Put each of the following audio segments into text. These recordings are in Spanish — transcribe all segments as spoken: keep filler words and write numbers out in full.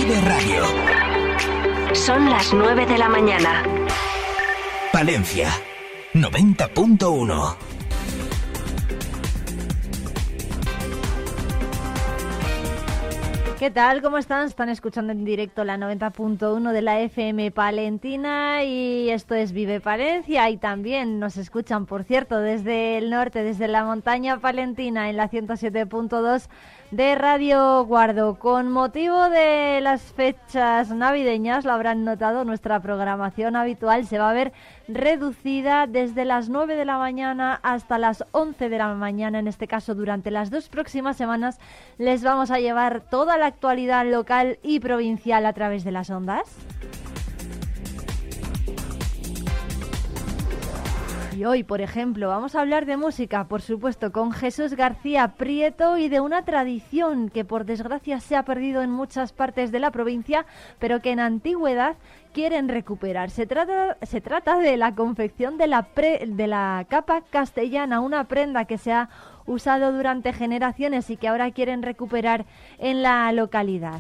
Vive Radio. Son las nueve de la mañana. Palencia, noventa punto uno. ¿Qué tal? ¿Cómo están? Están escuchando en directo la noventa punto uno de la F M Palentina y esto es Vive Palencia, y también nos escuchan, por cierto, desde el norte, desde la montaña palentina en la ciento siete punto dos de Radio Guardo. Con motivo de las fechas navideñas, lo habrán notado, nuestra programación habitual se va a ver reducida desde las nueve de la mañana hasta las once de la mañana. En este caso, durante las dos próximas semanas les vamos a llevar toda la actualidad local y provincial a través de las ondas. Y hoy, por ejemplo, vamos a hablar de música, por supuesto, con Jesús García Prieto, y de una tradición que por desgracia se ha perdido en muchas partes de la provincia, pero que en antigüedad quieren recuperar. Se trata, se trata de la confección de la, pre, de la capa castellana, una prenda que se ha usado durante generaciones y que ahora quieren recuperar en la localidad.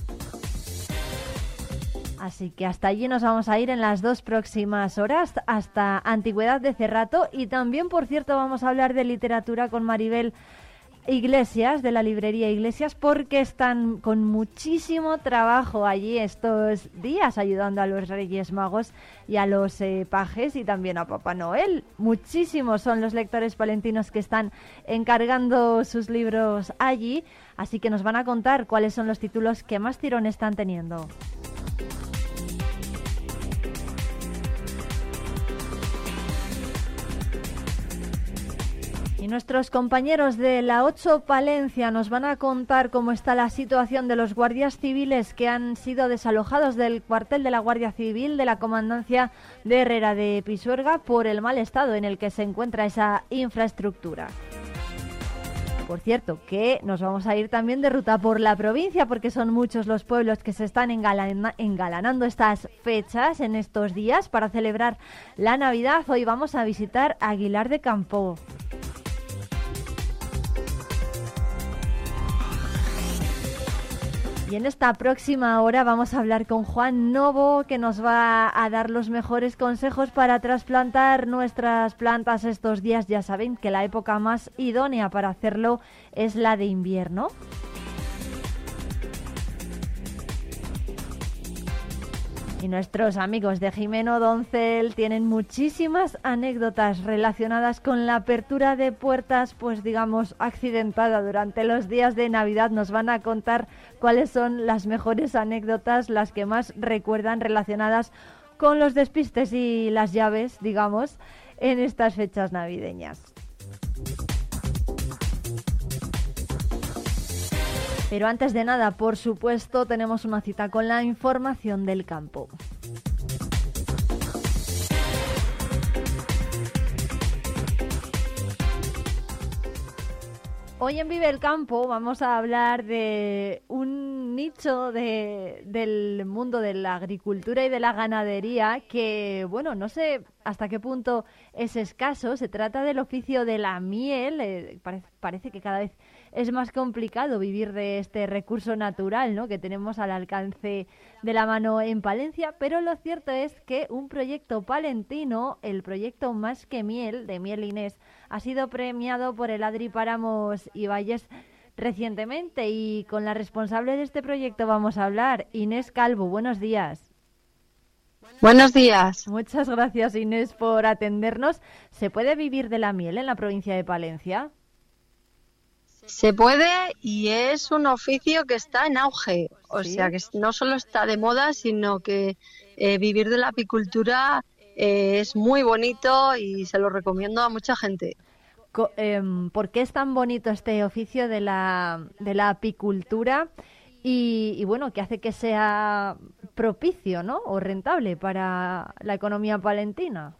Así que hasta allí nos vamos a ir en las dos próximas horas, hasta Antigüedad de Cerrato. Y también, por cierto, vamos a hablar de literatura con Maribel Iglesias, de la librería Iglesias, porque están con muchísimo trabajo allí estos días ayudando a los Reyes Magos y a los eh, pajes, y también a Papá Noel. Muchísimos son los lectores palentinos que están encargando sus libros allí, así que nos van a contar cuáles son los títulos que más tirón están teniendo. Y nuestros compañeros de la ocho Palencia nos van a contar cómo está la situación de los guardias civiles que han sido desalojados del cuartel de la Guardia Civil de la Comandancia de Herrera de Pisuerga por el mal estado en el que se encuentra esa infraestructura. Por cierto, que nos vamos a ir también de ruta por la provincia, porque son muchos los pueblos que se están engalana- engalanando estas fechas en estos días para celebrar la Navidad. Hoy vamos a visitar Aguilar de Campo. Y en esta próxima hora vamos a hablar con Juan Novo, que nos va a dar los mejores consejos para trasplantar nuestras plantas estos días. Ya saben que la época más idónea para hacerlo es la de invierno. Y nuestros amigos de Jimeno Doncel tienen muchísimas anécdotas relacionadas con la apertura de puertas, pues digamos, accidentada durante los días de Navidad. Nos van a contar cuáles son las mejores anécdotas, las que más recuerdan relacionadas con los despistes y las llaves, digamos, en estas fechas navideñas. Pero antes de nada, por supuesto, tenemos una cita con la información del campo. Hoy en Vive el Campo vamos a hablar de un nicho de, del mundo de la agricultura y de la ganadería que, bueno, no sé hasta qué punto es escaso. Se trata del oficio de la miel. Eh, parece, parece que cada vez es más complicado vivir de este recurso natural, ¿no?, que tenemos al alcance de la mano en Palencia, pero lo cierto es que un proyecto palentino, el proyecto Más que Miel, de Miel Inés, ha sido premiado por el Adri Páramos y Valles recientemente, y con la responsable de este proyecto vamos a hablar, Inés Calvo. Buenos días. Buenos días. Muchas gracias, Inés, por atendernos. ¿Se puede vivir de la miel en la provincia de Palencia? Se puede, y es un oficio que está en auge. O ¿Sí? sea, que no solo está de moda, sino que eh, vivir de la apicultura eh, es muy bonito y se lo recomiendo a mucha gente. Co- eh, ¿Por qué es tan bonito este oficio de la, de la apicultura? Y, y bueno, ¿qué hace que sea propicio, ¿no?, o rentable para la economía palentina?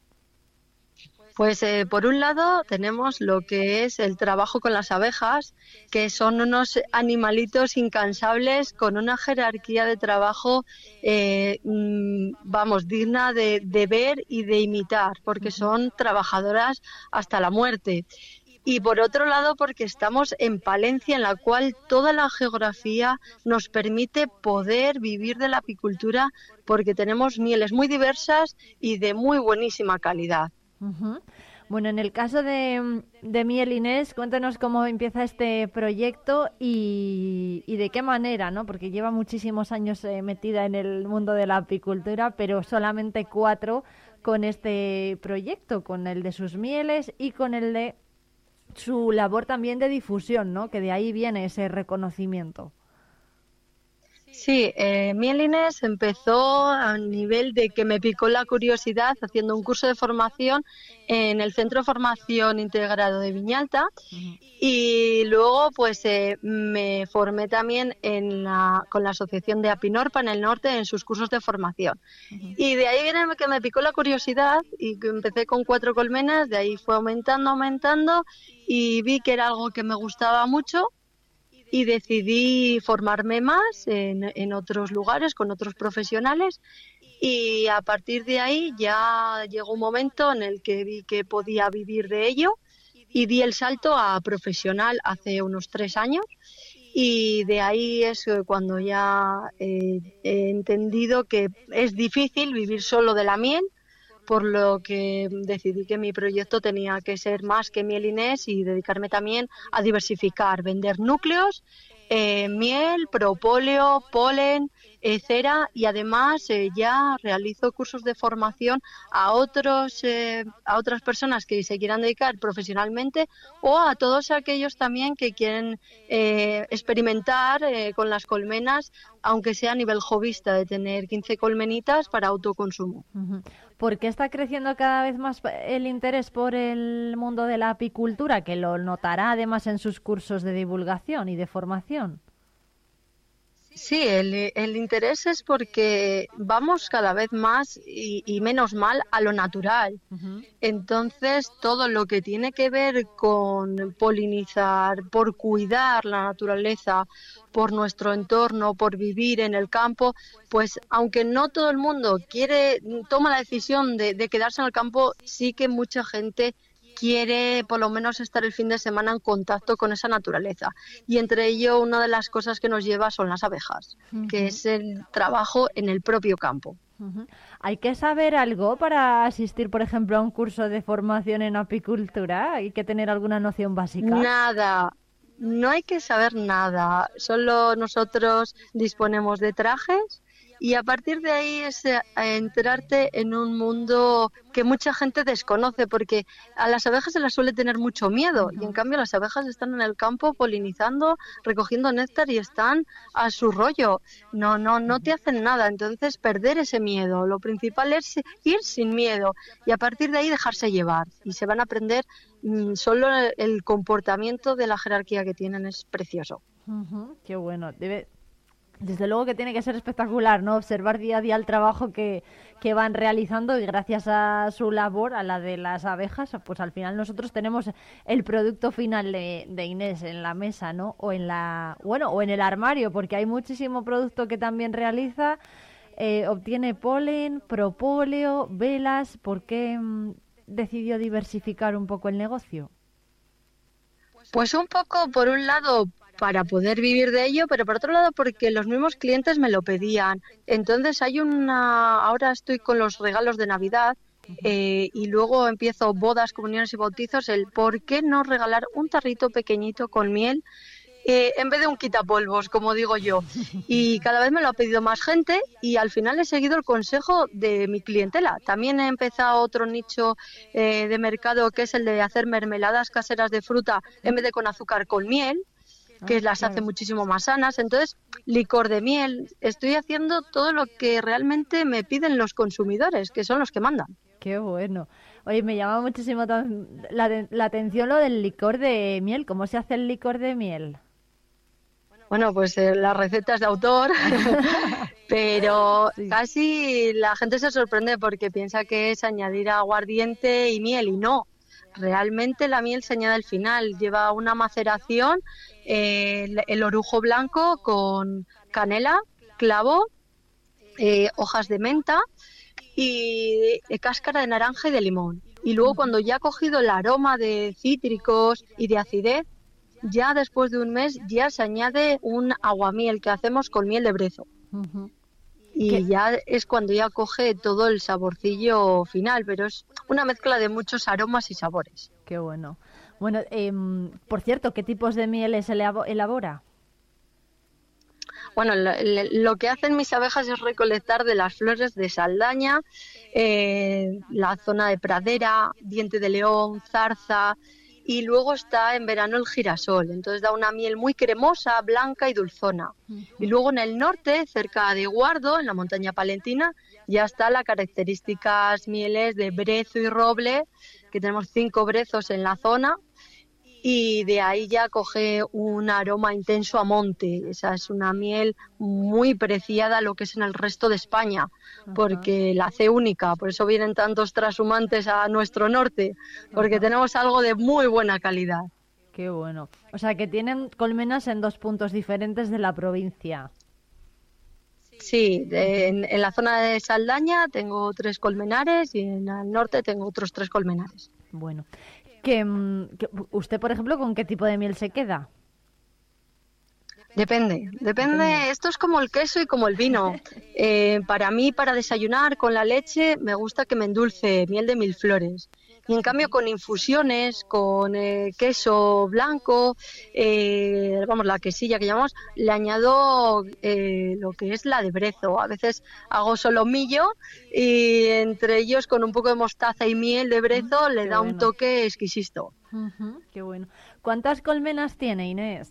Pues eh, por un lado tenemos lo que es el trabajo con las abejas, que son unos animalitos incansables con una jerarquía de trabajo, eh, vamos, digna de, de ver y de imitar, porque son trabajadoras hasta la muerte. y por otro lado porque estamos en Palencia, en la cual toda la geografía nos permite poder vivir de la apicultura, porque tenemos mieles muy diversas y de muy buenísima calidad. Uh-huh. Bueno, en el caso de, de Miel Inés, cuéntanos cómo empieza este proyecto y, y de qué manera, ¿no? Porque lleva muchísimos años eh, metida en el mundo de la apicultura, pero solamente cuatro con este proyecto, con el de sus mieles y con el de su labor también de difusión, ¿no? Que de ahí viene ese reconocimiento. Sí, eh, Miel Inés empezó a nivel de que me picó la curiosidad haciendo un curso de formación en el Centro de Formación Integrado de Viñalta, uh-huh. y luego pues eh, me formé también en la, con la Asociación de Apinorpa en el norte en sus cursos de formación. Uh-huh. Y de ahí viene que me picó la curiosidad y que empecé con cuatro colmenas, de ahí fue aumentando, aumentando y vi que era algo que me gustaba mucho. Y decidí formarme más en, en otros lugares, con otros profesionales, y a partir de ahí ya llegó un momento en el que vi que podía vivir de ello y di el salto a profesional hace unos tres años, y de ahí es cuando ya eh, he entendido que es difícil vivir solo de la miel, por lo que decidí que mi proyecto tenía que ser más que Miel Inés y dedicarme también a diversificar, vender núcleos, eh, miel, propóleo, polen, eh, cera, y además eh, ya realizo cursos de formación a otros eh, a otras personas que se quieran dedicar profesionalmente, o a todos aquellos también que quieren eh, experimentar eh, con las colmenas, aunque sea a nivel hobbyista, de tener quince colmenitas para autoconsumo. Uh-huh. ¿Por qué está creciendo cada vez más el interés por el mundo de la apicultura, que lo notará además en sus cursos de divulgación y de formación? Sí, el, el interés es porque vamos cada vez más y, y menos mal a lo natural. Uh-huh. Entonces, todo lo que tiene que ver con polinizar, por cuidar la naturaleza, por nuestro entorno, por vivir en el campo, pues aunque no todo el mundo quiere, toma la decisión de, de quedarse en el campo, sí que mucha gente quiere por lo menos estar el fin de semana en contacto con esa naturaleza. Y entre ello, una de las cosas que nos lleva son las abejas, uh-huh. que es el trabajo en el propio campo. Uh-huh. ¿Hay que saber algo para asistir, por ejemplo, a un curso de formación en apicultura? ¿Hay que tener alguna noción básica? Nada, no hay que saber nada. Solo nosotros disponemos de trajes. Y a partir de ahí es eh, entrarte en un mundo que mucha gente desconoce, porque a las abejas se las suele tener mucho miedo, y en cambio las abejas están en el campo polinizando, recogiendo néctar y están a su rollo. No, no, no te hacen nada. Entonces, perder ese miedo. Lo principal es ir sin miedo y a partir de ahí dejarse llevar. Y se van a aprender mmm, solo el, el comportamiento de la jerarquía que tienen. Es precioso. Uh-huh, qué bueno. Debe... Desde luego que tiene que ser espectacular, ¿no? Observar día a día el trabajo que, que van realizando, y gracias a su labor, a la de las abejas, pues al final nosotros tenemos el producto final de, de Inés en la mesa, ¿no? O en la, bueno, o en el armario, porque hay muchísimo producto que también realiza. Eh, obtiene polen, propóleo, velas. ¿Por qué mmm, decidió diversificar un poco el negocio? Pues un poco, por un lado, para poder vivir de ello, pero por otro lado porque los mismos clientes me lo pedían. Entonces hay una, ahora estoy con los regalos de Navidad eh, y luego empiezo bodas, comuniones y bautizos, el por qué no regalar un tarrito pequeñito con miel eh, en vez de un quitapolvos, como digo yo. Y cada vez me lo ha pedido más gente y al final he seguido el consejo de mi clientela. También he empezado otro nicho eh, de mercado, que es el de hacer mermeladas caseras de fruta en vez de con azúcar, con miel, que las hace muchísimo más sanas. Entonces, licor de miel. Estoy haciendo todo lo que realmente me piden los consumidores, que son los que mandan. Qué bueno. Oye, me llama muchísimo la, la atención lo del licor de miel. ¿Cómo se hace el licor de miel? Bueno, pues eh, las recetas de autor, pero sí. Casi la gente se sorprende porque piensa que es añadir aguardiente y miel, y no. Realmente la miel se añade al final, lleva una maceración, eh, el, el orujo blanco con canela, clavo, eh, hojas de menta y eh, cáscara de naranja y de limón. y luego cuando ya ha cogido el aroma de cítricos y de acidez, ya después de un mes ya se añade un aguamiel que hacemos con miel de brezo. Ujú. Y ¿Qué? ya es cuando ya coge todo el saborcillo final, pero es una mezcla de muchos aromas y sabores. Qué bueno. Bueno, em, por cierto, ¿qué tipos de mieles elabo- elabora? Bueno, lo, lo que hacen mis abejas es recolectar de las flores de Saldaña, eh, la zona de pradera, diente de león, zarza, y luego está en verano el girasol. Entonces da una miel muy cremosa, blanca y dulzona. Y luego en el norte, cerca de Guardo, en la montaña palentina, ya está las características mieles de brezo y roble, que tenemos cinco brezos en la zona. Y de ahí ya coge un aroma intenso a monte. Esa es una miel muy preciada a lo que es en el resto de España, porque la hace única. Por eso vienen tantos trashumantes a nuestro norte, porque Ajá. tenemos algo de muy buena calidad. Qué bueno. O sea, que tienen colmenas en dos puntos diferentes de la provincia. Sí, de- en, en la zona de Saldaña tengo tres colmenares y en el norte tengo otros tres colmenares. Bueno. Que, mm, que usted, por ejemplo, ¿con qué tipo de miel se queda? Depende, Depende. depende. Esto es como el queso y como el vino. Eh, para mí, para desayunar con la leche, me gusta que me endulce miel de mil flores. Y en cambio, con infusiones, con eh, queso blanco, eh, vamos, la quesilla que llamamos, le añado eh, lo que es la de brezo. A veces hago solomillo y entre ellos, con un poco de mostaza y miel de brezo, le Qué da un bueno. toque exquisito. Ujú, qué bueno. ¿Cuántas colmenas tiene, Inés?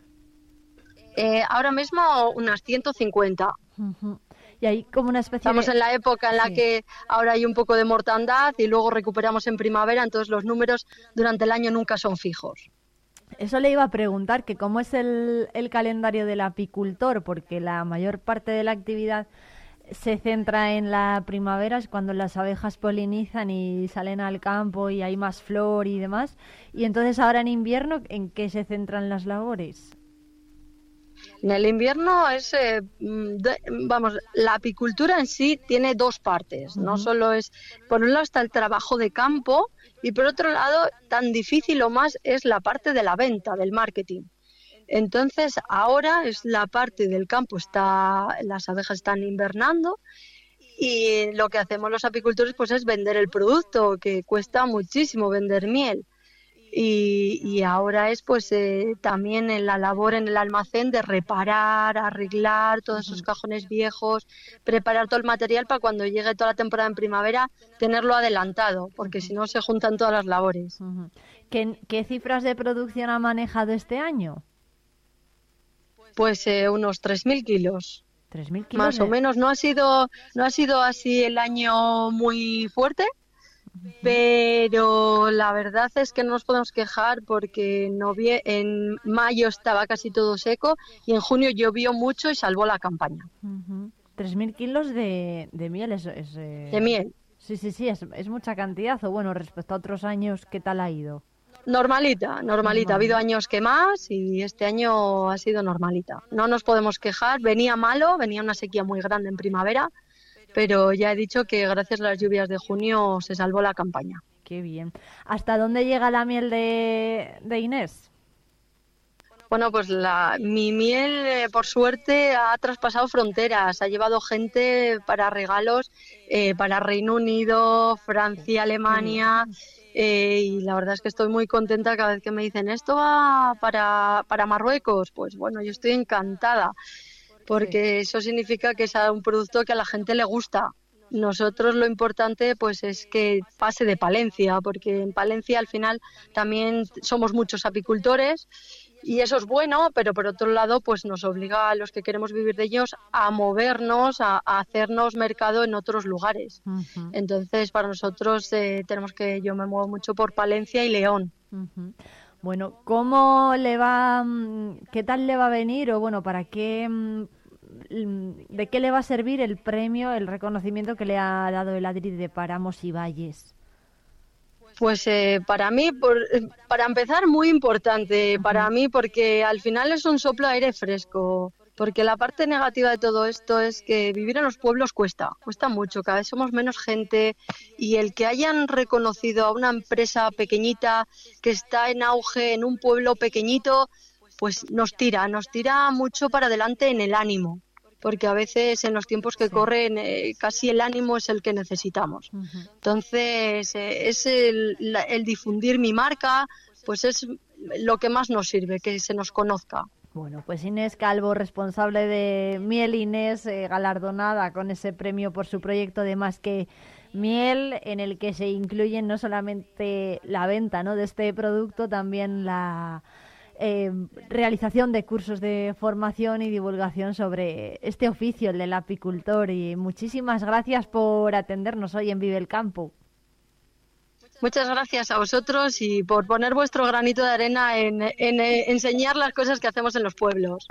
Eh, ahora mismo unas ciento cincuenta. Ujú. Y hay como una especie Estamos de... en la época en la Sí. que ahora hay un poco de mortandad y luego recuperamos en primavera, entonces los números durante el año nunca son fijos. Eso le iba a preguntar, que cómo es el, el calendario del apicultor, porque la mayor parte de la actividad se centra en la primavera, es cuando las abejas polinizan y salen al campo y hay más flor y demás. Y entonces ahora en invierno, ¿en qué se centran las labores? En el invierno es, eh, mm, de- vamos, la apicultura en sí tiene dos partes. No Ujú. solo es, por un lado está el trabajo de campo y por otro lado, tan difícil o más es la parte de la venta, del marketing. Entonces, ahora es la parte del campo, está, las abejas están invernando y lo que hacemos los apicultores pues es vender el producto, que cuesta muchísimo vender miel. Y, y ahora es pues eh, también en la labor en el almacén de reparar, arreglar todos esos Ujú. cajones viejos, preparar todo el material para cuando llegue toda la temporada en primavera tenerlo adelantado, porque si no se juntan todas las labores. Ujú. ¿Qué, qué cifras de producción ha manejado este año? Pues eh, unos tres mil kilos. Tres mil kilos Más o de... menos, no ha sido, no ha sido así el año muy fuerte, pero la verdad es que no nos podemos quejar porque en, novie- en mayo estaba casi todo seco y en junio llovió mucho y salvó la campaña Ujú. Tres mil kilos de, de miel, es, es, eh, de miel. Sí, sí, sí, es, es mucha cantidad. O bueno, respecto a otros años, ¿qué tal ha ido? Normalita, normalita. Ha Normal, habido ¿no? años que más y este año ha sido normalita. No nos podemos quejar. Venía malo, venía una sequía muy grande en primavera, pero ya he dicho que gracias a las lluvias de junio se salvó la campaña. Qué bien. ¿Hasta dónde llega la miel de, de Inés? Bueno, pues la, mi miel, eh, por suerte, ha traspasado fronteras. Ha llevado gente para regalos eh, para Reino Unido, Francia, Alemania. Eh, y la verdad es que estoy muy contenta cada vez que me dicen esto va para, para Marruecos. Pues bueno, yo estoy encantada porque eso significa que es un producto que a la gente le gusta. Nosotros lo importante pues es que pase de Palencia, porque en Palencia al final también somos muchos apicultores y eso es bueno, pero por otro lado pues nos obliga a los que queremos vivir de ellos a movernos, a, a hacernos mercado en otros lugares. Ujú, Entonces para nosotros eh, tenemos que, yo me muevo mucho por Palencia y León. ujú. Bueno, ¿cómo le va, mm, qué tal le va a venir o bueno, para qué, mm, mm, de qué le va a servir el premio, el reconocimiento que le ha dado el Adri de Páramos y Valles? Pues eh, para mí, por, para empezar, muy importante para mí porque al final es un soplo de aire fresco, Porque la parte negativa de todo esto es que vivir en los pueblos cuesta, cuesta mucho, cada vez somos menos gente y el que hayan reconocido a una empresa pequeñita que está en auge en un pueblo pequeñito, pues nos tira, nos tira mucho para adelante en el ánimo, porque a veces en los tiempos que sí. corren eh, casi el ánimo es el que necesitamos. Uh-huh. Entonces, eh, es el, la, el difundir mi marca, pues es lo que más nos sirve, que se nos conozca. Bueno, pues Inés Calvo, responsable de Miel Inés, eh, galardonada con ese premio por su proyecto de Más que Miel, en el que se incluyen no solamente la venta, ¿no?, de este producto, también la eh, realización de cursos de formación y divulgación sobre este oficio, el del apicultor. Y muchísimas gracias por atendernos hoy en Vive el Campo. Muchas gracias a vosotros y por poner vuestro granito de arena en, en, en enseñar las cosas que hacemos en los pueblos.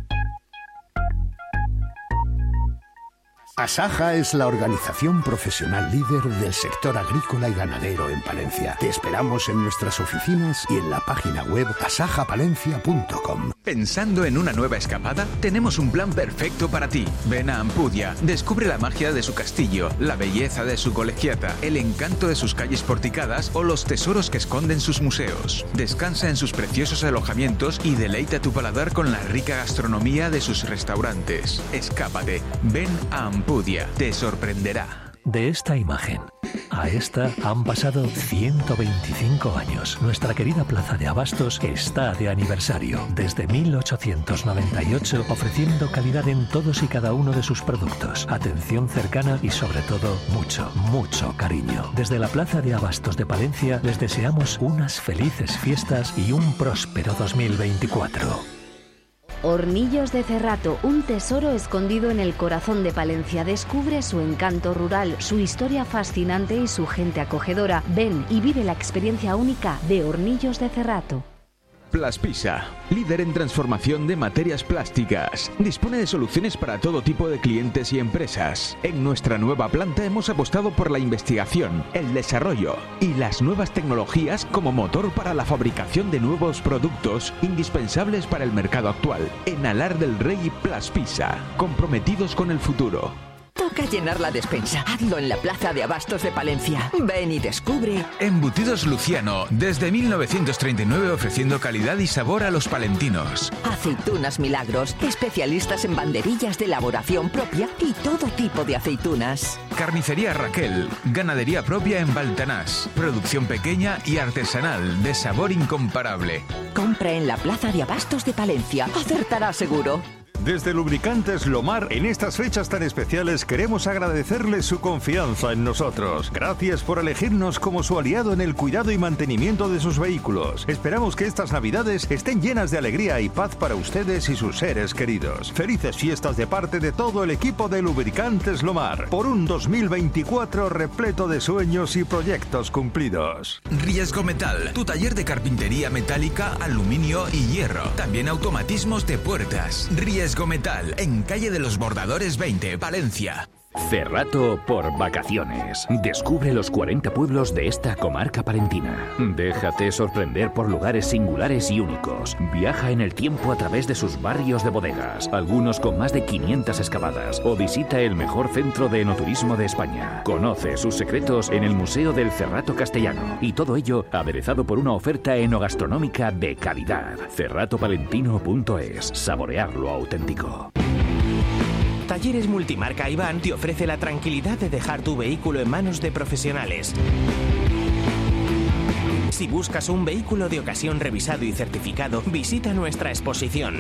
Asaja es la organización profesional líder del sector agrícola y ganadero en Palencia. Te esperamos en nuestras oficinas y en la página web asaja palencia punto com. ¿Pensando en una nueva escapada? Tenemos un plan perfecto para ti. Ven a Ampudia, descubre la magia de su castillo, la belleza de su colegiata, el encanto de sus calles porticadas o los tesoros que esconden sus museos. Descansa en sus preciosos alojamientos y deleita tu paladar con la rica gastronomía de sus restaurantes. Escápate, ven a Ampudia. Ampudia te sorprenderá. De esta imagen a esta han pasado ciento veinticinco años. Nuestra querida Plaza de Abastos está de aniversario. Desde mil ochocientos noventa y ocho, ofreciendo calidad en todos y cada uno de sus productos. Atención cercana y sobre todo mucho, mucho cariño. Desde la Plaza de Abastos de Palencia les deseamos unas felices fiestas y un próspero dos mil veinticuatro. Hornillos de Cerrato, un tesoro escondido en el corazón de Palencia. Descubre su encanto rural, su historia fascinante y su gente acogedora. Ven y vive la experiencia única de Hornillos de Cerrato. Plaspisa, líder en transformación de materias plásticas. Dispone de soluciones para todo tipo de clientes y empresas. En nuestra nueva planta hemos apostado por la investigación, el desarrollo y las nuevas tecnologías como motor para la fabricación de nuevos productos indispensables para el mercado actual. En Alar del Rey, Plaspisa, comprometidos con el futuro. Toca llenar la despensa. Hazlo en la Plaza de Abastos de Palencia. Ven y descubre. Embutidos Luciano, desde mil novecientos treinta y nueve ofreciendo calidad y sabor a los palentinos. Aceitunas Milagros, especialistas en banderillas de elaboración propia y todo tipo de aceitunas. Carnicería Raquel, ganadería propia en Baltanás. Producción pequeña y artesanal, de sabor incomparable. Compra en la Plaza de Abastos de Palencia. Acertará seguro. Desde Lubricantes Lomar, en estas fechas tan especiales queremos agradecerles su confianza en nosotros. Gracias por elegirnos como su aliado en el cuidado y mantenimiento de sus vehículos. Esperamos que estas Navidades estén llenas de alegría y paz para ustedes y sus seres queridos. Felices fiestas de parte de todo el equipo de Lubricantes Lomar, por un dos mil veinticuatro repleto de sueños y proyectos cumplidos. Riesgo Metal, tu taller de carpintería metálica, aluminio y hierro. También automatismos de puertas. Riesgo Metal, en calle de los Bordadores veinte, Palencia. Cerrato por vacaciones. Descubre los cuarenta pueblos de esta comarca palentina. Déjate sorprender por lugares singulares y únicos. Viaja en el tiempo a través de sus barrios de bodegas, algunos con más de quinientas excavadas, o visita el mejor centro de enoturismo de España. Conoce sus secretos en el Museo del Cerrato Castellano, y todo ello aderezado por una oferta enogastronómica de calidad. cerrato palentino punto es. Saborear lo auténtico. Talleres Multimarca Iván te ofrece la tranquilidad de dejar tu vehículo en manos de profesionales. Si buscas un vehículo de ocasión revisado y certificado, visita nuestra exposición.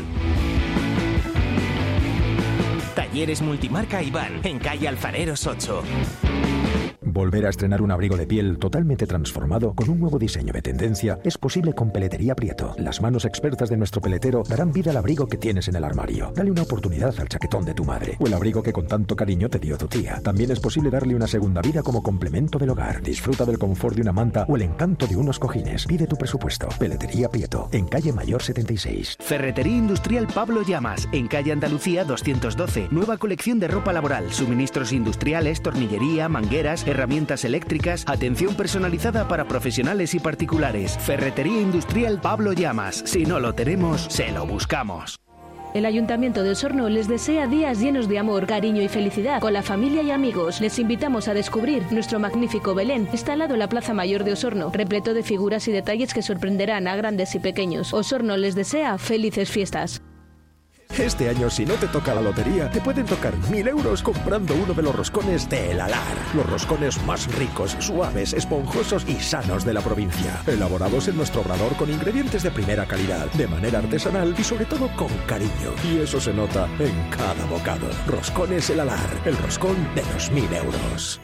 Talleres Multimarca Iván, en calle Alfareros ocho. Volver a estrenar un abrigo de piel totalmente transformado con un nuevo diseño de tendencia es posible con Peletería Prieto. Las manos expertas de nuestro peletero darán vida al abrigo que tienes en el armario. Dale una oportunidad al chaquetón de tu madre o el abrigo que con tanto cariño te dio tu tía. También es posible darle una segunda vida como complemento del hogar. Disfruta del confort de una manta o el encanto de unos cojines. Pide tu presupuesto. Peletería Prieto, en calle Mayor setenta y seis. Ferretería Industrial Pablo Llamas, en calle Andalucía doscientos doce. Nueva colección de ropa laboral, suministros industriales, tornillería, mangueras, herramientas herramientas eléctricas, atención personalizada para profesionales y particulares. Ferretería Industrial Pablo Llamas. Si no lo tenemos, se lo buscamos. El Ayuntamiento de Osorno les desea días llenos de amor, cariño y felicidad con la familia y amigos. Les invitamos a descubrir nuestro magnífico Belén, instalado en la Plaza Mayor de Osorno, repleto de figuras y detalles que sorprenderán a grandes y pequeños. Osorno les desea felices fiestas. Este año, si no te toca la lotería, te pueden tocar mil euros comprando uno de los roscones de El Alar. Los roscones más ricos, suaves, esponjosos y sanos de la provincia. Elaborados en nuestro obrador con ingredientes de primera calidad, de manera artesanal y sobre todo con cariño. Y eso se nota en cada bocado. Roscones El Alar, el roscón de los mil euros.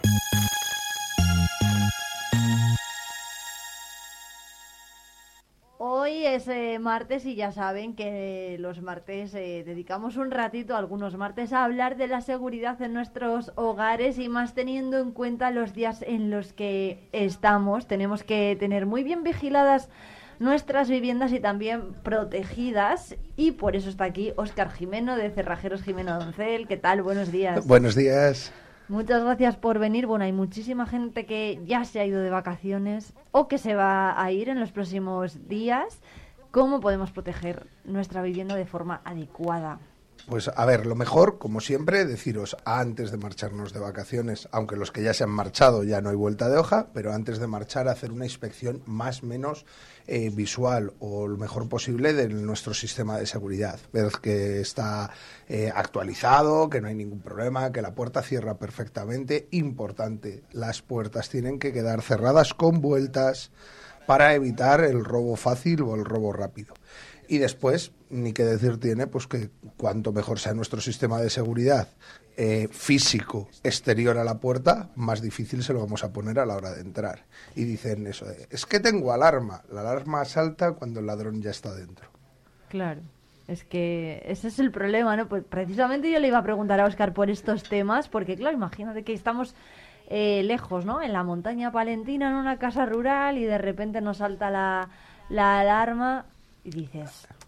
Hoy es eh, martes y ya saben que los martes eh, dedicamos un ratito, algunos martes, a hablar de la seguridad en nuestros hogares y más teniendo en cuenta los días en los que estamos. Tenemos que tener muy bien vigiladas nuestras viviendas y también protegidas, y por eso está aquí Óscar Jimeno de Cerrajeros Jimeno Doncel. ¿Qué tal? Buenos días. Buenos días. Muchas gracias por venir. Bueno, hay muchísima gente que ya se ha ido de vacaciones o que se va a ir en los próximos días. ¿Cómo podemos proteger nuestra vivienda de forma adecuada? Pues a ver, lo mejor, como siempre, deciros antes de marcharnos de vacaciones, aunque los que ya se han marchado ya no hay vuelta de hoja, pero antes de marchar hacer una inspección más o menos eh, visual o lo mejor posible de nuestro sistema de seguridad. Ver que está eh, actualizado, que no hay ningún problema, que la puerta cierra perfectamente. Importante, las puertas tienen que quedar cerradas con vueltas para evitar el robo fácil o el robo rápido. Y después, ni que decir tiene, pues que cuanto mejor sea nuestro sistema de seguridad eh, físico exterior a la puerta, más difícil se lo vamos a poner a la hora de entrar. Y dicen eso de, es que tengo alarma. La alarma salta cuando el ladrón ya está dentro. Claro, es que ese es el problema, ¿no? Pues precisamente yo le iba a preguntar a Óscar por estos temas, porque claro, imagínate que estamos eh, lejos, ¿no? En la montaña palentina, en una casa rural, y de repente nos salta la, la alarma. Y dices...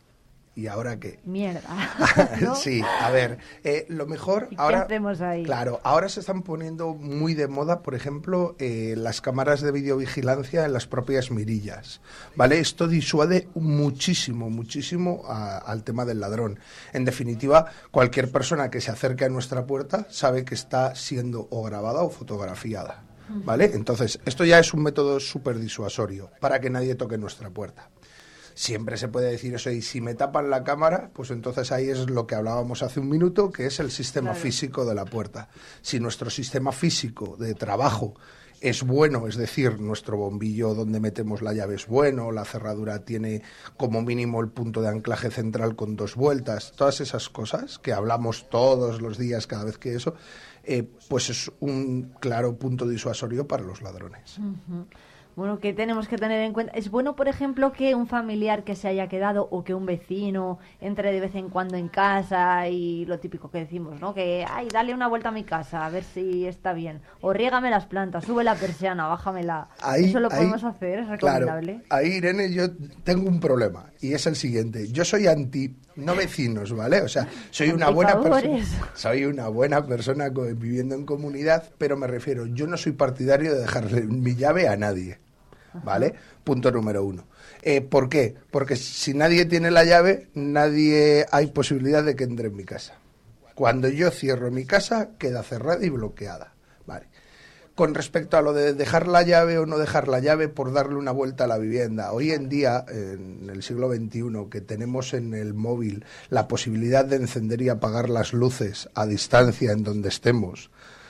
¿Y ahora qué? Mierda, ¿no? Sí, a ver, eh, lo mejor... ¿Y ahora, qué hacemos ahí? Claro, ahora se están poniendo muy de moda, por ejemplo, eh, las cámaras de videovigilancia en las propias mirillas, ¿vale? Esto disuade muchísimo, muchísimo a, al tema del ladrón. En definitiva, cualquier persona que se acerque a nuestra puerta sabe que está siendo o grabada o fotografiada, ¿vale? Entonces, esto ya es un método súper disuasorio para que nadie toque nuestra puerta. Siempre se puede decir eso, y si me tapan la cámara, pues entonces ahí es lo que hablábamos hace un minuto, que es el sistema claro. físico de la puerta. Si nuestro sistema físico de trabajo es bueno, es decir, nuestro bombillo donde metemos la llave es bueno, la cerradura tiene como mínimo el punto de anclaje central con dos vueltas, todas esas cosas que hablamos todos los días cada vez que eso, eh, pues es un claro punto disuasorio para los ladrones. Uh-huh. Bueno, ¿qué tenemos que tener en cuenta? ¿Es bueno, por ejemplo, que un familiar que se haya quedado o que un vecino entre de vez en cuando en casa y lo típico que decimos, ¿no? Que, ay, dale una vuelta a mi casa a ver si está bien. O riégame las plantas, sube la persiana, bájamela. Ahí, ¿Eso lo ahí, podemos hacer? ¿Es recomendable? Claro, ahí, Irene, yo tengo un problema y es el siguiente. Yo soy anti, no vecinos, ¿vale? O sea, soy una buena persona. Soy una buena persona viviendo en comunidad, pero me refiero, yo no soy partidario de dejarle mi llave a nadie. ¿Vale? Punto número uno. Eh, ¿Por qué? Porque si nadie tiene la llave, nadie hay posibilidad de que entre en mi casa. Cuando yo cierro mi casa, queda cerrada y bloqueada. Vale. Con respecto a lo de dejar la llave o no dejar la llave por darle una vuelta a la vivienda, hoy en día, en el siglo veintiuno, que tenemos en el móvil la posibilidad de encender y apagar las luces a distancia en donde estemos,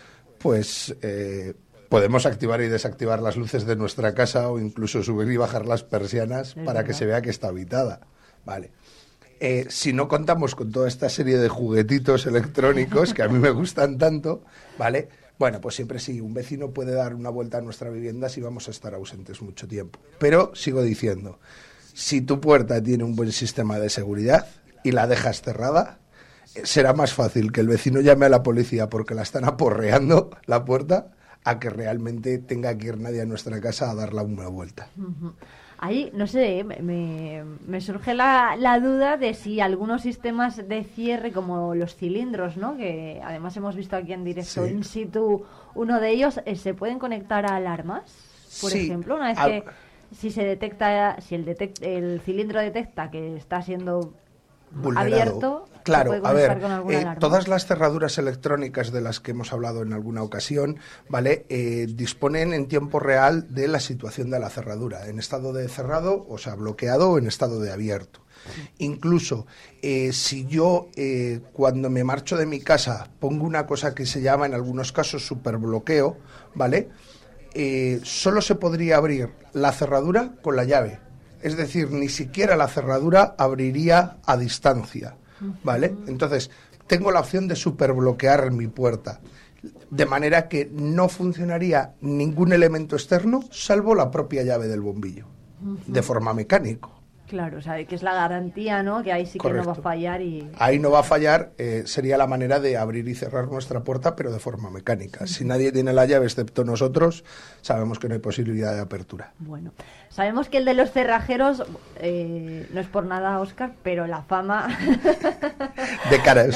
pues... Eh, podemos activar y desactivar las luces de nuestra casa o incluso subir y bajar las persianas es para verdad. Que se vea que está habitada. Vale. Eh, si no contamos con toda esta serie de juguetitos electrónicos que a mí me gustan tanto, ¿vale? Bueno, pues siempre sí, un vecino puede dar una vuelta a nuestra vivienda si vamos a estar ausentes mucho tiempo. Pero sigo diciendo, si tu puerta tiene un buen sistema de seguridad y la dejas cerrada, será más fácil que el vecino llame a la policía porque la están aporreando la puerta a que realmente tenga que ir nadie a nuestra casa a darle una vuelta. Uh-huh. Ahí, no sé, me, me surge la, la duda de si algunos sistemas de cierre, como los cilindros, ¿no? Que además hemos visto aquí en directo, sí. in situ, uno de ellos, eh, ¿se pueden conectar a alarmas? Por sí. ejemplo, una vez Al... que si se detecta, si el, detect, el cilindro detecta que está siendo vulnerado. abierto, claro, se puede a ver, conectar con alguna eh, alarma. todas las cerraduras electrónicas de las que hemos hablado en alguna ocasión, ¿vale? Eh, disponen en tiempo real de la situación de la cerradura, en estado de cerrado, o sea, bloqueado, o en estado de abierto. Incluso eh, si yo eh, cuando me marcho de mi casa pongo una cosa que se llama en algunos casos superbloqueo, ¿vale? Eh, solo se podría abrir la cerradura con la llave. Es decir, ni siquiera la cerradura abriría a distancia, ¿vale? Entonces, tengo la opción de superbloquear mi puerta, de manera que no funcionaría ningún elemento externo salvo la propia llave del bombillo, de forma mecánica. Claro, o sea, que es la garantía, ¿no? Que ahí sí Correcto. que no va a fallar y... Ahí no va a fallar, eh, sería la manera de abrir y cerrar nuestra puerta, pero de forma mecánica. Si nadie tiene la llave excepto nosotros, sabemos que no hay posibilidad de apertura. Bueno, sabemos que el de los cerrajeros, eh, no es por nada, Óscar, pero la fama... De caras.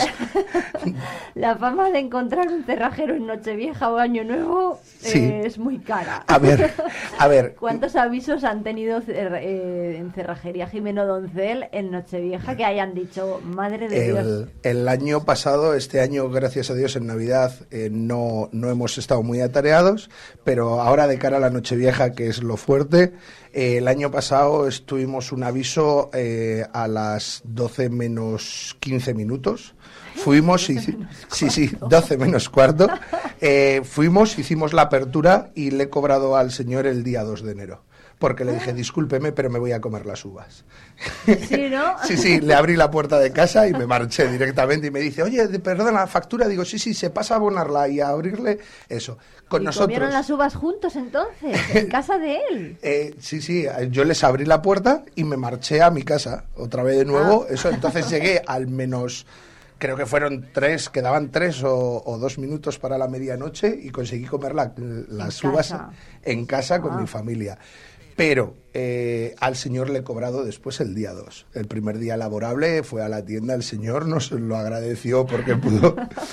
La fama de encontrar un cerrajero en Nochevieja o Año Nuevo Sí. eh, es muy cara. A ver, a ver. ¿Cuántos avisos han tenido cer- eh, en Cerrajería Jimeno Doncel en Nochevieja que hayan dicho, madre de Dios? El, el año pasado, este año, gracias a Dios, en Navidad eh, no, no hemos estado muy atareados, pero ahora de cara a la Nochevieja, que es lo fuerte, eh, el año pasado estuvimos un aviso eh, a las doce menos quince minutos. Fuimos y sí, sí, doce menos cuarto. Eh, fuimos, hicimos la apertura y le he cobrado al señor el día dos de enero. Porque le dije, discúlpeme, pero me voy a comer las uvas. ¿Sí, no? Sí, sí, le abrí la puerta de casa y me marché directamente y me dice, oye, perdona, la factura. Digo, sí, sí, se pasa a abonarla y a abrirle eso. Con ¿Y nosotros. comieron las uvas juntos entonces, en casa de él? Eh, sí, sí, yo les abrí la puerta y me marché a mi casa, otra vez de nuevo. Ah. Eso, entonces llegué al menos... Creo que fueron tres, quedaban tres o, o dos minutos para la medianoche y conseguí comer la, las En uvas casa. en casa con Ah. mi familia. Pero eh, al señor le he cobrado después el día dos. El primer día laborable fue a la tienda, el señor nos lo agradeció porque pudo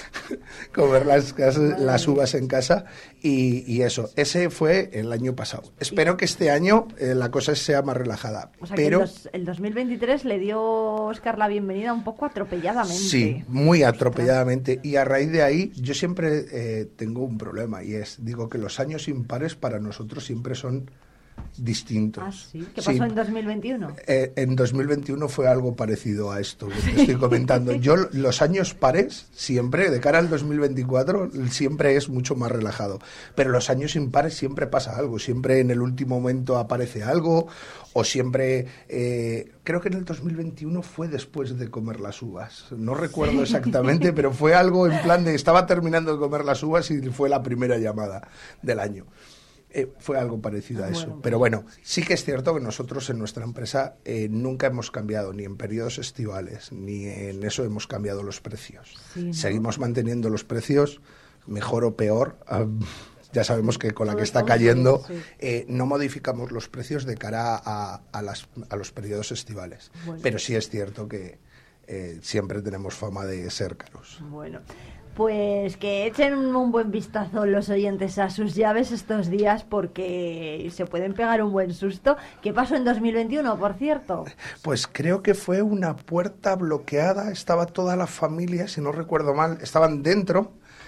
comer las, casas- las uvas en casa y, y eso. Ese fue el año pasado. Espero que este año eh, la cosa sea más relajada. O sea, pero que el, dos- el dos mil veintitrés le dio Óscar la bienvenida un poco atropelladamente. sí, muy atropelladamente. Y a raíz de ahí yo siempre eh, tengo un problema y es, digo que los años impares para nosotros siempre son distintos. Ah, sí. ¿Qué Sí. pasó en dos mil veintiuno? Eh, en dos mil veintiuno fue algo parecido a esto que te estoy comentando. Yo los años pares siempre, de cara al dos mil veinticuatro, siempre es mucho más relajado. Pero los años impares siempre pasa algo. Siempre en el último momento aparece algo o siempre... eh, creo que en el dos mil veintiuno fue después de comer las uvas. No recuerdo exactamente, pero fue algo en plan de... Estaba terminando de comer las uvas y fue la primera llamada del año. Eh, fue algo parecido a eso. Bueno, Pero bueno, sí que es cierto que nosotros en nuestra empresa eh, nunca hemos cambiado, ni en periodos estivales, ni en eso hemos cambiado los precios. Sí, ¿no? Seguimos manteniendo los precios, mejor o peor. ah, ya sabemos que con la Todo que está está cayendo, subido, sí. eh, no modificamos los precios de cara a, a, las, a los periodos estivales. Bueno. Pero sí es cierto que eh, siempre tenemos fama de ser caros. Bueno, pues que echen un, un buen vistazo los oyentes a sus llaves estos días porque se pueden pegar un buen susto. ¿Qué pasó en dos mil veintiuno, por cierto? Pues creo que fue una puerta bloqueada, estaba toda la familia, si no recuerdo mal, estaban dentro,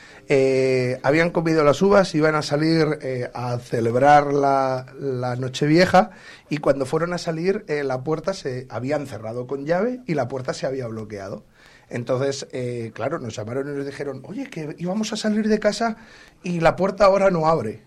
eh, habían comido las uvas, iban a salir eh, a celebrar la, la Nochevieja y cuando fueron a salir eh, la puerta se habían cerrado con llave y la puerta se había bloqueado. Entonces, eh, claro, nos llamaron y nos dijeron, oye, que íbamos a salir de casa y la puerta ahora no abre.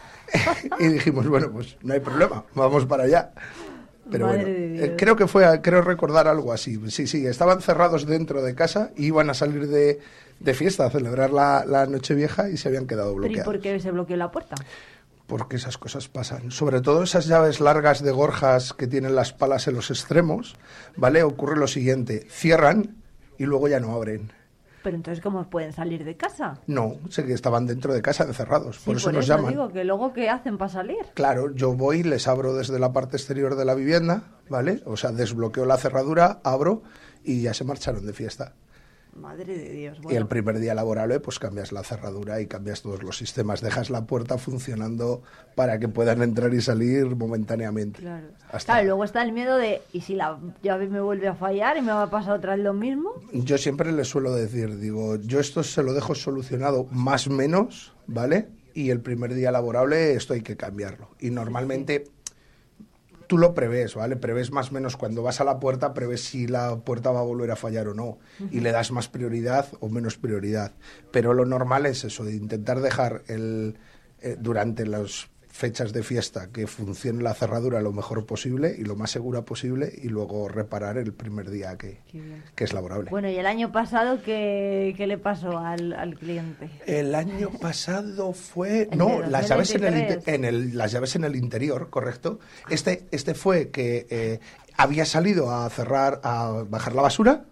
Y dijimos, bueno, pues no hay problema, vamos para allá. Pero Madre bueno, de Dios. eh, creo que fue, creo recordar algo así. Sí, sí, estaban cerrados dentro de casa y iban a salir de, de fiesta a celebrar la, la Nochevieja y se habían quedado ¿Pero y bloqueados. por qué se bloqueó la puerta? Porque esas cosas pasan. Sobre todo esas llaves largas de gorjas que tienen las palas en los extremos, ¿vale? Ocurre lo siguiente, cierran y luego ya no abren. Pero entonces, ¿cómo pueden salir de casa? No, sé que estaban dentro de casa encerrados, Sí, por eso nos llaman. digo, que luego, ¿qué hacen para salir? Claro, yo voy, les abro desde la parte exterior de la vivienda, ¿vale? O sea, desbloqueo la cerradura, abro y ya se marcharon de fiesta. Madre de Dios. Bueno. Y el primer día laborable pues cambias la cerradura y cambias todos los sistemas. Dejas la puerta funcionando para que puedan entrar y salir momentáneamente. Claro. Hasta... Claro, luego está el miedo de, ¿y si la llave me vuelve a fallar y me va a pasar otra vez lo mismo? Yo siempre les suelo decir, digo, yo esto se lo dejo solucionado más o menos, ¿vale? Y el primer día laborable esto hay que cambiarlo. Y normalmente... tú lo prevés, ¿vale? Prevés más o menos cuando vas a la puerta, prevés si la puerta va a volver a fallar o no. Uh-huh. Y le das más prioridad o menos prioridad. Pero lo normal es eso, de intentar dejar el eh, durante las fechas de fiesta que funcione la cerradura lo mejor posible y lo más segura posible y luego reparar el primer día que, que es laborable. Bueno, ¿y el año pasado qué, qué le pasó al, al cliente? El año pasado fue... No, las llaves en, el, en el, las llaves en el interior, correcto. Este, este fue que eh, había salido a cerrar, a bajar la basura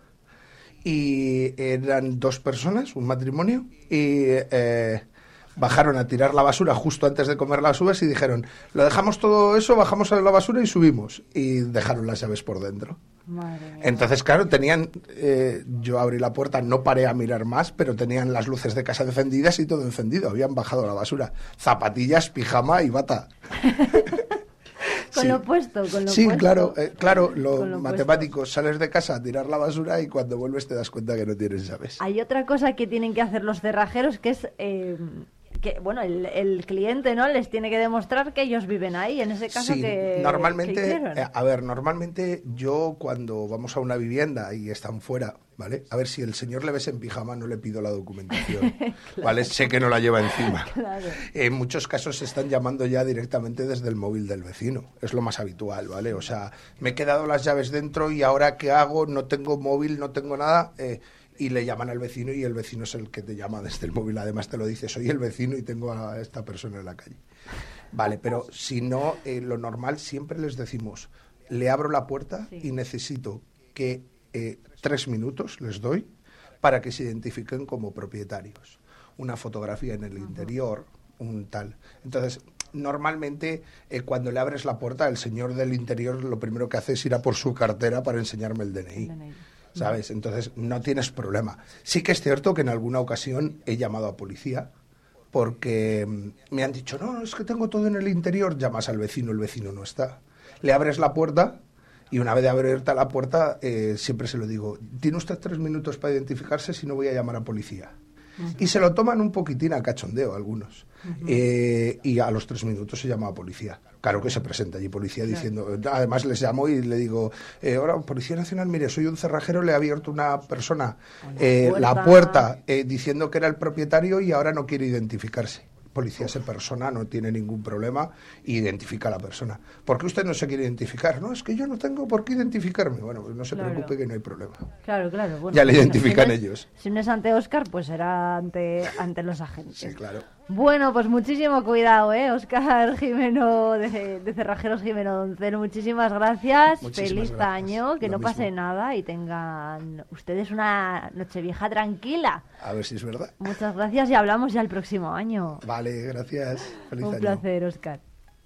y eran dos personas, un matrimonio, y... Eh, bajaron a tirar la basura justo antes de comer las uvas y dijeron, lo dejamos todo eso, bajamos a la basura y subimos. Y dejaron las llaves por dentro. Madre mía. Entonces, claro, tenían, eh, yo abrí la puerta, no paré a mirar más, pero tenían las luces de casa encendidas y todo encendido. Habían bajado la basura. Zapatillas, pijama y bata. Con sí. lo puesto, con lo sí, puesto. claro, eh, claro, lo, lo matemático, puesto. Sales de casa a tirar la basura y cuando vuelves te das cuenta que no tienes llaves. Hay otra cosa que tienen que hacer los cerrajeros que es... Eh, que bueno, el, el cliente, ¿no? Les tiene que demostrar que ellos viven ahí, en ese caso sí, que normalmente, que eh, a ver, normalmente yo cuando vamos a una vivienda y están fuera, ¿vale? A ver, si el señor le ves en pijama no le pido la documentación, claro. ¿Vale? Sé que no la lleva encima. Claro. En muchos casos se están llamando ya directamente desde el móvil del vecino, es lo más habitual, ¿vale? O sea, me he quedado las llaves dentro y ahora ¿qué hago? No tengo móvil, no tengo nada... Eh, y le llaman al vecino y el vecino es el que te llama desde el móvil. Además te lo dice, soy el vecino y tengo a esta persona en la calle. Vale, pero si no, eh, lo normal siempre les decimos, le abro la puerta sí. y necesito que eh, tres minutos les doy para que se identifiquen como propietarios. Una fotografía en el interior, un tal. Entonces, normalmente eh, cuando le abres la puerta, el señor del interior lo primero que hace es ir a por su cartera para enseñarme el D N I. El D N I. ¿Sabes? Entonces no tienes problema. Sí que es cierto que en alguna ocasión he llamado a policía porque me han dicho, no, es que tengo todo en el interior. Llamas al vecino, el vecino no está. Le abres la puerta y una vez de abierta la puerta eh, siempre se lo digo, tiene usted tres minutos para identificarse, si no voy a llamar a policía. Uh-huh. Y se lo toman un poquitín a cachondeo algunos. Uh-huh. eh, y a los tres minutos se llama a policía. Claro que se presenta allí policía claro. diciendo... Además les llamo y le digo, eh, ahora, Policía Nacional, mire, soy un cerrajero, le ha abierto una persona eh, puerta. la puerta eh, diciendo que era el propietario y ahora no quiere identificarse. Policía se persona, no tiene ningún problema, y identifica a la persona. ¿Por qué usted no se quiere identificar? No, es que yo no tengo por qué identificarme. Bueno, pues no se claro. preocupe que no hay problema. Claro, claro. Bueno, ya le identifican si no es, ellos. Si no es ante Óscar, pues será ante, ante los agentes. Sí, claro. Bueno, pues muchísimo cuidado, ¿eh? Óscar Jimeno, de, de Cerrajeros Jimeno Doncel, muchísimas gracias. Muchísimas Feliz gracias. año, que Lo no mismo. pase nada y tengan ustedes una Nochevieja tranquila. A ver si es verdad. Muchas gracias y hablamos ya el próximo año. Vale, gracias. Feliz Un año. placer, Óscar.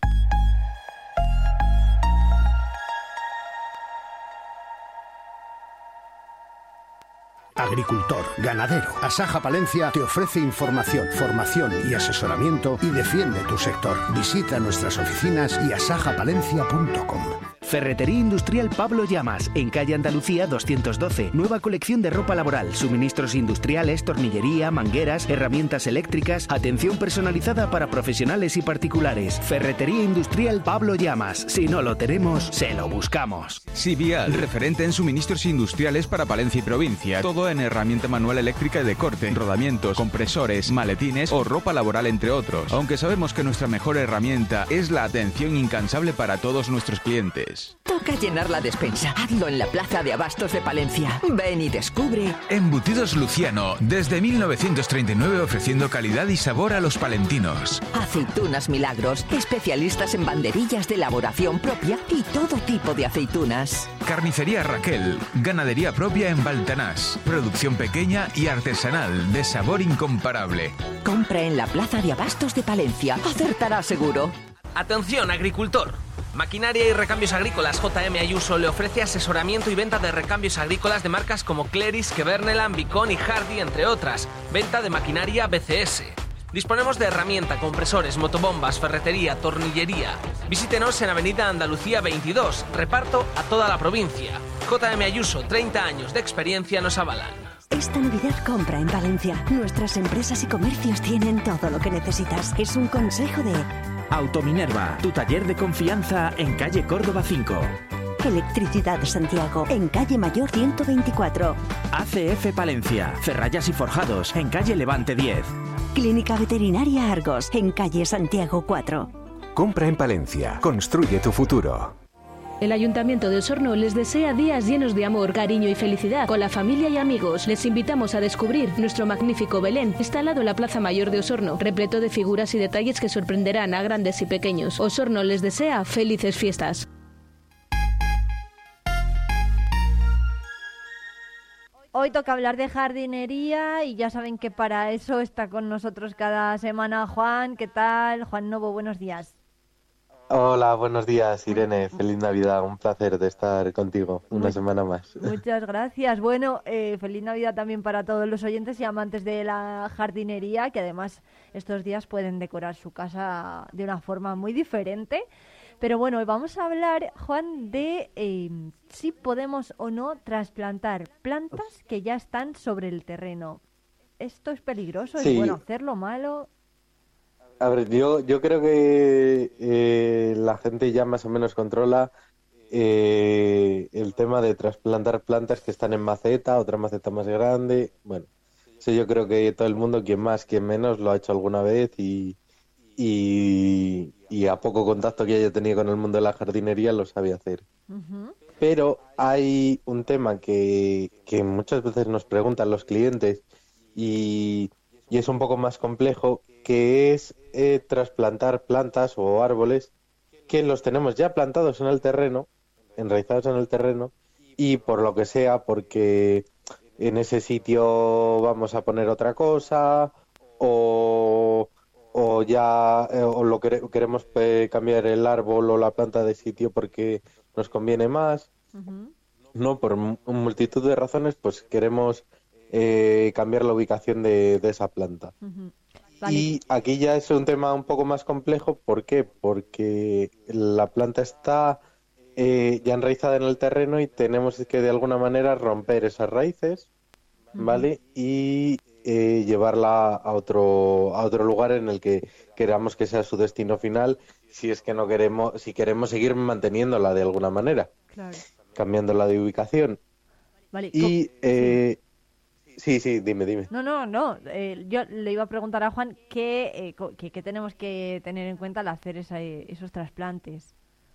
Agricultor, ganadero. Asaja Palencia te ofrece información, formación y asesoramiento y defiende tu sector. Visita nuestras oficinas y asaja palencia punto com. Ferretería Industrial Pablo Llamas, en calle Andalucía doscientos doce. Nueva colección de ropa laboral, suministros industriales, tornillería, mangueras, herramientas eléctricas, atención personalizada para profesionales y particulares. Ferretería Industrial Pablo Llamas. Si no lo tenemos, se lo buscamos. Sivial, referente en suministros industriales para Palencia y provincia. Todo en herramienta manual eléctrica y de corte, rodamientos, compresores, maletines o ropa laboral, entre otros. Aunque sabemos que nuestra mejor herramienta es la atención incansable para todos nuestros clientes. Toca llenar la despensa. Hazlo en la Plaza de Abastos de Palencia. Ven y descubre. Embutidos Luciano, desde mil novecientos treinta y nueve ofreciendo calidad y sabor a los palentinos. Aceitunas Milagros, especialistas en banderillas de elaboración propia y todo tipo de aceitunas. Carnicería Raquel, ganadería propia en Baltanás. Producción pequeña y artesanal, de sabor incomparable. Compra en la Plaza de Abastos de Palencia. Acertará seguro. Atención, agricultor. Maquinaria y Recambios Agrícolas J M Ayuso le ofrece asesoramiento y venta de recambios agrícolas de marcas como Cleris, Quebernelan, Bicón y Hardy, entre otras. Venta de maquinaria B C S. Disponemos de herramienta, compresores, motobombas, ferretería, tornillería. Visítenos en Avenida Andalucía veintidós. Reparto a toda la provincia. J M Ayuso, treinta años de experiencia nos avalan. Esta Navidad compra en Valencia. Nuestras empresas y comercios tienen todo lo que necesitas. Es un consejo de... Autominerva, tu taller de confianza en calle Córdoba cinco. Electricidad Santiago, en calle Mayor ciento veinticuatro. A C F Palencia, Ferrallas y Forjados, en calle Levante diez. Clínica Veterinaria Argos, en calle Santiago cuatro. Compra en Palencia, construye tu futuro. El Ayuntamiento de Osorno les desea días llenos de amor, cariño y felicidad con la familia y amigos. Les invitamos a descubrir nuestro magnífico Belén, instalado en la Plaza Mayor de Osorno, repleto de figuras y detalles que sorprenderán a grandes y pequeños. Osorno les desea felices fiestas. Hoy toca hablar de jardinería y ya saben que para eso está con nosotros cada semana Juan. ¿Qué tal? Juan Novo, buenos días. Hola, buenos días, Irene. Feliz Navidad. Un placer de estar contigo una Muy, semana más. Muchas gracias. Bueno, eh, feliz Navidad también para todos los oyentes y amantes de la jardinería, que además estos días pueden decorar su casa de una forma muy diferente. Pero bueno, hoy vamos a hablar, Juan, de eh, si podemos o no trasplantar plantas que ya están sobre el terreno. ¿Esto es peligroso? Sí. ¿Es bueno hacerlo, malo? A ver, yo, yo creo que eh, la gente ya más o menos controla eh, el tema de trasplantar plantas que están en maceta, otra maceta más grande. Bueno, eso yo creo que todo el mundo, quien más, quien menos, lo ha hecho alguna vez y, y, y a poco contacto que haya tenido con el mundo de la jardinería lo sabe hacer. Uh-huh. Pero hay un tema que, que muchas veces nos preguntan los clientes y, y es un poco más complejo, que es eh, trasplantar plantas o árboles que los tenemos ya plantados en el terreno, enraizados en el terreno, y por lo que sea, porque en ese sitio vamos a poner otra cosa, o, o ya eh, o lo quere, queremos eh, cambiar el árbol o la planta de sitio porque nos conviene más, uh-huh. no, por m- multitud de razones, pues queremos eh, cambiar la ubicación de, de esa planta. Uh-huh. Vale. Y aquí ya es un tema un poco más complejo. ¿Por qué? Porque la planta está eh, ya enraizada en el terreno y tenemos que de alguna manera romper esas raíces, ¿vale? Uh-huh. Y eh, llevarla a otro a otro lugar en el que queramos que sea su destino final, si es que no queremos, si queremos seguir manteniéndola de alguna manera, claro. Cambiándola de ubicación. Vale. Y eh, Sí, sí, dime, dime. No, no, no. Eh, yo le iba a preguntar a Juan qué, eh, qué, qué tenemos que tener en cuenta al hacer esa, esos trasplantes.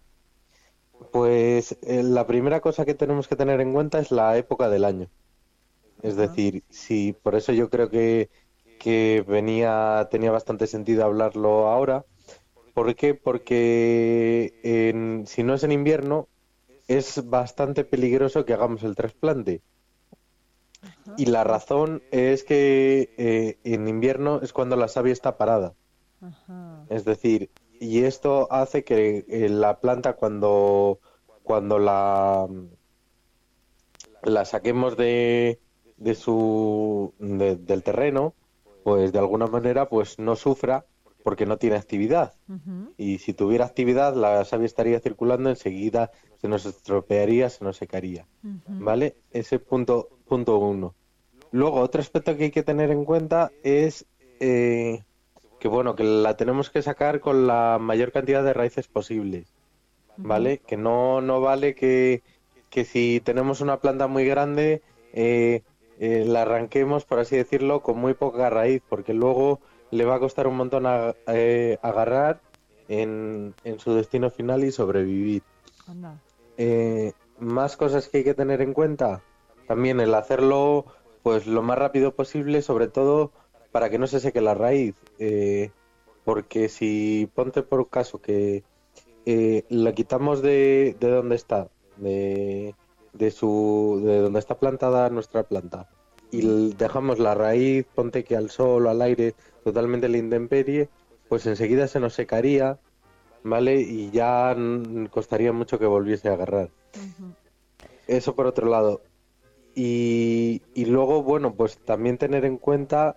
Pues eh, la primera cosa que tenemos que tener en cuenta es la época del año. Es uh-huh. decir, sí, por eso yo creo que, que venía tenía bastante sentido hablarlo ahora. ¿Por qué? Porque en, si no es en invierno, es bastante peligroso que hagamos el trasplante. Y la razón es que eh, en invierno es cuando la savia está parada. Ajá. Es decir, y esto hace que eh, la planta cuando cuando la la saquemos de de su de, del terreno, pues de alguna manera pues no sufra porque no tiene actividad. Uh-huh. Y si tuviera actividad, la savia estaría circulando, enseguida se nos estropearía, se nos secaría. Uh-huh. ¿Vale? Ese punto punto uno. Luego, otro aspecto que hay que tener en cuenta es eh, que, bueno, que la tenemos que sacar con la mayor cantidad de raíces posibles, ¿vale? Uh-huh. Que no, no vale que, que si tenemos una planta muy grande, eh, eh, la arranquemos, por así decirlo, con muy poca raíz, porque luego le va a costar un montón a, eh, agarrar en, en su destino final y sobrevivir. Uh-huh. Eh, más cosas que hay que tener en cuenta, también el hacerlo pues lo más rápido posible, sobre todo para que no se seque la raíz, eh, porque si ponte por caso que eh, la quitamos de, de donde está, de, de su de donde está plantada nuestra planta, y dejamos la raíz, ponte que al sol o al aire, totalmente a la intemperie, pues enseguida se nos secaría, ¿vale? Y ya mm, costaría mucho que volviese a agarrar. Ujú. Eso por otro lado. Y, y luego, bueno, pues también tener en cuenta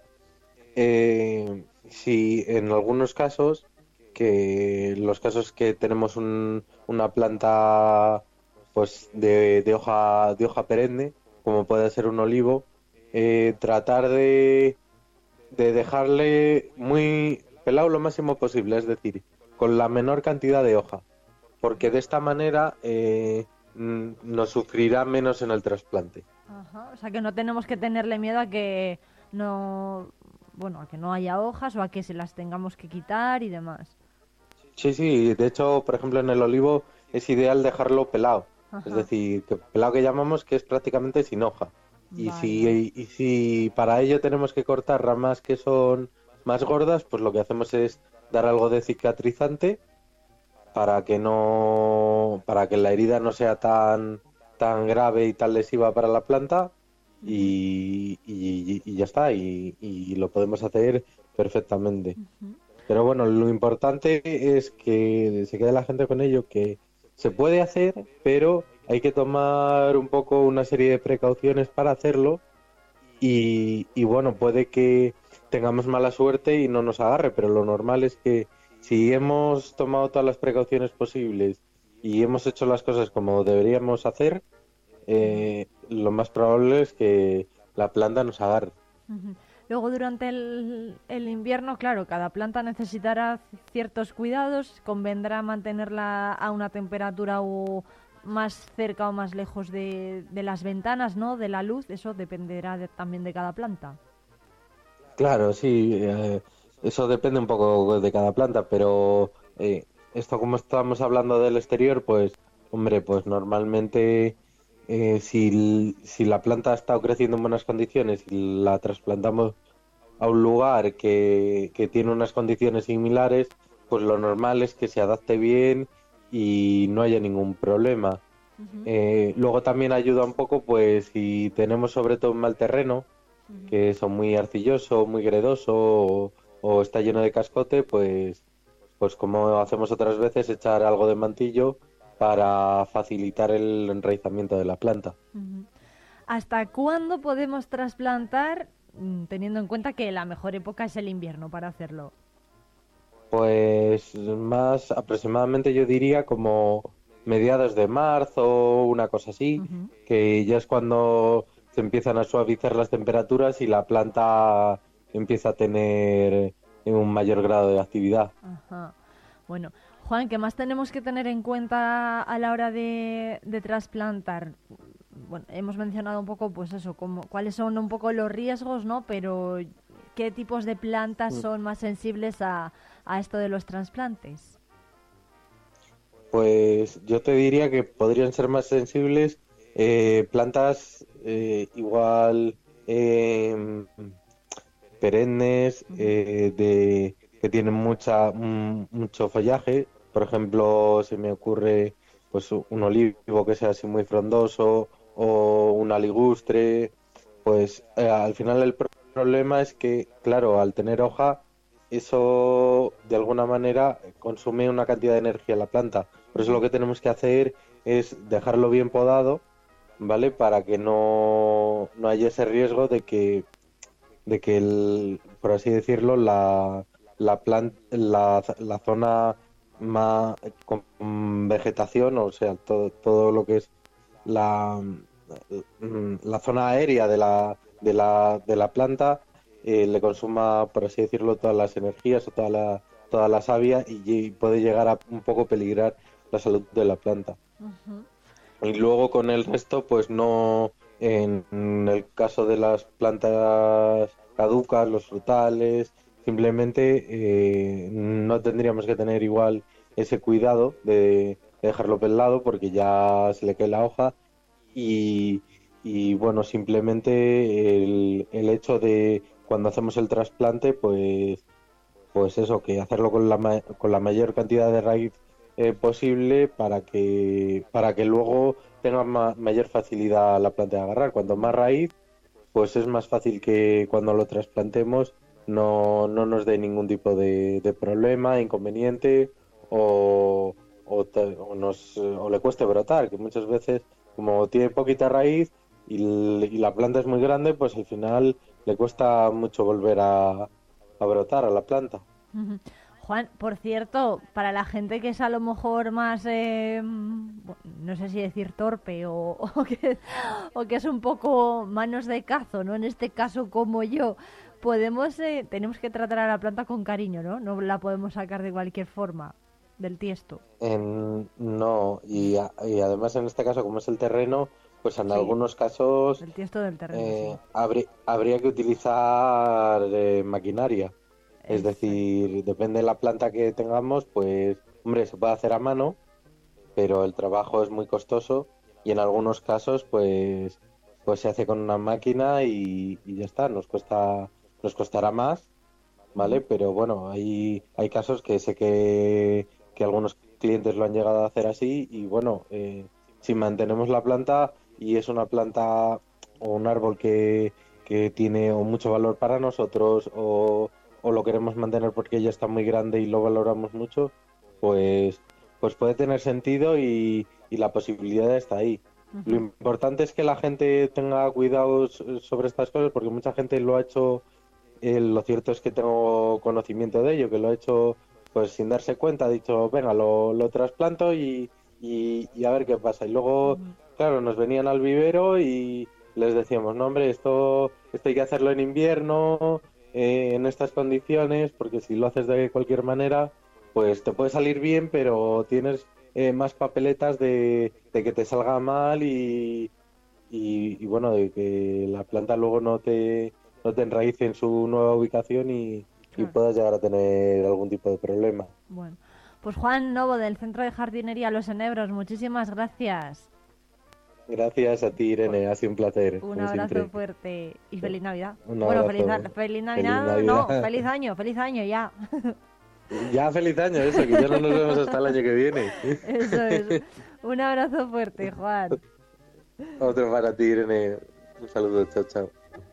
eh, si en algunos casos, que los casos que tenemos un- una planta pues de, de hoja de hoja perenne, como puede ser un olivo, eh, tratar de, de dejarle muy pelado lo máximo posible, es decir, con la menor cantidad de hoja, porque de esta manera eh, mm, nos sufrirá menos en el trasplante. Ajá, o sea que no tenemos que tenerle miedo a que no, bueno, a que no haya hojas o a que se las tengamos que quitar y demás. Sí, sí, de hecho, por ejemplo, en el olivo es ideal dejarlo pelado, Ajá. es decir, que pelado que llamamos que es prácticamente sin hoja. Y Vale. si, y si para ello tenemos que cortar ramas que son más gordas, pues lo que hacemos es dar algo de cicatrizante para que no, para que la herida no sea tan, tan grave y tan lesiva para la planta y, y- y ya está, y, y lo podemos hacer perfectamente. Pero bueno, lo importante es que se quede la gente con ello, que se puede hacer, pero hay que tomar un poco una serie de precauciones para hacerlo y, y bueno, puede que tengamos mala suerte y no nos agarre, pero lo normal es que si hemos tomado todas las precauciones posibles y hemos hecho las cosas como deberíamos hacer, eh, lo más probable es que la planta nos agarre. Ujú. Luego durante el, el invierno, claro, cada planta necesitará c- ciertos cuidados, convendrá mantenerla a una temperatura o más cerca o más lejos de, de las ventanas, ¿no? De la luz, eso dependerá de- también de cada planta. Claro, sí, eh, eso depende un poco de cada planta, pero eh, esto como estamos hablando del exterior, pues, hombre, pues normalmente eh, si, l- si la planta ha estado creciendo en buenas condiciones y la trasplantamos a un lugar que, que tiene unas condiciones similares, pues lo normal es que se adapte bien y no haya ningún problema. Eh, luego también ayuda un poco, pues, si tenemos sobre todo un mal terreno, que son muy arcilloso, muy gredoso o, o está lleno de cascote, pues, pues como hacemos otras veces, echar algo de mantillo para facilitar el enraizamiento de la planta. Ujú. ¿Hasta cuándo podemos trasplantar, mm, teniendo en cuenta que la mejor época es el invierno para hacerlo? Pues más aproximadamente yo diría como mediados de marzo, una cosa así, que ya es cuando se empiezan a suavizar las temperaturas y la planta empieza a tener un mayor grado de actividad. Ajá. Bueno, Juan, ¿qué más tenemos que tener en cuenta a la hora de, de trasplantar? Bueno, hemos mencionado un poco, pues eso, como, cuáles son un poco los riesgos, ¿no? Pero ¿qué tipos de plantas Mm. son más sensibles a, a esto de los trasplantes? Pues yo te diría que podrían ser más sensibles eh, plantas eh, igual eh, perennes, eh, de, que tienen mucha mm, mucho follaje. Por ejemplo, se me ocurre pues un olivo que sea así muy frondoso o una ligustre. Pues eh, al final el pro- problema es que, claro, al tener hoja, eso de alguna manera consume una cantidad de energía en la planta. Por eso lo que tenemos que hacer es dejarlo bien podado, ¿vale? Para que no, no haya ese riesgo de que, de que el, por así decirlo, la, la, plan- la, la zona más con vegetación, o sea, todo, todo lo que es la, mm, la zona aérea de la, de la, de la planta, eh, le consuma, por así decirlo, todas las energías o toda la, toda la savia y, y puede llegar a un poco peligrar la salud de la planta. Y luego con el resto, pues no, en el caso de las plantas caducas, los frutales, simplemente eh, no tendríamos que tener igual ese cuidado de dejarlo pelado porque ya se le cae la hoja y, y bueno, simplemente el, el hecho de cuando hacemos el trasplante, pues pues eso, que hacerlo con la, ma- con la mayor cantidad de raíz eh, posible para que para que luego tenga ma- mayor facilidad la planta de agarrar. Cuanto más raíz, pues es más fácil que cuando lo trasplantemos no, no nos dé ningún tipo de, de problema, inconveniente o, o, te, o, nos, o le cueste brotar, que muchas veces como tiene poquita raíz y, y la planta es muy grande, pues al final le cuesta mucho volver a, a brotar a la planta. Uh-huh. Juan, por cierto, para la gente que es a lo mejor más, eh, no sé si decir torpe o, o, que, o que es un poco manos de cazo, ¿no? En este caso como yo, podemos, eh, tenemos que tratar a la planta con cariño, ¿no? No la podemos sacar de cualquier forma del tiesto. En, no, y, a, y además en este caso, como es el terreno, pues en sí, algunos casos el tiesto del terreno, eh, sí. habría, habría que utilizar eh, maquinaria. Es decir, depende de la planta que tengamos, pues, hombre, se puede hacer a mano, pero el trabajo es muy costoso y en algunos casos, pues, pues se hace con una máquina y, y ya está. Nos cuesta, nos costará más, ¿vale? Pero bueno, hay, hay casos que sé que, que algunos clientes lo han llegado a hacer así y bueno, eh, si mantenemos la planta y es una planta o un árbol que, que tiene o mucho valor para nosotros o o lo queremos mantener porque ya está muy grande y lo valoramos mucho, pues pues puede tener sentido y, y la posibilidad está ahí. Uh-huh. Lo importante es que la gente tenga cuidados sobre estas cosas porque mucha gente lo ha hecho, eh, lo cierto es que tengo conocimiento de ello, que lo ha hecho pues sin darse cuenta, ha dicho, venga, lo, lo trasplanto y, y, y a ver qué pasa. Y luego, uh-huh. claro, nos venían al vivero y les decíamos, no hombre, esto, esto hay que hacerlo en invierno, Eh, en estas condiciones, porque si lo haces de cualquier manera, pues te puede salir bien, pero tienes eh, más papeletas de, de que te salga mal y, y, y bueno, de que la planta luego no te, no te enraíce en su nueva ubicación y, claro. y puedas llegar a tener algún tipo de problema. Bueno, pues Juan Novo del Centro de Jardinería Los Enebros, muchísimas gracias. Gracias a ti, Irene, ha sido un placer. Un abrazo siempre. fuerte y feliz Navidad. Un bueno, abrazo. feliz, feliz, Feliz Navidad, Navidad. no, feliz año, feliz año ya. Ya, feliz año, eso, que ya no nos vemos hasta el año que viene. Eso es. Un abrazo fuerte, Juan. Otro para ti, Irene. Un saludo, chao, chao.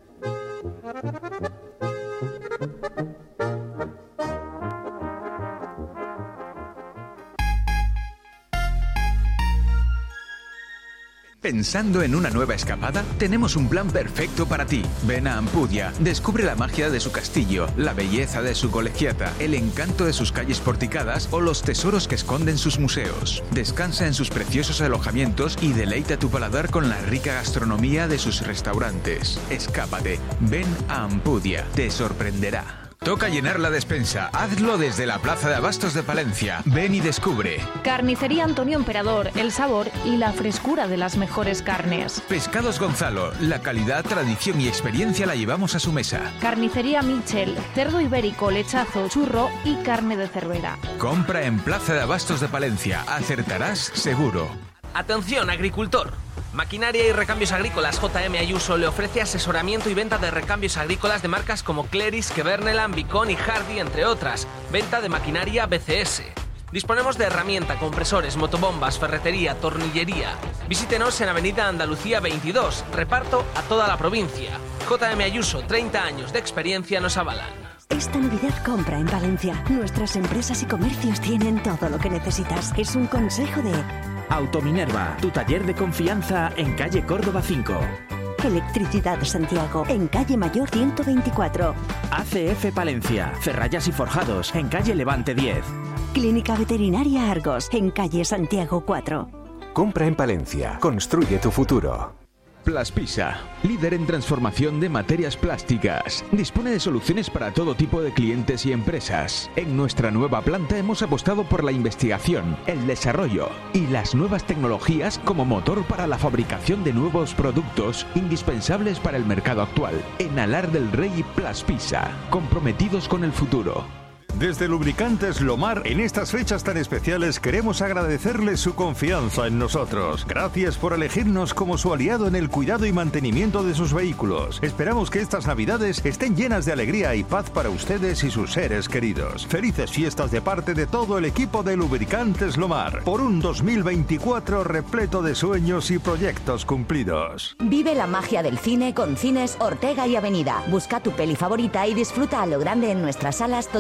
¿Pensando en una nueva escapada? Tenemos un plan perfecto para ti. Ven a Ampudia, descubre la magia de su castillo, la belleza de su colegiata, el encanto de sus calles porticadas o los tesoros que esconden sus museos. Descansa en sus preciosos alojamientos y deleita tu paladar con la rica gastronomía de sus restaurantes. Escápate, ven a Ampudia, te sorprenderá. Toca llenar la despensa. Hazlo desde la Plaza de Abastos de Palencia. Ven y descubre. Carnicería Antonio Emperador, el sabor y la frescura de las mejores carnes. Pescados Gonzalo, la calidad, tradición y experiencia la llevamos a su mesa. Carnicería Michel, cerdo ibérico, lechazo, churro y carne de cervera. Compra en Plaza de Abastos de Palencia. Acertarás seguro. Atención, agricultor. Maquinaria y Recambios Agrícolas J M Ayuso le ofrece asesoramiento y venta de recambios agrícolas de marcas como Cleris, Queberneland, Vicon y Hardy, entre otras. Venta de maquinaria B C S. Disponemos de herramienta, compresores, motobombas, ferretería, tornillería. Visítenos en Avenida Andalucía veintidós. Reparto a toda la provincia. J M Ayuso, treinta años de experiencia nos avalan. Esta Navidad compra en Palencia. Nuestras empresas y comercios tienen todo lo que necesitas. Es un consejo de... Autominerva, tu taller de confianza en calle Córdoba cinco. Electricidad Santiago, en calle Mayor ciento veinticuatro. A C F Palencia, Ferrallas y Forjados, en calle Levante diez. Clínica Veterinaria Argos, en calle Santiago cuatro. Compra en Palencia, construye tu futuro. Plaspisa, líder en transformación de materias plásticas. Dispone de soluciones para todo tipo de clientes y empresas. En nuestra nueva planta hemos apostado por la investigación, el desarrollo y las nuevas tecnologías como motor para la fabricación de nuevos productos indispensables para el mercado actual. En Alar del Rey, Plaspisa, comprometidos con el futuro. Desde Lubricantes Lomar, en estas fechas tan especiales queremos agradecerles su confianza en nosotros. Gracias por elegirnos como su aliado en el cuidado y mantenimiento de sus vehículos. Esperamos que estas Navidades estén llenas de alegría y paz para ustedes y sus seres queridos. Felices fiestas de parte de todo el equipo de Lubricantes Lomar, por un dos mil veinticuatro repleto de sueños y proyectos cumplidos. Vive la magia del cine con Cines Ortega y Avenida. Busca tu peli favorita y disfruta a lo grande en nuestras salas totalmente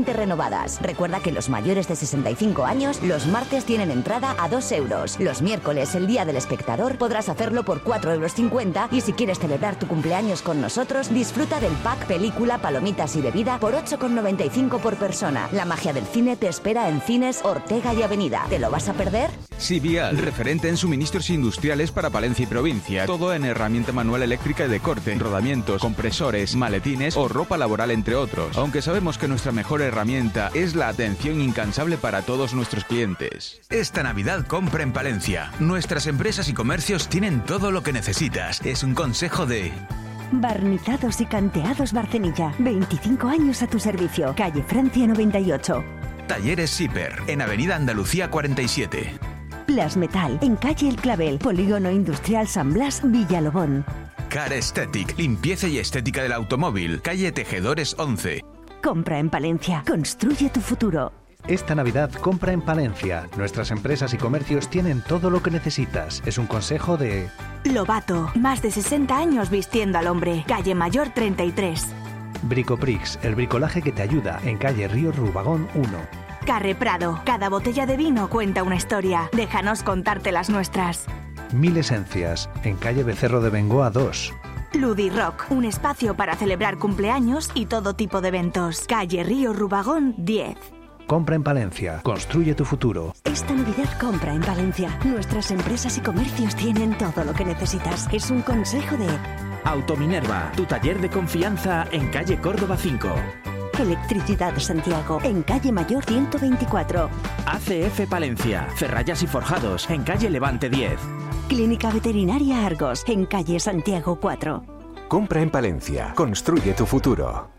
totalmente renovadas. Recuerda que los mayores de sesenta y cinco años, los martes tienen entrada a dos euros. Los miércoles, el día del espectador, podrás hacerlo por cuatro euros cincuenta y si quieres celebrar tu cumpleaños con nosotros, disfruta del pack película, palomitas y bebida por ocho con noventa y cinco por persona. La magia del cine te espera en Cines Ortega y Avenida. ¿Te lo vas a perder? Sivial, referente en suministros industriales para Palencia y provincia. Todo en herramienta manual eléctrica y de corte, rodamientos, compresores, maletines o ropa laboral, entre otros. Aunque sabemos que nuestra mejor herramienta es la atención incansable para todos nuestros clientes. Esta Navidad compra en Palencia. Nuestras empresas y comercios tienen todo lo que necesitas. Es un consejo de... Barnizados y canteados Barcenilla. veinticinco años a tu servicio. Calle Francia noventa y ocho. Talleres Siper, en Avenida Andalucía cuarenta y siete. Plasmetal, en calle El Clavel, Polígono Industrial San Blas, Villalobón. Car Aesthetic, limpieza y estética del automóvil, calle Tejedores once. Compra en Palencia, construye tu futuro. Esta Navidad compra en Palencia. Nuestras empresas y comercios tienen todo lo que necesitas. Es un consejo de... Lobato, más de sesenta años vistiendo al hombre, calle Mayor treinta y tres. Bricoprix, el bricolaje que te ayuda, en calle Río Rubagón uno. Carre Prado, cada botella de vino cuenta una historia. Déjanos contarte las nuestras. Mil Esencias, en calle Becerro de Bengoa dos. Ludi Rock, un espacio para celebrar cumpleaños y todo tipo de eventos. Calle Río Rubagón diez. Compra en Palencia, construye tu futuro. Esta Navidad compra en Palencia. Nuestras empresas y comercios tienen todo lo que necesitas. Es un consejo de... Autominerva, tu taller de confianza en calle Córdoba cinco. Electricidad Santiago, en calle Mayor ciento veinticuatro. A C F Palencia, Ferrallas y Forjados, en calle Levante diez. Clínica Veterinaria Argos, en calle Santiago cuatro. Compra en Palencia, construye tu futuro.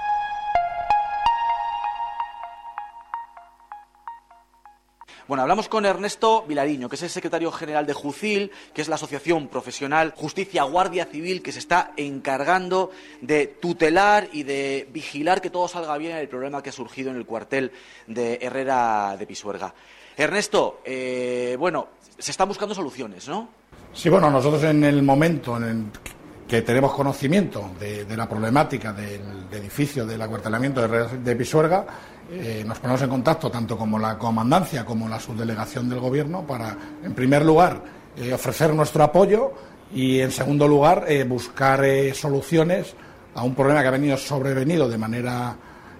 Bueno, hablamos con Ernesto Vilariño, que es el secretario general de Jucil, que es la asociación profesional Justicia Guardia Civil, que se está encargando de tutelar y de vigilar que todo salga bien en el problema que ha surgido en el cuartel de Herrera de Pisuerga. Ernesto, eh, bueno, se están buscando soluciones, ¿no? Sí, bueno, nosotros en el momento en el que tenemos conocimiento de, de la problemática del, del edificio del acuartelamiento de Herrera de Pisuerga, Eh, nos ponemos en contacto tanto como la comandancia como la subdelegación del gobierno para, en primer lugar, eh, ofrecer nuestro apoyo y, en segundo lugar, eh, buscar eh, soluciones a un problema que ha venido sobrevenido de manera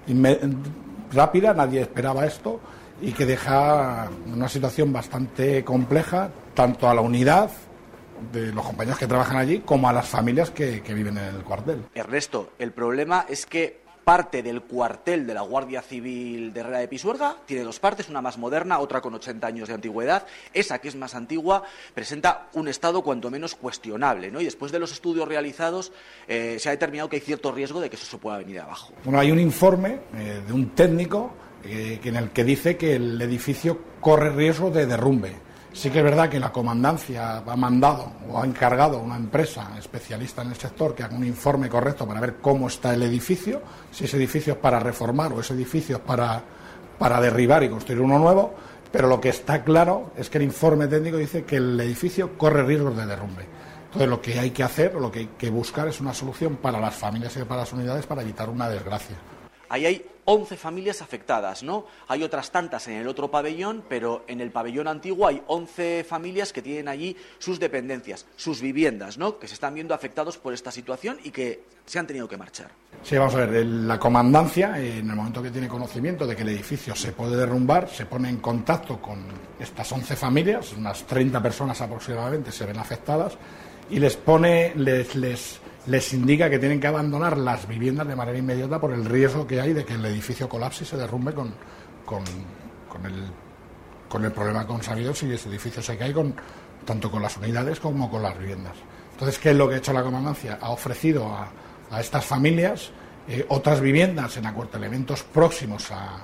rápida, nadie esperaba esto, y que deja una situación bastante compleja tanto a la unidad de los compañeros que trabajan allí como a las familias que, que viven en el cuartel. Ernesto, el problema es que parte del cuartel de la Guardia Civil de Herrera de Pisuerga tiene dos partes, una más moderna, otra con ochenta años de antigüedad. Esa, que es más antigua, presenta un estado cuanto menos cuestionable, ¿no? Y después de los estudios realizados eh, se ha determinado que hay cierto riesgo de que eso se pueda venir abajo. Bueno, hay un informe eh, de un técnico eh, en el que dice que el edificio corre riesgo de derrumbe. Sí que es verdad que la comandancia ha mandado o ha encargado a una empresa especialista en el sector que haga un informe correcto para ver cómo está el edificio, si ese edificio es para reformar o ese edificio es para, para derribar y construir uno nuevo, pero lo que está claro es que el informe técnico dice que el edificio corre riesgos de derrumbe. Entonces lo que hay que hacer, o lo que hay que buscar es una solución para las familias y para las unidades para evitar una desgracia. Ahí hay once familias afectadas, ¿no? Hay otras tantas en el otro pabellón, pero en el pabellón antiguo hay once familias que tienen allí sus dependencias, sus viviendas, ¿no? Que se están viendo afectados por esta situación y que se han tenido que marchar. Sí, vamos a ver, la comandancia, en el momento que tiene conocimiento de que el edificio se puede derrumbar, se pone en contacto con estas once familias, unas treinta personas aproximadamente se ven afectadas, y les pone, les... les les indica que tienen que abandonar las viviendas de manera inmediata por el riesgo que hay de que el edificio colapse y se derrumbe con, con, con, el, con el problema consabido si ese edificio se cae, con, tanto con las unidades como con las viviendas. Entonces, ¿qué es lo que ha hecho la comandancia? Ha ofrecido a, a estas familias eh, otras viviendas en acuartelamientos próximos a,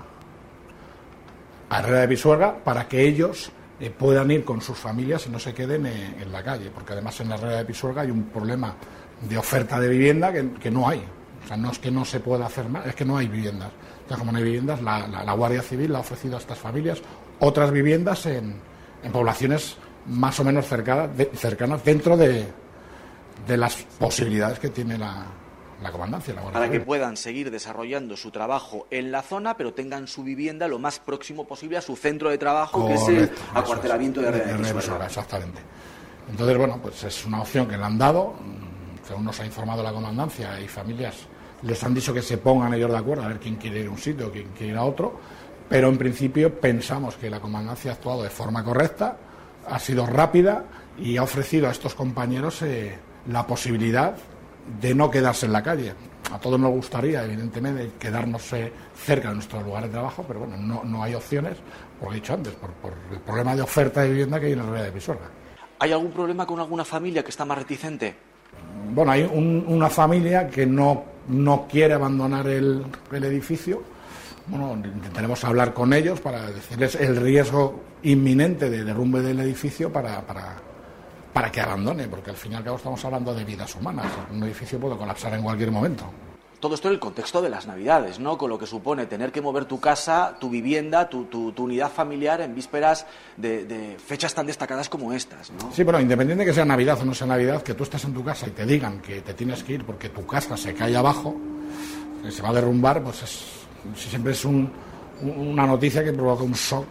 a Herrera de Pisuerga para que ellos eh, puedan ir con sus familias y no se queden eh, en la calle, porque además en la Herrera de Pisuerga hay un problema de oferta de vivienda que, que no hay. O sea, no es que no se pueda hacer más, es que no hay viviendas. Entonces, como no hay viviendas, la, la, la Guardia Civil ha ofrecido a estas familias otras viviendas en, en poblaciones más o menos cercanas, de, cercanas dentro de, de las posibilidades que tiene la, la comandancia. La Para que puedan seguir desarrollando su trabajo en la zona, pero tengan su vivienda lo más próximo posible a su centro de trabajo, correcto, que es el acuartelamiento es, de Herrera de Pisuerga. Exactamente. Entonces, bueno, pues es una opción que le han dado, según nos ha informado la comandancia, y familias les han dicho que se pongan ellos de acuerdo a ver quién quiere ir a un sitio, quién quiere ir a otro, pero en principio pensamos que la comandancia ha actuado de forma correcta, ha sido rápida y ha ofrecido a estos compañeros eh, la posibilidad de no quedarse en la calle. A todos nos gustaría, evidentemente, quedarnos eh, cerca de nuestro lugar de trabajo, pero bueno, no, no hay opciones, por lo he dicho antes, por, por el problema de oferta de vivienda que hay en Herrera de Pisuerga. ¿Hay algún problema con alguna familia que está más reticente? Bueno, hay un, una familia que no, no quiere abandonar el, el edificio. Bueno, intentaremos hablar con ellos para decirles el riesgo inminente de derrumbe del edificio para, para, para que abandone, porque al fin y al cabo estamos hablando de vidas humanas. Un edificio puede colapsar en cualquier momento. Todo esto en el contexto de las Navidades, ¿no? Con lo que supone tener que mover tu casa, tu vivienda, tu, tu, tu unidad familiar en vísperas de, de fechas tan destacadas como estas, ¿no? Sí, bueno, independiente de que sea Navidad o no sea Navidad, que tú estés en tu casa y te digan que te tienes que ir porque tu casa se cae abajo, que se va a derrumbar, pues es, siempre es un, una noticia que provoca un shock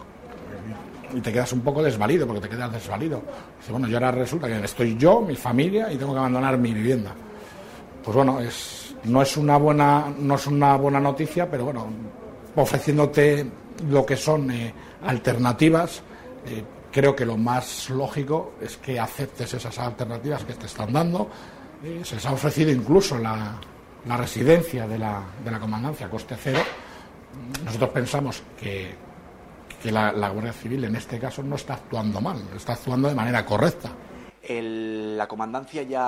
y te quedas un poco desvalido, porque te quedas desvalido. Dice, bueno, yo ahora resulta que estoy yo, mi familia, y tengo que abandonar mi vivienda. Pues bueno, es... No es una buena, no es una buena noticia, pero bueno, ofreciéndote lo que son eh, alternativas, eh, creo que lo más lógico es que aceptes esas alternativas que te están dando. Eh, se les ha ofrecido incluso la, la residencia de la, de la comandancia a coste cero. Nosotros pensamos que, que la, la Guardia Civil en este caso no está actuando mal, está actuando de manera correcta. El, la comandancia ya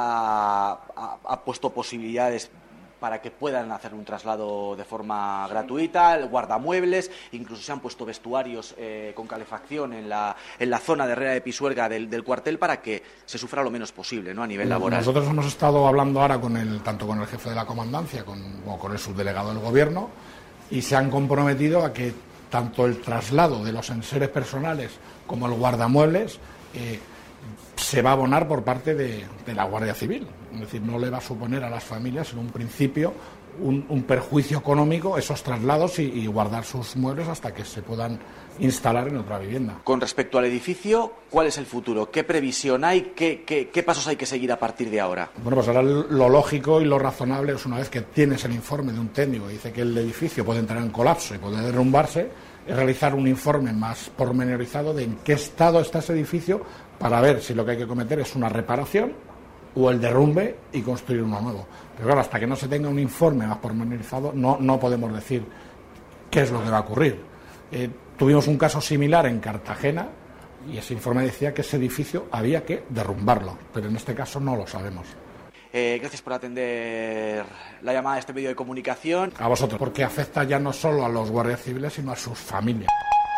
ha, ha puesto posibilidades para que puedan hacer un traslado de forma gratuita, el guardamuebles, incluso se han puesto vestuarios eh, con calefacción en la, en la zona de Herrera de Pisuerga del, del cuartel para que se sufra lo menos posible, ¿no?, a nivel laboral. Nosotros hemos estado hablando ahora con el, tanto con el jefe de la comandancia con, como con el subdelegado del gobierno, y se han comprometido a que tanto el traslado de los enseres personales como el guardamuebles eh, se va a abonar por parte de, de la Guardia Civil. Es decir, no le va a suponer a las familias en un principio un, un perjuicio económico esos traslados y, y guardar sus muebles hasta que se puedan instalar en otra vivienda. Con respecto al edificio, ¿cuál es el futuro? ¿Qué previsión hay? ¿Qué, qué, qué pasos hay que seguir a partir de ahora? Bueno, pues ahora lo lógico y lo razonable es, una vez que tienes el informe de un técnico que dice que el edificio puede entrar en colapso y puede derrumbarse, es realizar un informe más pormenorizado de en qué estado está ese edificio, para ver si lo que hay que cometer es una reparación o el derrumbe y construir uno nuevo. Pero claro, hasta que no se tenga un informe más pormenorizado, no, no podemos decir qué es lo que va a ocurrir. Eh, tuvimos un caso similar en Cartagena y ese informe decía que ese edificio había que derrumbarlo, pero en este caso no lo sabemos. Eh, gracias por atender la llamada a este medio de comunicación. A vosotros, porque afecta ya no solo a los guardias civiles, sino a sus familias.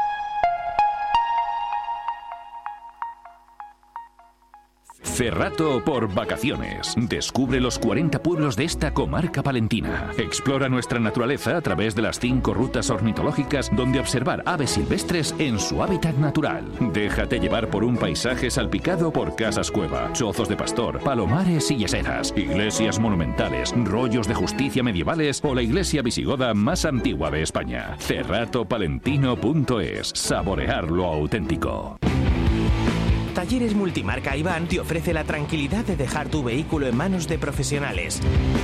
Cerrato por vacaciones. Descubre los cuarenta pueblos de esta comarca palentina. Explora nuestra naturaleza a través de las cinco rutas ornitológicas donde observar aves silvestres en su hábitat natural. Déjate llevar por un paisaje salpicado por casas cueva, chozos de pastor, palomares y yeseras, iglesias monumentales, rollos de justicia medievales o la iglesia visigoda más antigua de España. cerrato palentino punto es. Saborear lo auténtico. Talleres Multimarca Iván te ofrece la tranquilidad de dejar tu vehículo en manos de profesionales.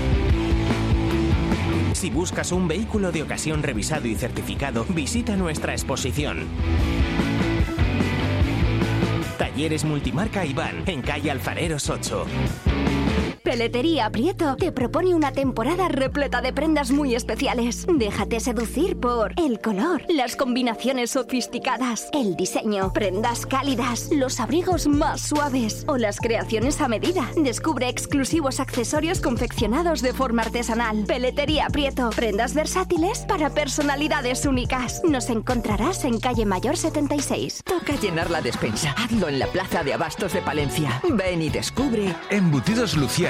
Si buscas un vehículo de ocasión revisado y certificado, visita nuestra exposición. Talleres Multimarca Iván, en calle Alfareros ocho. Peletería Prieto te propone una temporada repleta de prendas muy especiales. Déjate seducir por el color, las combinaciones sofisticadas, el diseño, prendas cálidas, los abrigos más suaves o las creaciones a medida. Descubre exclusivos accesorios confeccionados de forma artesanal. Peletería Prieto, prendas versátiles para personalidades únicas. Nos encontrarás en calle Mayor setenta y seis. Toca llenar la despensa. Hazlo en la plaza de abastos de Palencia. Ven y descubre Embutidos Luciano.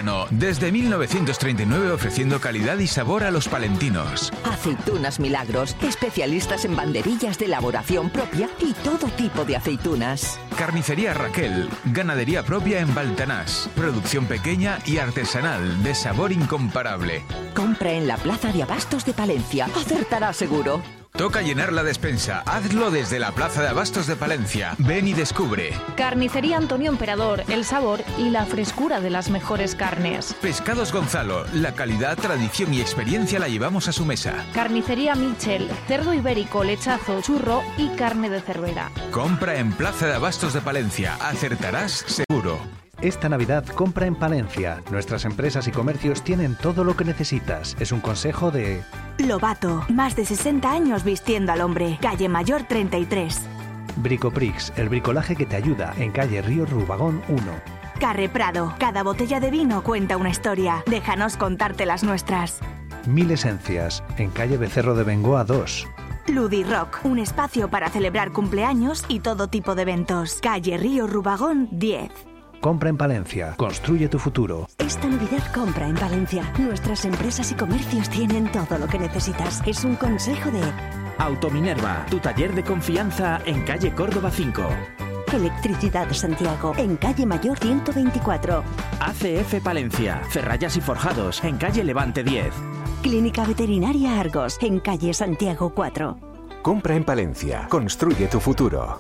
Soriano, desde mil novecientos treinta y nueve ofreciendo calidad y sabor a los palentinos. Aceitunas Milagros, especialistas en banderillas de elaboración propia y todo tipo de aceitunas. Carnicería Raquel, ganadería propia en Baltanás, producción pequeña y artesanal de sabor incomparable. Compra en la Plaza de Abastos de Palencia, acertará seguro. Toca llenar la despensa, hazlo desde la Plaza de Abastos de Palencia. Ven y descubre. Carnicería Antonio Emperador, el sabor y la frescura de las mejores carnes. Pescados Gonzalo, la calidad, tradición y experiencia la llevamos a su mesa. Carnicería Michel, cerdo ibérico, lechazo, churro y carne de cervera. Compra en Plaza de Abastos de Palencia, acertarás seguro. Esta Navidad compra en Palencia. Nuestras empresas y comercios tienen todo lo que necesitas. Es un consejo de... Lobato, más de sesenta años vistiendo al hombre. Calle Mayor treinta y tres. Bricoprix, el bricolaje que te ayuda, en calle Río Rubagón uno. Carre Prado, cada botella de vino cuenta una historia. Déjanos contarte las nuestras. Mil Esencias, en calle Becerro de Bengoa dos. Ludi Rock, un espacio para celebrar cumpleaños y todo tipo de eventos. Calle Río Rubagón diez. Compra en Palencia. Construye tu futuro. Esta Navidad compra en Palencia. Nuestras empresas y comercios tienen todo lo que necesitas. Es un consejo de... Autominerva, tu taller de confianza en calle Córdoba cinco. Electricidad Santiago, en calle Mayor ciento veinticuatro. A C F Palencia, Ferrallas y Forjados, en calle Levante diez. Clínica Veterinaria Argos, en calle Santiago cuatro. Compra en Palencia. Construye tu futuro.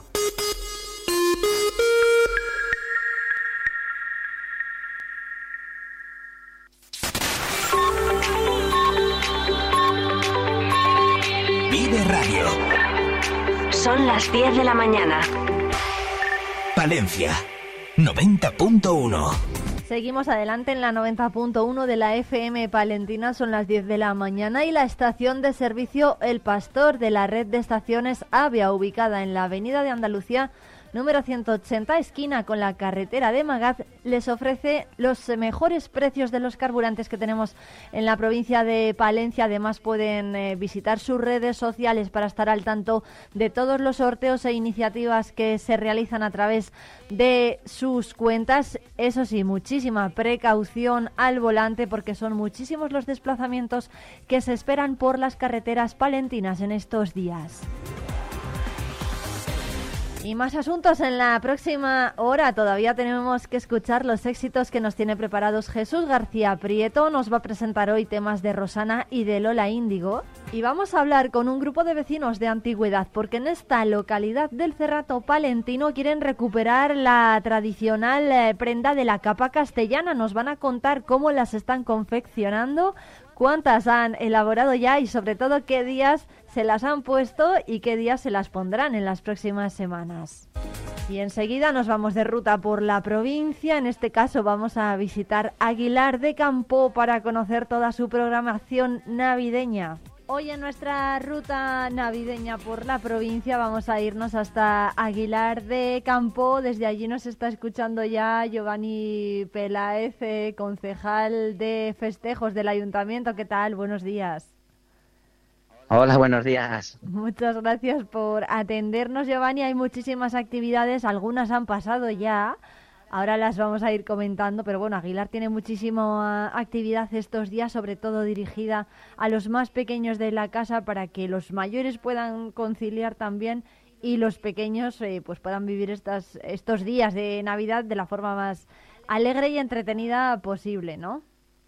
Vive Radio. Son las diez de la mañana. Palencia, noventa punto uno. Seguimos adelante en la noventa punto uno de la F M Palentina, son las diez de la mañana y la estación de servicio El Pastor de la red de estaciones Avia, ubicada en la avenida de Andalucía número ciento ochenta, esquina con la carretera de Magaz, les ofrece los mejores precios de los carburantes que tenemos en la provincia de Palencia. Además pueden eh, visitar sus redes sociales para estar al tanto de todos los sorteos e iniciativas que se realizan a través de sus cuentas. Eso sí, muchísima precaución al volante porque son muchísimos los desplazamientos que se esperan por las carreteras palentinas en estos días. Y más asuntos en la próxima hora. Todavía tenemos que escuchar los éxitos que nos tiene preparados Jesús García Prieto. Nos va a presentar hoy temas de Rosana y de Lola Índigo. Y vamos a hablar con un grupo de vecinos de antigüedad, porque en esta localidad del Cerrato palentino quieren recuperar la tradicional eh, prenda de la capa castellana. Nos van a contar cómo las están confeccionando, cuántas han elaborado ya y sobre todo qué días se las han puesto y qué días se las pondrán en las próximas semanas. Y enseguida nos vamos de ruta por la provincia. En este caso vamos a visitar Aguilar de Campo para conocer toda su programación navideña. Hoy en nuestra ruta navideña por la provincia vamos a irnos hasta Aguilar de Campo. Desde allí nos está escuchando ya Giovanni Peláez, eh, concejal de festejos del Ayuntamiento. ¿Qué tal? Buenos días. Hola, buenos días. Muchas gracias por atendernos, Giovanni. Hay muchísimas actividades, algunas han pasado ya. Ahora las vamos a ir comentando, pero bueno, Aguilar tiene muchísima actividad estos días, sobre todo dirigida a los más pequeños de la casa para que los mayores puedan conciliar también y los pequeños eh, pues puedan vivir estas, estos días de Navidad de la forma más alegre y entretenida posible, ¿no?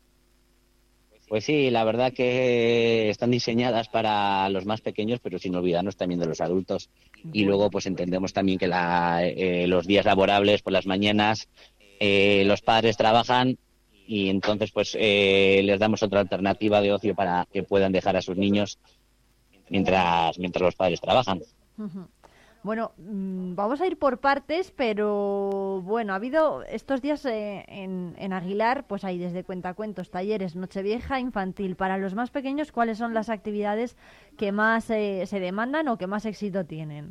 Pues sí, la verdad que están diseñadas para los más pequeños, pero sin olvidarnos también de los adultos. Y luego pues entendemos también que la, eh, los días laborables por las mañanas eh, los padres trabajan y entonces pues eh, les damos otra alternativa de ocio para que puedan dejar a sus niños mientras, mientras los padres trabajan. Uh-huh. Bueno, vamos a ir por partes, pero bueno, ha habido estos días eh, en, en Aguilar, pues hay desde cuentacuentos, talleres, Nochevieja, infantil. Para los más pequeños, ¿cuáles son las actividades que más eh, se demandan o que más éxito tienen?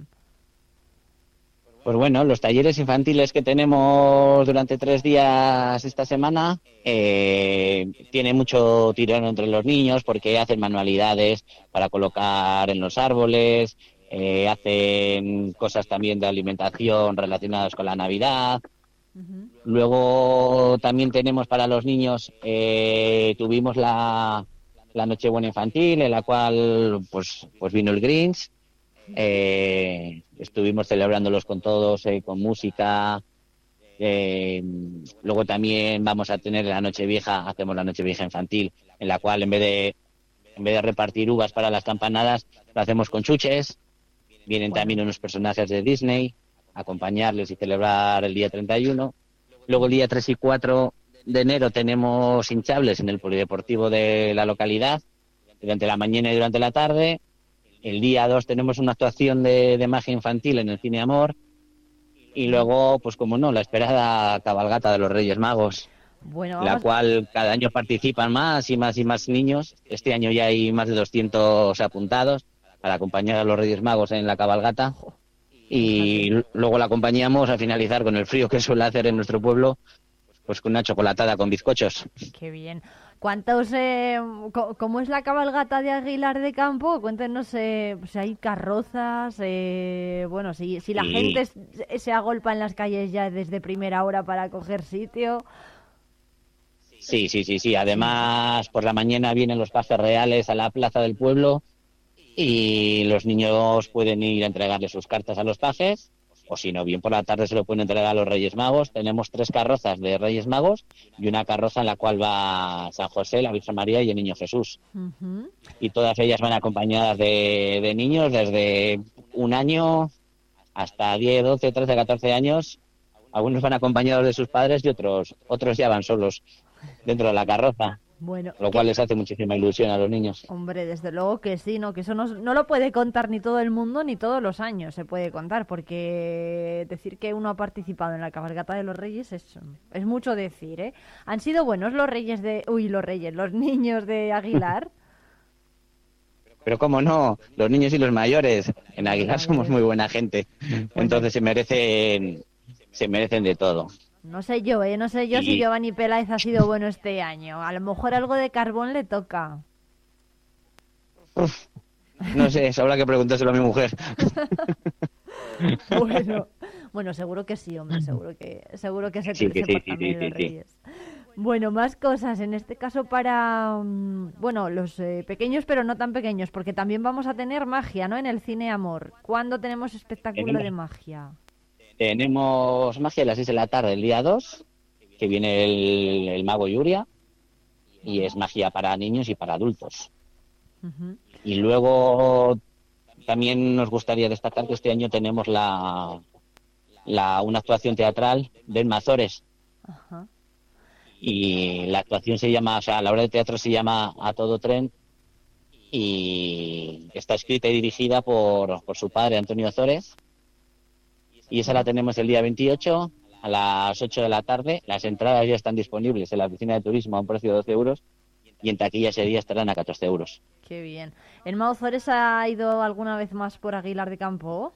Pues bueno, los talleres infantiles que tenemos durante tres días esta semana eh, tiene mucho tirón entre los niños porque hacen manualidades para colocar en los árboles. Eh, hacen cosas también de alimentación relacionadas con la Navidad Uh-huh. Luego también tenemos para los niños, eh, tuvimos la, la Nochebuena infantil, en la cual pues, pues vino el Grinch. Eh, estuvimos celebrándolos con todos, eh, con música. Eh, luego también vamos a tener la Nochevieja, hacemos la Nochevieja infantil, en la cual en vez de en vez de repartir uvas para las campanadas, lo hacemos con chuches. Vienen también unos personajes de Disney a acompañarles y celebrar el día treinta y uno. Luego el día tres y cuatro de enero tenemos hinchables en el polideportivo de la localidad, durante la mañana y durante la tarde. El día dos tenemos una actuación de, de magia infantil en el Cine Amor. Y luego, pues como no, la esperada cabalgata de los Reyes Magos, bueno, la vamos... cual cada año participan más y más y más niños. Este año ya hay más de doscientos apuntados para acompañar a los Reyes Magos en la cabalgata. Y luego la acompañamos a finalizar con el frío que suele hacer en nuestro pueblo, pues con una chocolatada con bizcochos. Qué bien. ¿Cuántos, eh, cómo es la cabalgata de Aguilar de Campo? Cuéntenos, eh, si hay carrozas, eh, bueno, si, si la sí. gente se, se agolpa en las calles ya desde primera hora para coger sitio. Sí, sí, sí, sí. Además, por la mañana vienen los pajes reales a la plaza del pueblo y los niños pueden ir a entregarle sus cartas a los pajes. O si no, bien por la tarde se lo pueden entregar a los Reyes Magos. Tenemos tres carrozas de Reyes Magos y una carroza en la cual va San José, la Virgen María y el Niño Jesús. Uh-huh. Y todas ellas van acompañadas de, de niños desde un año hasta diez, doce, trece, catorce años. Algunos van acompañados de sus padres y otros otros ya van solos dentro de la carroza. Bueno, lo cual les hace muchísima ilusión a los niños. Hombre, desde luego que sí, ¿no? Que eso no, no lo puede contar ni todo el mundo ni todos los años se puede contar, porque decir que uno ha participado en la cabalgata de los Reyes es, es mucho decir, ¿eh? Han sido buenos los Reyes de... Uy, los Reyes, los niños de Aguilar. Pero cómo no, los niños y los mayores. En Aguilar somos muy buena gente, entonces se merecen, se merecen de todo. No sé yo, ¿eh? No sé yo y... si Giovanni Peláez ha sido bueno este año. A lo mejor algo de carbón le toca. Uf, no sé, eso habrá que preguntárselo a mi mujer. bueno, bueno, seguro que sí, hombre, seguro que seguro que se sí, que sí, sí, también sí, los sí, Reyes. Sí. Bueno, más cosas, en este caso para, bueno, los eh, pequeños pero no tan pequeños, porque también vamos a tener magia, ¿no? En el Cine Amor. ¿Cuándo tenemos espectáculo ¿Tenemos? de magia? Tenemos magia a las seis de la tarde el día dos, que viene el, el mago Yuria, y es magia para niños y para adultos. Uh-huh. Y luego también nos gustaría destacar que este año tenemos la, la una actuación teatral de Mazores. Uh-huh. Y la actuación se llama, o sea, la obra de teatro se llama A Todo Tren y está escrita y dirigida por, por su padre, Antonio Ozores. Y esa la tenemos el día veintiocho a las ocho de la tarde. Las entradas ya están disponibles en la oficina de turismo a un precio de doce euros y en taquilla ese día estarán a catorce euros. Qué bien. ¿El Mao Ozores ha ido alguna vez más por Aguilar de Campo?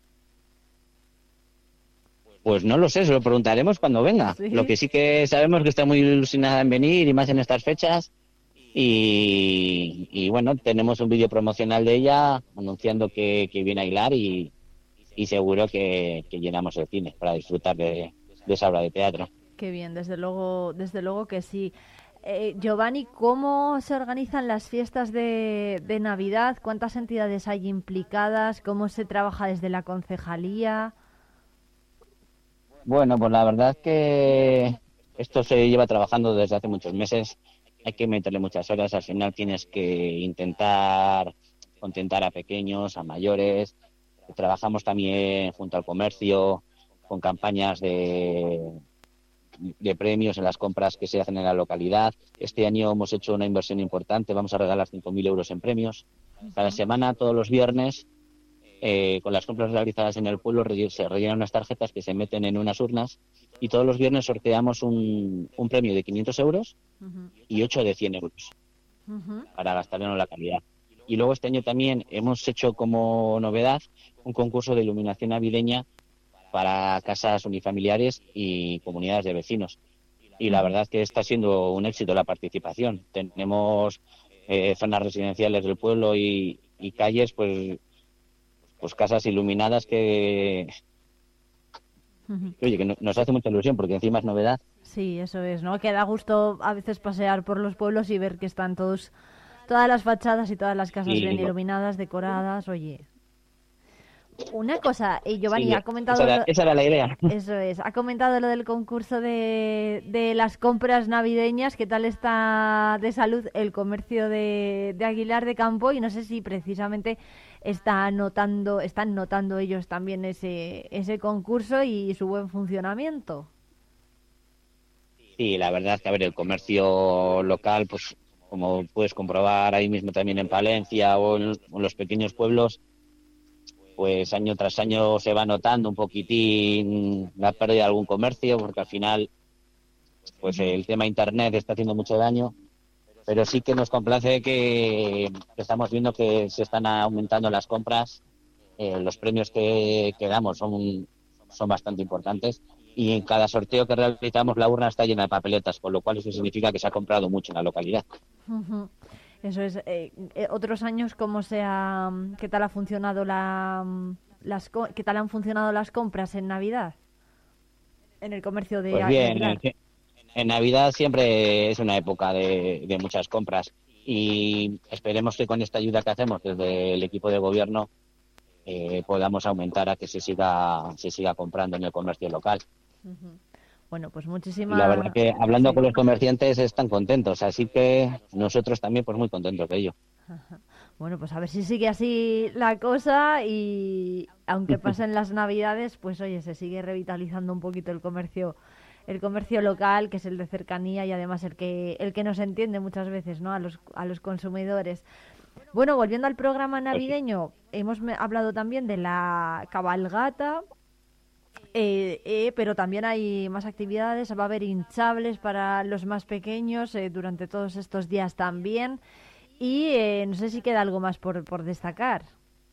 Pues no lo sé, se lo preguntaremos cuando venga. ¿Sí? Lo que sí que sabemos es que está muy ilusionada en venir y más en estas fechas. Y, y bueno, tenemos un vídeo promocional de ella anunciando que, que viene a Aguilar y... y seguro que, que llenamos el cine para disfrutar de, de esa obra de teatro. Qué bien, desde luego, desde luego que sí. Eh, Giovanni, ¿cómo se organizan las fiestas de, de Navidad? ¿Cuántas entidades hay implicadas? ¿Cómo se trabaja desde la concejalía? Bueno, pues la verdad que esto se lleva trabajando desde hace muchos meses. Hay que meterle muchas horas. Al final tienes que intentar contentar a pequeños, a mayores. Trabajamos también junto al comercio con campañas de, de premios en las compras que se hacen en la localidad. Este año hemos hecho una inversión importante, vamos a regalar cinco mil euros en premios. Cada semana, todos los viernes, eh, con las compras realizadas en el pueblo, se rellenan unas tarjetas que se meten en unas urnas y todos los viernes sorteamos un, un premio de quinientos euros uh-huh. y ocho de cien euros uh-huh. para gastar en la localidad. Y luego este año también hemos hecho como novedad un concurso de iluminación navideña para casas unifamiliares y comunidades de vecinos. Y la verdad es que está siendo un éxito la participación. Tenemos eh, zonas residenciales del pueblo y, y calles, pues, pues casas iluminadas que, Oye, que no, nos hace mucha ilusión porque encima es novedad. Sí, eso es, ¿no? Que da gusto a veces pasear por los pueblos y ver que están todos, todas las fachadas y todas las casas Sí, bien no. iluminadas, decoradas, oye. Una cosa, y Giovanni Sí, ha comentado... esa era- lo- esa era la idea. Eso es, ha comentado lo del concurso de, de las compras navideñas, ¿qué tal está de salud el comercio de, de Aguilar de Campo? Y no sé si precisamente está notando, están notando ellos también ese, ese concurso y su buen funcionamiento. Sí, la verdad es que, a ver, el comercio local, pues como puedes comprobar ahí mismo también en Palencia o en, o en los pequeños pueblos, pues año tras año se va notando un poquitín la pérdida de algún comercio, porque al final, pues el tema Internet está haciendo mucho daño, pero sí que nos complace que, que estamos viendo que se están aumentando las compras, eh, los premios que, que damos son, son bastante importantes y en cada sorteo que realizamos la urna está llena de papeletas, con lo cual eso significa que se ha comprado mucho en la localidad. Ujú. Eso es. Eh, eh, otros años, ¿cómo se ha, qué tal ha funcionado la, las, co- qué tal han funcionado las compras en Navidad? En el comercio de Pues bien, Aguilar. en, en Navidad siempre es una época de, de muchas compras y esperemos que con esta ayuda que hacemos desde el equipo de gobierno eh, podamos aumentar a que se siga se siga comprando en el comercio local. Ujú. Bueno, pues Y muchísimas... la verdad que hablando Sí. con los comerciantes están contentos, así que nosotros también pues muy contentos de ello. Bueno, pues a ver si sigue así la cosa y aunque pasen las Navidades, pues oye, se sigue revitalizando un poquito el comercio, el comercio local, que es el de cercanía y además el que el que nos entiende muchas veces, ¿no? A los a los consumidores. Bueno, volviendo al programa navideño, hemos me- hablado también de la cabalgata. Eh, eh, pero también hay más actividades, va a haber hinchables para los más pequeños eh, durante todos estos días también y eh, no sé si queda algo más por, por destacar.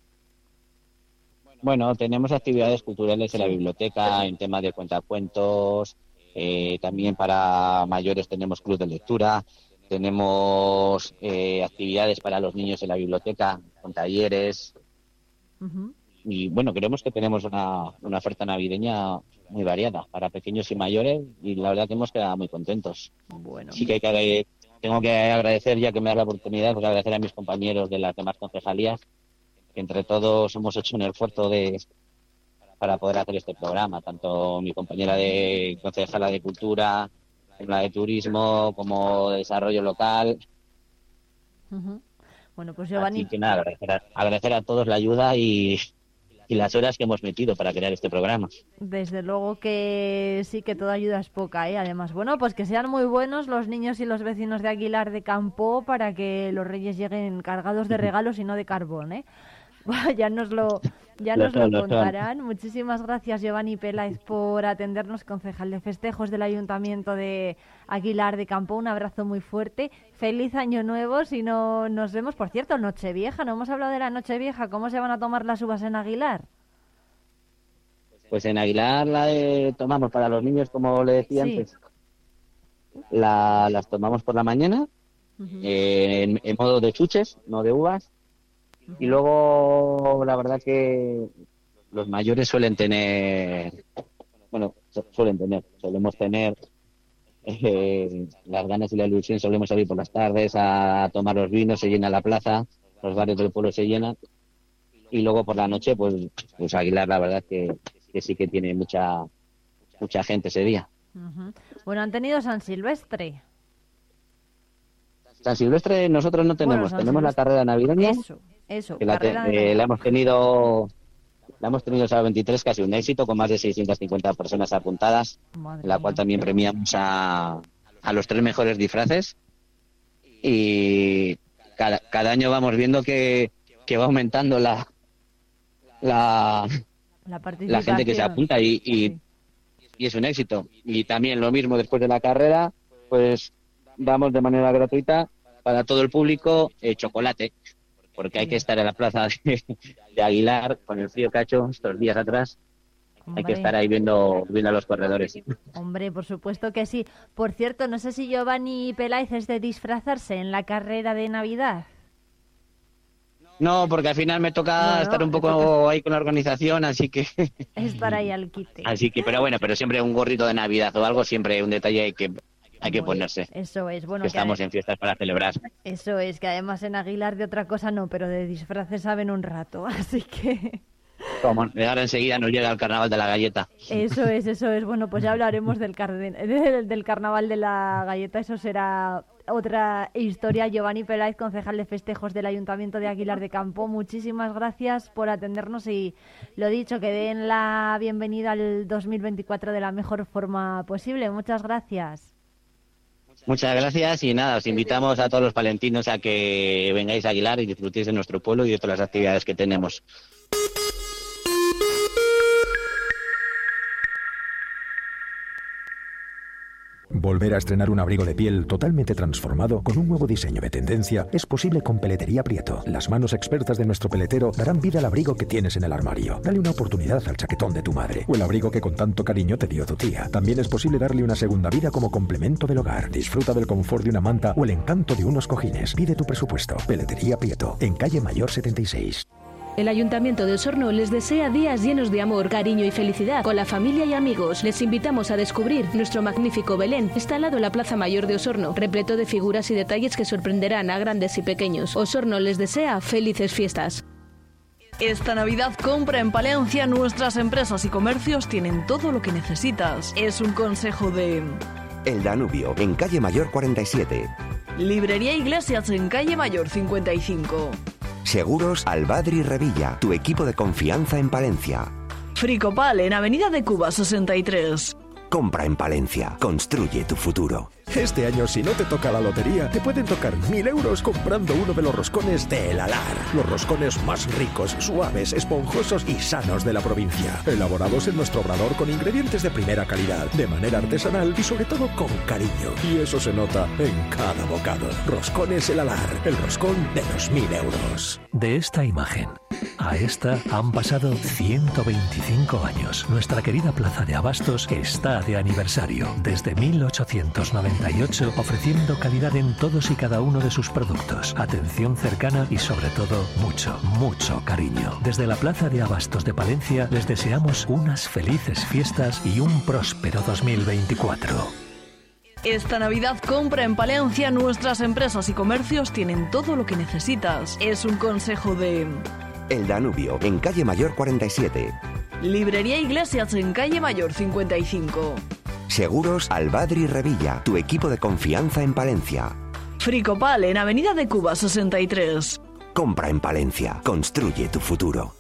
Bueno, tenemos actividades culturales en la biblioteca, en temas de cuentacuentos, eh, también para mayores tenemos club de lectura, tenemos eh, actividades para los niños en la biblioteca, con talleres, Ujú. y bueno, creemos que tenemos una, una oferta navideña muy variada para pequeños y mayores y la verdad que hemos quedado muy contentos. Bueno. Sí que, hay que agrade- tengo que agradecer, ya que me da la oportunidad, pues agradecer a mis compañeros de las demás concejalías, que entre todos hemos hecho un esfuerzo de para poder hacer este programa, tanto mi compañera de concejala de Cultura, la de Turismo, como de Desarrollo Local. Ujú. Bueno, pues Giovanni, Así que nada, agradecer a, agradecer a todos la ayuda y, y las horas que hemos metido para crear este programa. desde luego que sí que toda ayuda es poca, ¿eh? Además, bueno, pues que sean muy buenos los niños y los vecinos de Aguilar de Campo para que los reyes lleguen cargados de regalos y no de carbón, ¿eh? Ya nos lo, ya Lo nos son, lo lo son. contarán. Muchísimas gracias, Giovanni Peláez, por atendernos, concejal de festejos del Ayuntamiento de Aguilar de Campo. Un abrazo muy fuerte. Feliz Año Nuevo. Si no nos vemos, por cierto, Nochevieja. No hemos hablado de la Nochevieja. ¿Cómo se van a tomar las uvas en Aguilar? Pues en Aguilar la de- tomamos para los niños, como le decía Sí. antes, la, las tomamos por la mañana, eh, en, en modo de chuches, no de uvas. Y luego, la verdad que los mayores suelen tener, bueno, su- suelen tener, solemos tener eh, las ganas y la ilusión, solemos salir por las tardes a tomar los vinos, se llena la plaza, los barrios del pueblo se llenan. Y luego por la noche, pues, pues Aguilar, la verdad que, que sí que tiene mucha, mucha gente ese día. Ujú. Bueno, han tenido San Silvestre. San Silvestre nosotros no tenemos, Bueno, San tenemos la Silvestre. carrera navideña. Eso, eso. que la, te- carrera de eh, Navidad. la hemos tenido la hemos tenido el sábado veintitrés, casi un éxito, con más de seiscientas cincuenta personas apuntadas, Madre en la cual mía. también premiamos a, a los tres mejores disfraces y cada, cada año vamos viendo que, que va aumentando la la, La la gente que se participación. apunta y, y, y es un éxito. Y también lo mismo después de la carrera, pues damos de manera gratuita para todo el público eh, chocolate, porque hay que estar en la plaza de, de Aguilar con el frío que ha hecho estos días atrás. Hay Hombre. que estar ahí viendo, viendo a los corredores. Hombre, por supuesto que sí. Por cierto, no sé si Giovanni Peláez es de disfrazarse en la carrera de Navidad. No, porque al final me toca No, no, estar un te poco toca- ahí con la organización, así que... Estar ahí al quite. Así que, pero bueno, pero siempre un gorrito de Navidad o algo, siempre un detalle hay que, hay que Muy- ponerse. Eso es, bueno, Que que estamos ade- en fiestas para celebrar. Eso es, que además en Aguilar de otra cosa no, pero de disfraces saben un rato, así que... Como ahora enseguida nos llega el carnaval de la galleta. Eso es, eso es. Bueno, pues ya hablaremos del, carden- del, del carnaval de la galleta, eso será otra historia. Giovanni Peláez, concejal de festejos del Ayuntamiento de Aguilar de Campo, muchísimas gracias por atendernos y lo dicho, que den la bienvenida al dos mil veinticuatro de la mejor forma posible. Muchas gracias. Muchas gracias y nada, os invitamos a todos los palentinos a que vengáis a Aguilar y disfrutéis de nuestro pueblo y de todas las actividades que tenemos. Volver a estrenar un abrigo de piel totalmente transformado con un nuevo diseño de tendencia es posible con Peletería Prieto. Las manos expertas de nuestro peletero darán vida al abrigo que tienes en el armario. Dale una oportunidad al chaquetón de tu madre o el abrigo que con tanto cariño te dio tu tía. También es posible darle una segunda vida como complemento del hogar. Disfruta del confort de una manta o el encanto de unos cojines. Pide tu presupuesto. Peletería Prieto, en calle Mayor setenta y seis. El Ayuntamiento de Osorno les desea días llenos de amor, cariño y felicidad con la familia y amigos. Les invitamos a descubrir nuestro magnífico Belén, instalado en la Plaza Mayor de Osorno, repleto de figuras y detalles que sorprenderán a grandes y pequeños. Osorno les desea felices fiestas. Esta Navidad compra en Palencia. Nuestras empresas y comercios tienen todo lo que necesitas. Es un consejo de... El Danubio, en calle Mayor cuarenta y siete. Librería Iglesias en calle Mayor cincuenta y cinco. Seguros Albadri Revilla, tu equipo de confianza en Palencia. Fricopal en Avenida de Cuba sesenta y tres. Compra en Palencia, construye tu futuro. Este año, si no te toca la lotería, te pueden tocar mil euros comprando uno de los roscones de El Alar. Los roscones más ricos, suaves, esponjosos y sanos de la provincia. Elaborados en nuestro obrador con ingredientes de primera calidad, de manera artesanal y sobre todo con cariño. Y eso se nota en cada bocado. Roscones El Alar, el roscón de los mil euros. De esta imagen a esta han pasado ciento veinticinco años. Nuestra querida Plaza de Abastos está de aniversario. Desde mil ochocientos noventa y ocho, ofreciendo calidad en todos y cada uno de sus productos, atención cercana y sobre todo mucho, mucho cariño. Desde la Plaza de Abastos de Palencia les deseamos unas felices fiestas y un próspero dos mil veinticuatro. Esta Navidad compra en Palencia. Nuestras empresas y comercios tienen todo lo que necesitas. Es un consejo de... El Danubio, en calle Mayor cuarenta y siete. Librería Iglesias en calle Mayor cincuenta y cinco. Seguros Albadri Revilla, tu equipo de confianza en Palencia. Fricopal en Avenida de Cuba sesenta y tres. Compra en Palencia, construye tu futuro.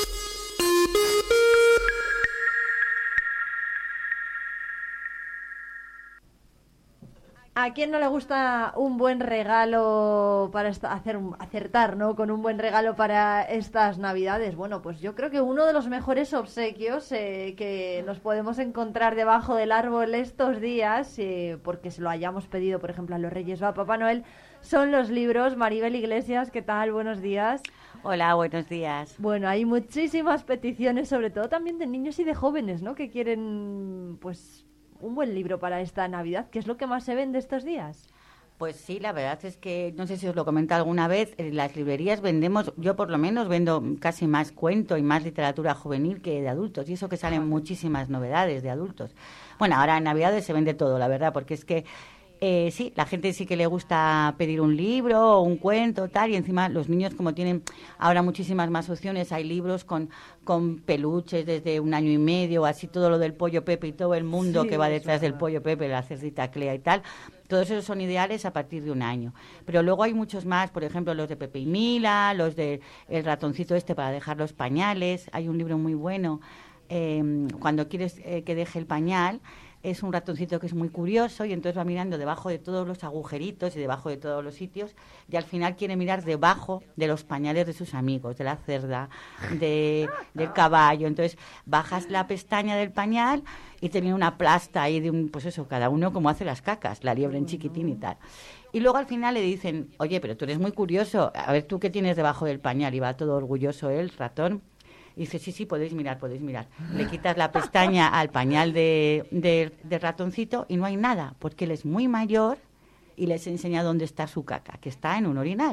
¿A quién no le gusta un buen regalo para esta- hacer un- acertar, ¿no? Con un buen regalo para estas Navidades. Bueno, pues yo creo que uno de los mejores obsequios eh, que nos podemos encontrar debajo del árbol estos días, eh, porque se lo hayamos pedido, por ejemplo, a los Reyes o a Papá Noel, son los libros. Maribel Iglesias, ¿qué tal? Buenos días. Hola, buenos días. Bueno, hay muchísimas peticiones, sobre todo también de niños y de jóvenes, ¿no? Que quieren, pues, un buen libro para esta Navidad. ¿Qué es lo que más se vende estos días? Pues sí, la verdad es que, no sé si os lo comenté alguna vez, en las librerías vendemos, yo por lo menos vendo casi más cuento y más literatura juvenil que de adultos, y eso que salen muchísimas novedades de adultos. Bueno, ahora en Navidades se vende todo, la verdad, porque es que Eh, sí, la gente sí que le gusta pedir un libro o un cuento, tal, y encima los niños, como tienen ahora muchísimas más opciones, hay libros con, con peluches desde un año y medio, así todo lo del pollo Pepe y todo el mundo Sí, que va es detrás del verdad. pollo Pepe, la cerdita Clea y tal. Todos esos son ideales a partir de un año. Pero luego hay muchos más, por ejemplo, los de Pepe y Mila, los de el ratoncito este para dejar los pañales. Hay un libro muy bueno, eh, cuando quieres eh, que deje el pañal. Es un ratoncito que es muy curioso y entonces va mirando debajo de todos los agujeritos y debajo de todos los sitios y al final quiere mirar debajo de los pañales de sus amigos, de la cerda, de, del caballo. Entonces bajas la pestaña del pañal y te viene una plasta ahí de un, pues eso, cada uno como hace las cacas, la liebre en chiquitín y tal. Y luego al final le dicen, oye, pero tú eres muy curioso, a ver tú qué tienes debajo del pañal. Y va todo orgulloso el ratón. Y dice, sí, sí, podéis mirar, podéis mirar. Le quitas la pestaña al pañal de, de, de ratoncito y no hay nada, porque él es muy mayor y les enseña dónde está su caca, que está en un orinal.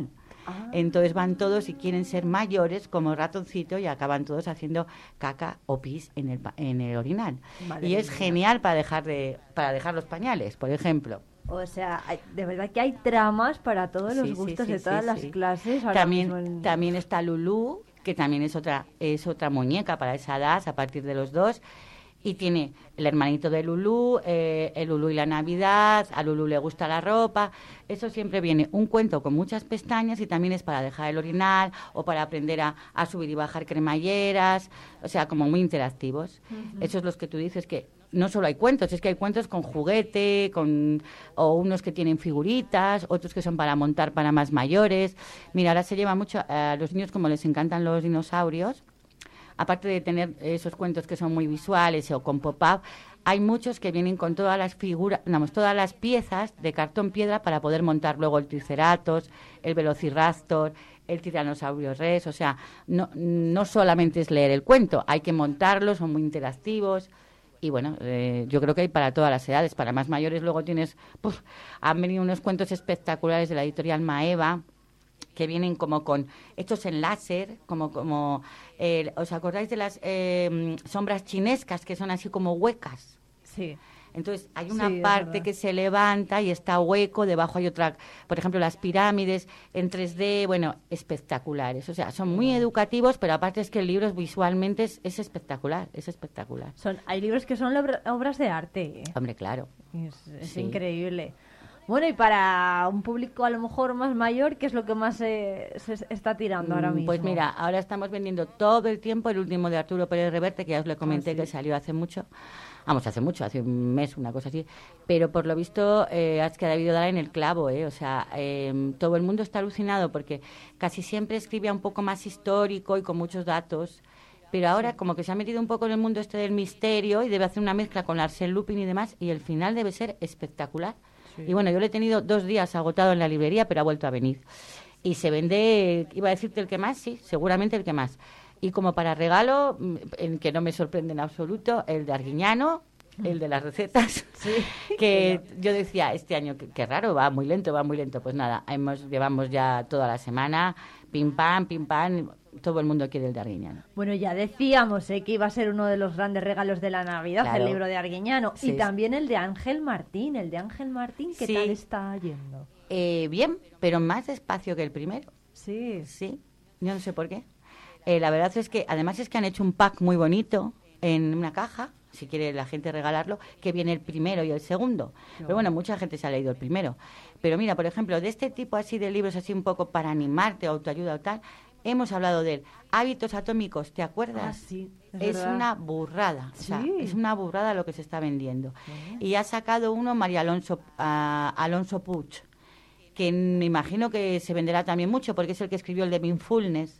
Ah. Entonces van todos y quieren ser mayores como Ratoncito y acaban todos haciendo caca o pis en el, en el orinal. Madre y es mía. Genial para dejar, de, para dejar los pañales, por ejemplo. O sea, hay, de verdad que hay tramas para todos sí, los gustos sí, sí, de todas sí, las sí. clases. Ahora también, en... también está Lulú, que también es otra, es otra muñeca para esa edad, a partir de los dos. Y tiene el hermanito de Lulú, eh, el Lulú y la Navidad, a Lulú le gusta la ropa. Eso siempre viene un cuento con muchas pestañas y también es para dejar el orinal o para aprender a, a subir y bajar cremalleras, o sea, como muy interactivos. Uh-huh. Eso es lo que tú dices, que no solo hay cuentos, es que hay cuentos con juguete, con o unos que tienen figuritas, otros que son para montar para más mayores. Mira, ahora se lleva mucho a los niños, como les encantan los dinosaurios. Aparte de tener esos cuentos que son muy visuales o con pop-up, hay muchos que vienen con todas las figuras, digamos, todas las piezas de cartón piedra para poder montar luego el Triceratops, el Velociraptor, el Tiranosaurio Rex. O sea, no, no solamente es leer el cuento, hay que montarlos, son muy interactivos. Y bueno, eh, yo creo que hay para todas las edades. Para más mayores luego tienes, pues, han venido unos cuentos espectaculares de la editorial Maeva, que vienen como con hechos en láser, como como eh, ¿os acordáis de las eh, sombras chinescas que son así como huecas? Sí. Entonces hay una sí, parte que se levanta y está hueco, debajo hay otra, por ejemplo las pirámides en tres D, bueno, espectaculares. O sea, son muy educativos, pero aparte es que el libro visualmente es, es espectacular, es espectacular. Son, hay libros que son obra, obras de arte. ¿eh? Hombre, claro. Es, es sí. increíble. Bueno, y para un público a lo mejor más mayor, ¿qué es lo que más se, se está tirando ahora mismo? Pues mira, ahora estamos vendiendo todo el tiempo el último de Arturo Pérez Reverte, que ya os le comenté ah, sí. que salió hace mucho. Vamos, hace mucho, hace un mes, una cosa así. Pero por lo visto, eh, has que ha debido dar en el clavo, ¿eh? O sea, eh, todo el mundo está alucinado porque casi siempre escribía un poco más histórico y con muchos datos. Pero ahora sí. como que se ha metido un poco en el mundo este del misterio y debe hacer una mezcla con Arsène Lupin y demás, y el final debe ser espectacular. Sí. Y bueno, yo lo he tenido dos días agotado en la librería, pero ha vuelto a venir. Y se vende, iba a decirte el que más, sí, seguramente el que más. Y como para regalo, en que no me sorprende en absoluto, el de Arguiñano, el de las recetas, sí. que yo decía, este año, qué, qué raro, va muy lento, va muy lento. Pues nada, hemos llevamos ya toda la semana, pim pam, pim pam, todo el mundo quiere el de Arguiñano. Bueno, ya decíamos ¿eh? que iba a ser uno de los grandes regalos de la Navidad, claro. el libro de Arguiñano, sí, y también el de Ángel Martín, el de Ángel Martín, ¿qué sí. tal está yendo? Eh, bien, pero más despacio que el primero. Sí. Sí, yo no sé por qué. Eh, la verdad es que, además es que han hecho un pack muy bonito en una caja, si quiere la gente regalarlo, que viene el primero y el segundo. No. Pero bueno, mucha gente se ha leído el primero. Pero mira, por ejemplo, de este tipo así de libros, así un poco para animarte, autoayuda o tal, hemos hablado de él. Hábitos atómicos, ¿te acuerdas? Ah, sí, es, es una burrada. Sí. O sea, es una burrada lo que se está vendiendo. Uh-huh. Y ha sacado uno María Alonso, uh, Alonso Puig, que me imagino que se venderá también mucho, porque es el que escribió el de Mindfulness.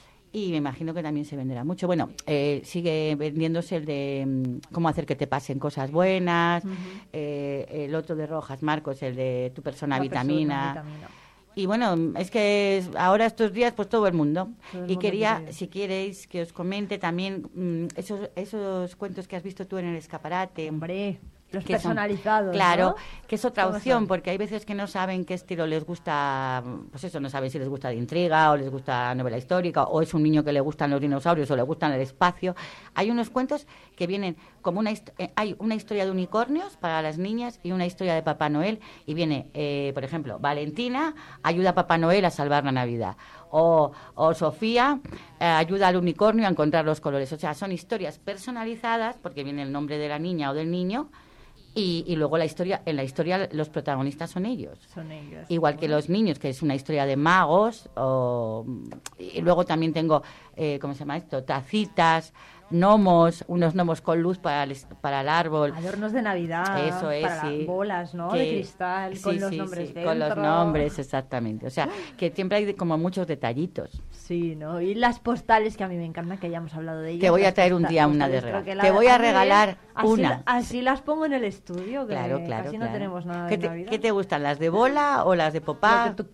Y me imagino que también se venderá mucho. Bueno, eh, sigue vendiéndose el de um, cómo hacer que te pasen cosas buenas, uh-huh. eh, el otro de Rojas Marcos, el de tu persona, vitamina. persona vitamina. Y bueno, es que ahora estos días, pues todo el mundo. Todo el y mundo quería, quiere. Si queréis, que os comente también um, esos, esos cuentos que has visto tú en el escaparate. Hombre, los personalizados, son, claro, ¿no? Que es otra opción, son? Porque hay veces que no saben qué estilo les gusta, pues eso, no saben si les gusta de intriga o les gusta novela histórica o es un niño que le gustan los dinosaurios o le gustan el espacio. Hay unos cuentos que vienen como una, eh, hay una historia de unicornios para las niñas y una historia de Papá Noel y viene, eh, por ejemplo, Valentina ayuda a Papá Noel a salvar la Navidad. O, o Sofía eh, ayuda al unicornio a encontrar los colores. O sea, son historias personalizadas porque viene el nombre de la niña o del niño. Y, y luego la historia, en la historia los protagonistas son ellos. Son ellos. Igual bueno. que los niños, que es una historia de magos. O, y luego también tengo, eh, ¿cómo se llama esto? Tacitas, gnomos, unos gnomos con luz para el, para el árbol. Adornos de Navidad. Eso es, para sí. bolas, ¿no? Que, de cristal, sí, con los sí, nombres sí, dentro. Con los nombres, exactamente. O sea, que siempre hay de, como muchos detallitos. Sí, ¿no? Y las postales, que a mí me encantan, que hayamos hablado de ellas. Te voy a traer un día una de regalo. Te voy a regalar así, una. Así las pongo en el estudio, que claro, claro, casi claro. no tenemos nada ¿Qué de te, Navidad. ¿Qué te gustan, las de bola o las de pop-up? Lo que tú quieras.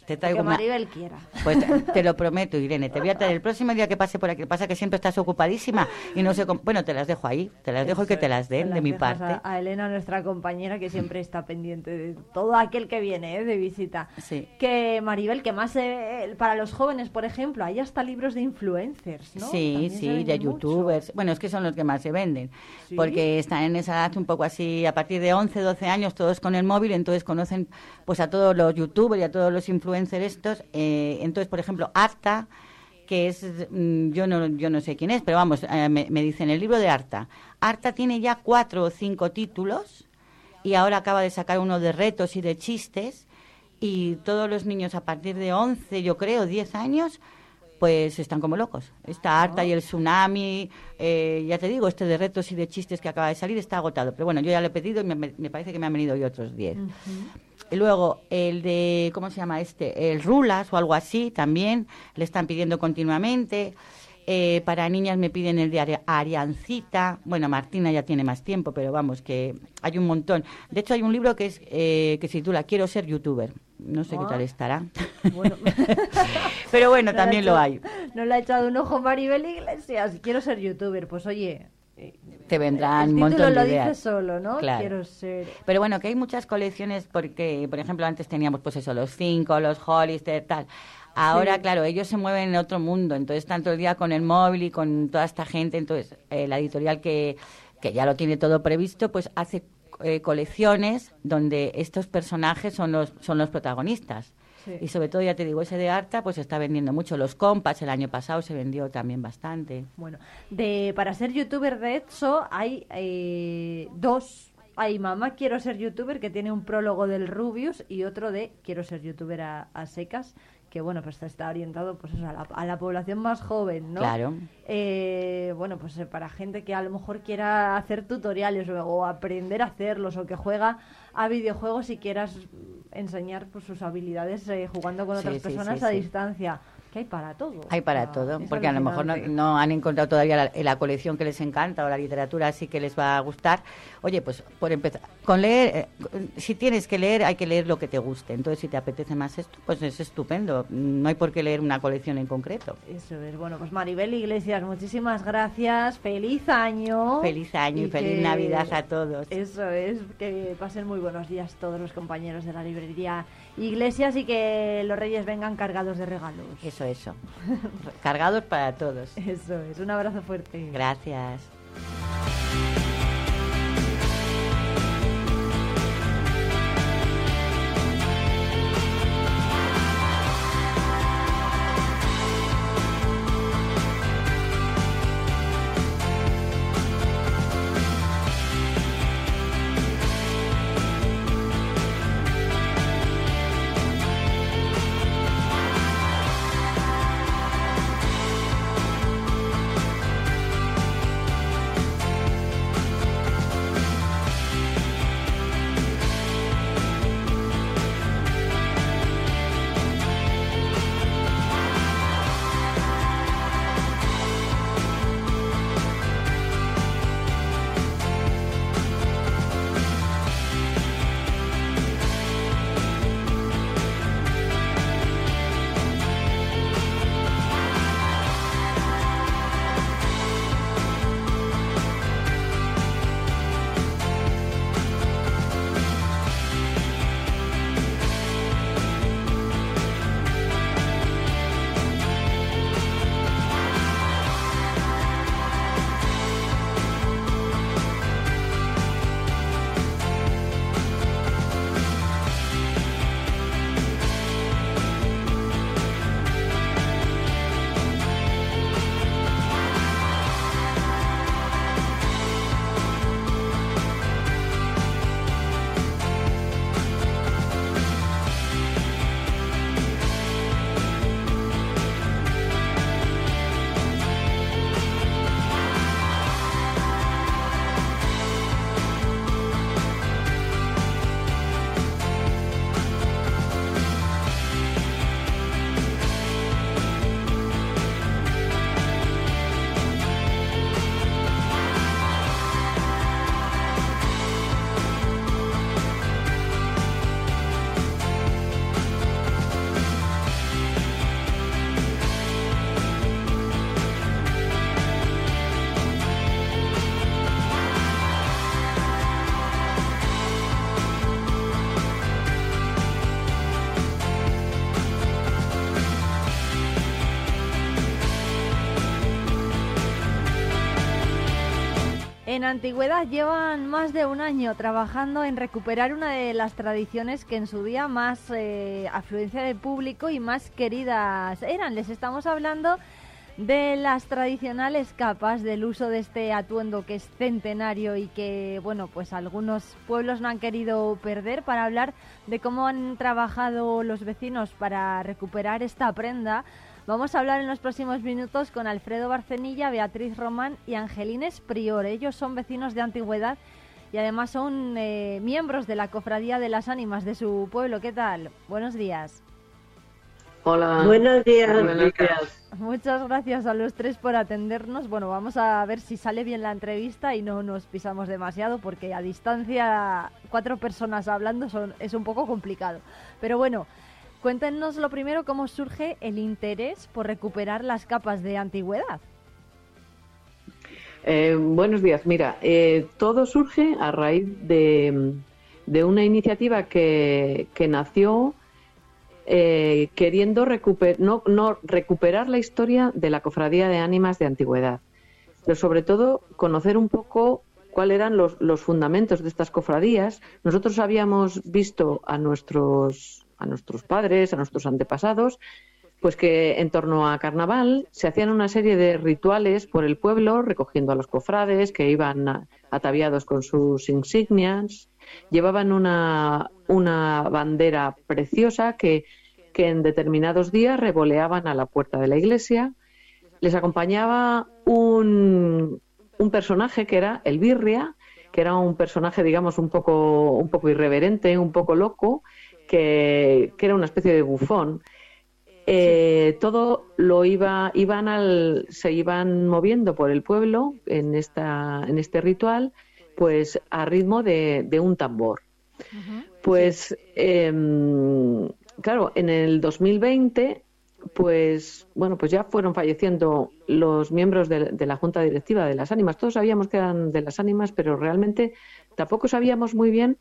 Te traigo que una... Maribel quiera. Pues te, te lo prometo, Irene. Te voy a traer el próximo día que pase por aquí. Lo que pasa es que siempre estás ocupadísima y no sé cómo... Bueno, te las dejo ahí. Te las dejo y que te las den Se de mi dejas parte. A, a Elena, nuestra compañera, que siempre está pendiente de todo aquel que viene, ¿eh? De visita. Sí. Que Maribel, que más eh, para los jóvenes, por ejemplo, hay hasta libros de influencers, ¿no? Sí, También se sí, venden de mucho. youtubers. Bueno, es que son los que más se venden. Sí. Porque están en esa edad un poco así, a partir de once, doce años, todos con el móvil, entonces conocen pues a todos los youtubers y a todos los influencers estos. Eh, entonces, por ejemplo, Arta, que es, mm, yo no yo no sé quién es, pero vamos, eh, me, me dicen el libro de Arta. Arta tiene ya cuatro o cinco títulos y ahora acaba de sacar uno de retos y de chistes, y todos los niños a partir de once, yo creo, diez años, pues están como locos. Está Arta y el tsunami, eh, ya te digo, este de retos y de chistes que acaba de salir está agotado. Pero bueno, yo ya lo he pedido y me, me parece que me han venido hoy otros diez. Uh-huh. Y luego el de, ¿cómo se llama este? El Rulas o algo así, también le están pidiendo continuamente. Eh, para niñas me piden el de Ari- Ariancita. Bueno, Martina ya tiene más tiempo, pero vamos, que hay un montón. De hecho, hay un libro que es eh, que se titula Quiero ser youtuber. No sé Ah. qué tal estará. Bueno. Pero bueno, No también le ha lo echado- hay. No le ha echado un ojo Maribel Iglesias. Quiero ser youtuber. Pues oye, Te vendrán el un montón título de lo ideas. dice solo, ¿no? Claro. Quiero ser... Pero bueno, que hay muchas colecciones porque, por ejemplo, antes teníamos pues eso, los cinco, los Hollister, tal. Ahora, Sí. claro, ellos se mueven en otro mundo, entonces están todo el día con el móvil y con toda esta gente, entonces eh, la editorial que, que ya lo tiene todo previsto, pues hace eh, colecciones donde estos personajes son los, son los protagonistas. Sí. Y sobre todo, ya te digo, ese de Arta, pues está vendiendo mucho. Los Compas, el año pasado se vendió también bastante. Bueno, de para ser youtuber, de hecho, hay eh, dos. Hay Mamá Quiero Ser Youtuber, que tiene un prólogo del Rubius, y otro de Quiero Ser Youtuber a, a secas, que bueno, pues está orientado pues eso, a, la, a la población más joven, ¿no? Claro. Eh, bueno, pues eh, para gente que a lo mejor quiera hacer tutoriales o, o aprender a hacerlos, o que juega a videojuegos y quieras enseñar pues sus habilidades eh, jugando con Sí, otras sí, personas sí, a sí. distancia. Que hay para todo. Hay para Ah, todo, es porque a lo mejor no, alucinante. no han encontrado todavía la, la colección que les encanta o la literatura así que les va a gustar. Oye, pues por empezar, con leer, eh, si tienes que leer, hay que leer lo que te guste. Entonces, si te apetece más esto, pues es estupendo. No hay por qué leer una colección en concreto. Eso es. Bueno, pues Maribel Iglesias, muchísimas gracias. Feliz año. Feliz año y, feliz que- Navidad a todos. Eso es, que pasen muy buenos días todos los compañeros de la librería Iglesias y que los reyes vengan cargados de regalos. Eso, eso. Cargados para todos. Eso es. Un abrazo fuerte. Gracias. En Antigüedad llevan más de un año trabajando en recuperar una de las tradiciones que en su día más eh, afluencia de público y más queridas eran. Les estamos hablando de las tradicionales capas, del uso de este atuendo que es centenario y que, bueno, pues algunos pueblos no han querido perder, para hablar de cómo han trabajado los vecinos para recuperar esta prenda. Vamos a hablar en los próximos minutos con Alfredo Barcenilla, Beatriz Román y Angelines Prior. Ellos son vecinos de Antigüedad y además son eh, miembros de la Cofradía de las Ánimas de su pueblo. ¿Qué tal? Buenos días. Hola. Buenos días. Buenos días. Muchas gracias a los tres por atendernos. Bueno, vamos a ver si sale bien la entrevista y no nos pisamos demasiado, porque a distancia cuatro personas hablando son, es un poco complicado. Pero bueno, cuéntenos lo primero, cómo surge el interés por recuperar las capas de antigüedad. Eh, buenos días. Mira, eh, todo surge a raíz de, de una iniciativa que, que nació eh, queriendo recuper, no, no, recuperar la historia de la Cofradía de Ánimas de Antigüedad, pero sobre todo conocer un poco cuáles eran los, los fundamentos de estas cofradías. Nosotros habíamos visto a nuestros a nuestros padres, a nuestros antepasados, pues que en torno a Carnaval se hacían una serie de rituales por el pueblo, recogiendo a los cofrades que iban ataviados con sus insignias, llevaban una, una bandera preciosa que, que en determinados días revoleaban a la puerta de la iglesia. Les acompañaba un, un personaje que era el Birria, que era un personaje, digamos, un poco, un poco irreverente, un poco loco, Que, que era una especie de bufón. Eh, todo lo iba, iban al, se iban moviendo por el pueblo en esta, en este ritual, pues a ritmo de, de un tambor. Uh-huh. Pues eh, claro, en el dos mil veinte, pues bueno, pues ya fueron falleciendo los miembros de, de la Junta Directiva de las Ánimas. Todos sabíamos que eran de las Ánimas, pero realmente tampoco sabíamos muy bien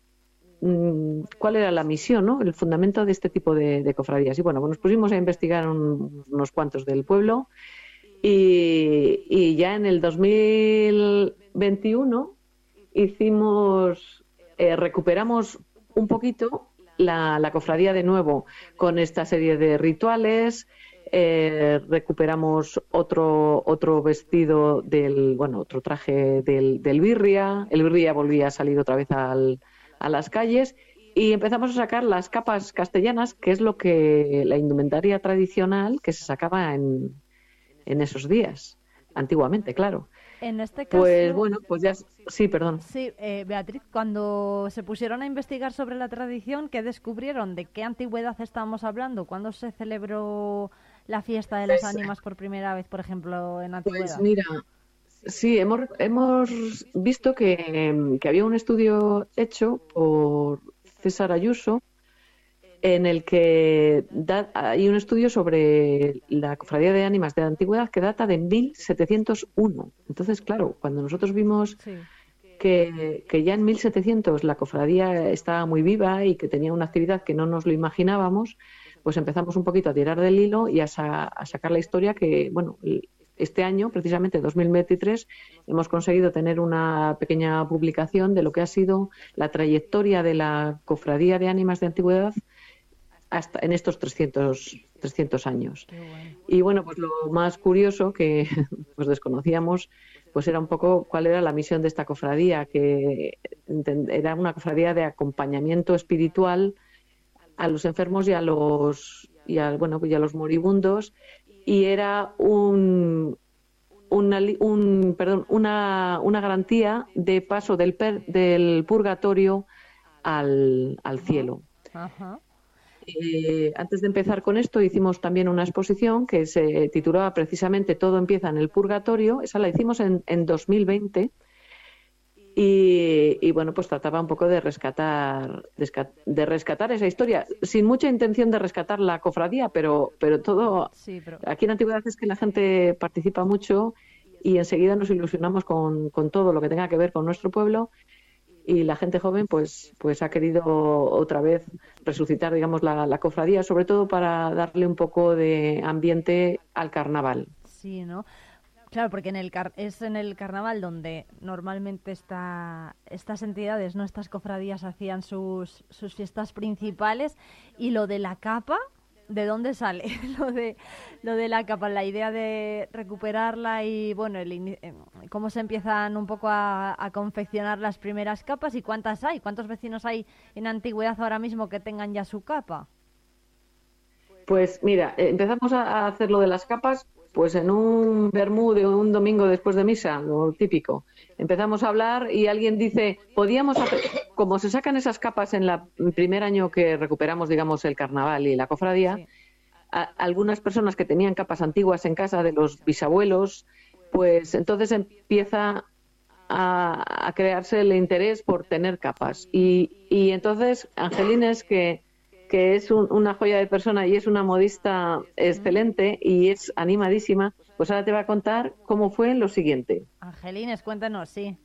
cuál era la misión, ¿no? El fundamento de este tipo de, de cofradías. Y bueno, pues nos pusimos a investigar un, unos cuantos del pueblo y, y ya en el dos mil veintiuno hicimos, eh, recuperamos un poquito la, la cofradía de nuevo con esta serie de rituales. Eh, recuperamos otro otro vestido del, bueno, otro traje del, del Birria. El Birria volvía a salir otra vez al a las calles y empezamos a sacar las capas castellanas, que es lo que la indumentaria tradicional que se sacaba en, en esos días, antiguamente, claro. En este caso... Pues bueno, pues ya... Sí, perdón. Sí, eh, Beatriz, cuando se pusieron a investigar sobre la tradición, ¿qué descubrieron? ¿De qué antigüedad estábamos hablando? ¿Cuándo se celebró la fiesta de las pues, ánimas por primera vez, por ejemplo, en Antigüedad? Pues mira... Sí, hemos, hemos visto que, que había un estudio hecho por César Ayuso en el que da, hay un estudio sobre la Cofradía de Ánimas de la Antigüedad que data de mil setecientos uno. Entonces, claro, cuando nosotros vimos sí. que, que ya en mil setecientos la cofradía estaba muy viva y que tenía una actividad que no nos lo imaginábamos, pues empezamos un poquito a tirar del hilo y a, sa- a sacar la historia que, bueno... Este año, precisamente dos mil veintitrés, hemos conseguido tener una pequeña publicación de lo que ha sido la trayectoria de la Cofradía de Ánimas de Antigüedad hasta en estos trescientos, trescientos años. Bueno. Y bueno, pues lo más curioso que pues desconocíamos, pues era un poco cuál era la misión de esta cofradía, que era una cofradía de acompañamiento espiritual a los enfermos y a los y a, bueno, y a los moribundos. Y era un, una, un, perdón, una, una garantía de paso del, per, del purgatorio al, al cielo. Ajá. Eh, antes de empezar con esto, hicimos también una exposición que se titulaba precisamente Todo empieza en el purgatorio. Esa la hicimos en, en dos mil veinte. Y, y bueno, pues trataba un poco de rescatar de rescatar esa historia, sin mucha intención de rescatar la cofradía, pero pero todo sí, pero... aquí en Antigüedad es que la gente participa mucho y enseguida nos ilusionamos con, con todo lo que tenga que ver con nuestro pueblo, y la gente joven pues pues ha querido otra vez resucitar, digamos, la, la cofradía, sobre todo para darle un poco de ambiente al carnaval. Sí, ¿no? Claro, porque en el car es en el carnaval donde normalmente está, estas entidades, no estas cofradías, hacían sus, sus fiestas principales. Y lo de la capa, ¿de dónde sale? lo de lo de la capa, la idea de recuperarla y, bueno, el, cómo se empiezan un poco a, a confeccionar las primeras capas y cuántas hay. ¿Cuántos vecinos hay en Antigüedad ahora mismo que tengan ya su capa? Pues mira, empezamos a hacer lo de las capas pues en un vermú de un domingo después de misa, lo típico. Empezamos a hablar y alguien dice, podíamos, hacer, como se sacan esas capas en la- el primer año que recuperamos, digamos, el carnaval y la cofradía, sí. a, algunas personas que tenían capas antiguas en casa de los bisabuelos, pues entonces empieza a, a crearse el interés por tener capas. Y, y entonces Angelines, que que es un, una joya de persona y es una modista excelente y es animadísima, pues ahora te va a contar cómo fue lo siguiente. Angelines, cuéntanos, sí.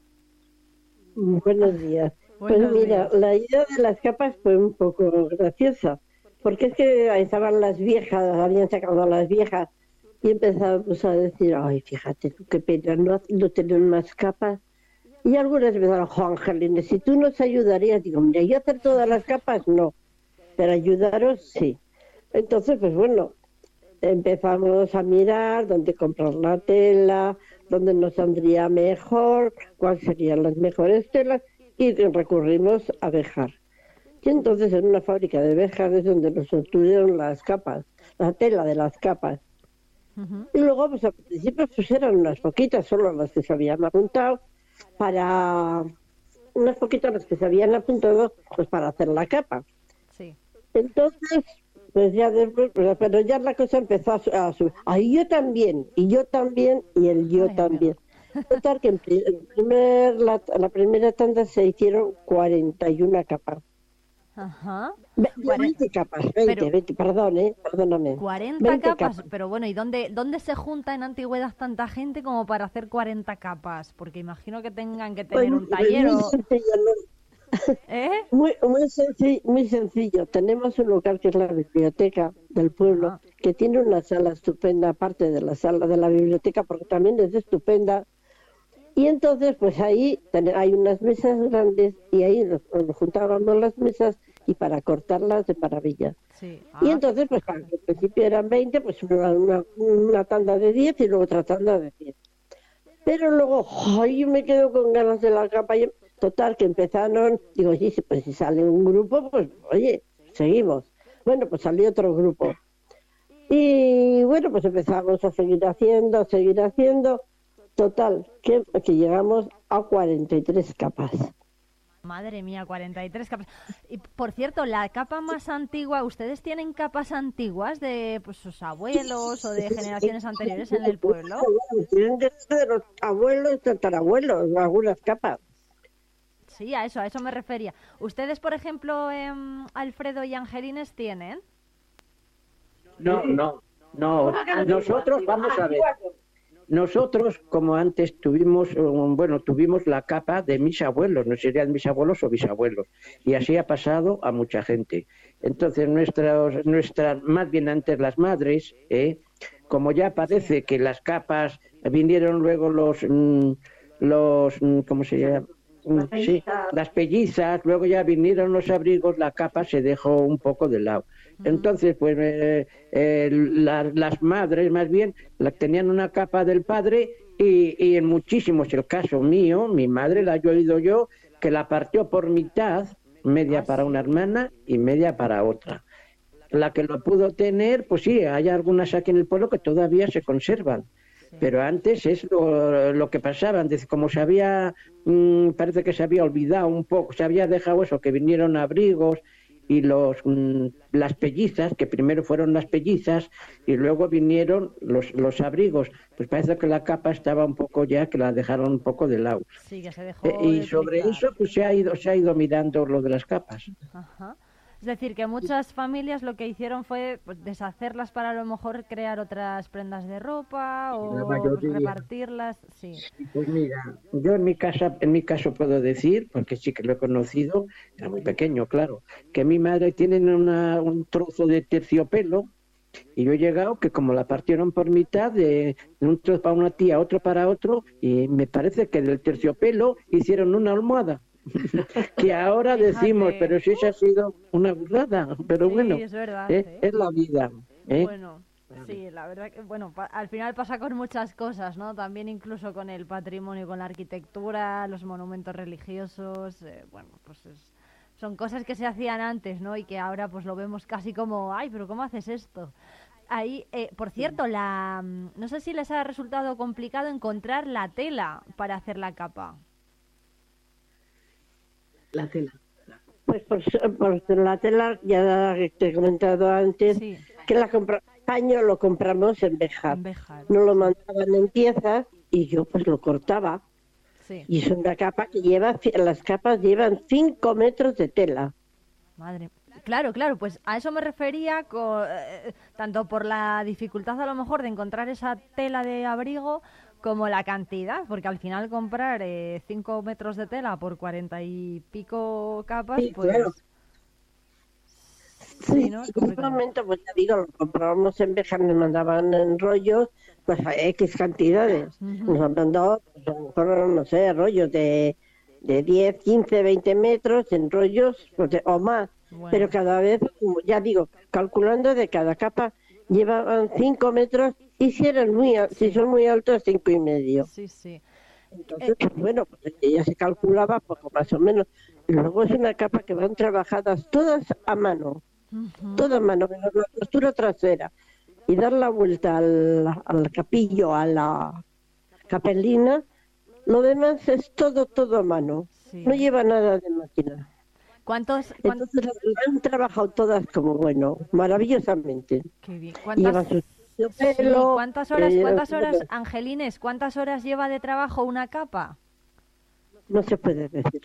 Buenos días. Buenos pues mira, días. la idea de las capas fue un poco graciosa, porque es que estaban las viejas, habían sacado a las viejas y empezábamos a decir, ay, fíjate tú qué pena, no, no tener más capas. Y algunas me dijeron, jo, Angelines, si tú nos ayudarías, digo, mira, yo hacer todas las capas, no. Pero ayudaros, sí. Entonces, pues bueno, empezamos a mirar dónde comprar la tela, dónde nos saldría mejor, cuáles serían las mejores telas, y recurrimos a Béjar. Y entonces en una fábrica de Béjar es donde nos obtuvieron las capas, la tela de las capas. Uh-huh. Y luego, pues al principio pues eran unas poquitas, solo las que se habían apuntado, para unas poquitas las que se habían apuntado pues para hacer la capa. Sí. Entonces, pues ya después, pero ya la cosa empezó a subir. Ahí yo también, y yo también, y el yo Ay, también. Total, que en, en primer, la, la primera tanda se hicieron cuarenta y una capas. Ajá. veinte capas, veinte, pero, veinte, perdón, eh, perdóname. cuarenta capas, capas, pero bueno, ¿y dónde, dónde se junta en Antigüedad tanta gente como para hacer cuarenta capas? Porque imagino que tengan que tener pues, un taller muy o... Sencillo, ¿no? ¿Eh? Muy, muy, sencillo, muy sencillo. Tenemos un lugar que es la biblioteca del pueblo, ah. que tiene una sala estupenda, aparte de la sala de la biblioteca, porque también es estupenda. Y entonces, pues ahí hay unas mesas grandes y ahí nos, nos juntábamos las mesas y para cortarlas de maravilla. Sí. Ah, y entonces, pues al principio eran veinte, pues una, una, una tanda de diez y luego otra tanda de diez. Pero luego, ay, yo me quedo con ganas de la capa. Y, total, que empezaron, digo, sí, pues si sale un grupo, pues oye, seguimos. Bueno, pues salió otro grupo. Y bueno, pues empezamos a seguir haciendo, a seguir haciendo. Total, que, que llegamos a cuarenta y tres capas. Madre mía, cuarenta y tres capas. Y por cierto, la capa más antigua, ¿ustedes tienen capas antiguas de pues, sus abuelos o de generaciones anteriores en el pueblo? Tienen de los abuelos, tatarabuelos, algunas capas. Sí, a eso, a eso me refería. ¿Ustedes, por ejemplo, eh, Alfredo y Angelines, tienen? No, no, no. Nosotros, vamos a ver. Nosotros, como antes tuvimos, bueno, tuvimos la capa de mis abuelos, no serían mis abuelos o bisabuelos, y así ha pasado a mucha gente. Entonces, nuestras, nuestras más bien antes las madres, ¿eh? como ya parece que las capas vinieron luego los, los ¿cómo se llama? Sí, las pellizas, luego ya vinieron los abrigos, la capa se dejó un poco de lado. Entonces, pues eh, eh, la, las madres más bien la, tenían una capa del padre y, y en muchísimos, el caso mío, mi madre la he oído yo, que la partió por mitad, media para una hermana y media para otra. La que lo pudo tener, pues sí, hay algunas aquí en el pueblo que todavía se conservan. Pero antes es lo, lo que pasaba, antes, como se había, mmm, parece que se había olvidado un poco, se había dejado eso, que vinieron abrigos y los mmm, las pellizas, que primero fueron las pellizas y luego vinieron los, los abrigos. Pues parece que la capa estaba un poco ya, que la dejaron un poco de lado. Sí, que se dejó eh, y sobre eso pues se ha ido, se ha ido mirando lo de las capas. Ajá. Es decir, que muchas familias lo que hicieron fue pues, deshacerlas para a lo mejor crear otras prendas de ropa o pues, repartirlas. Sí. Pues mira, yo en mi casa, en mi caso puedo decir, porque sí que lo he conocido, era muy pequeño, claro, que mi madre tiene una, un trozo de terciopelo Y yo he llegado que como la partieron por mitad, de un trozo para una tía, otro para otro, y me parece que del terciopelo hicieron una almohada. Que ahora decimos, pero si eso ha sido una burrada, pero Sí, bueno, es verdad, ¿eh? ¿eh? Es la vida. ¿eh? Bueno, sí, la verdad que, bueno, pa- al final pasa con muchas cosas, ¿no? También incluso con el patrimonio, con la arquitectura, los monumentos religiosos, eh, bueno, pues es- son cosas que se hacían antes, ¿no? Y que ahora pues lo vemos casi como, ay, pero ¿cómo haces esto? Ahí, eh, por cierto, la, mm, no sé si les ha resultado complicado encontrar la tela para hacer la capa. La tela. Pues por, por la tela, ya te he comentado antes, que la compra, paño lo compramos en Béjar. No lo mandaban en piezas y yo pues lo cortaba. Sí. Y es una capa que lleva, las capas llevan cinco metros de tela. Madre, claro, claro, pues a eso me refería, co- eh, tanto por la dificultad a lo mejor de encontrar esa tela de abrigo, como la cantidad, porque al final comprar eh, cinco metros de tela por cuarenta y pico capas, Sí, pues... claro. Sí, Sí, ¿no? Es en ese momento, pues ya digo, lo comprábamos en Béjar, nos mandaban en rollos, pues a X cantidades. Ujú. Nos han mandado, pues, a lo mejor, no sé, rollos de, de diez, quince, veinte metros en rollos pues, de- o más. Bueno. Pero cada vez, como ya digo, calculando de cada capa, llevaban cinco metros y si, eran muy, al- si son muy altos, cinco y medio. Sí, sí. Entonces, pues, bueno, pues ya se calculaba poco más o menos. Y luego es una capa que van trabajadas todas a mano. Todo a mano, menos la costura trasera. Y dar la vuelta al, al capillo, a la capelina, lo demás es todo, todo a mano. Sí. No lleva nada de máquina. ¿Cuántos, Entonces las han trabajado todas como, bueno, maravillosamente. Qué bien. Llevan ¿Cuántas, su sí, pelo, ¿cuántas horas, eh, cuántas horas, Angelines, cuántas horas lleva de trabajo una capa? No se puede decir.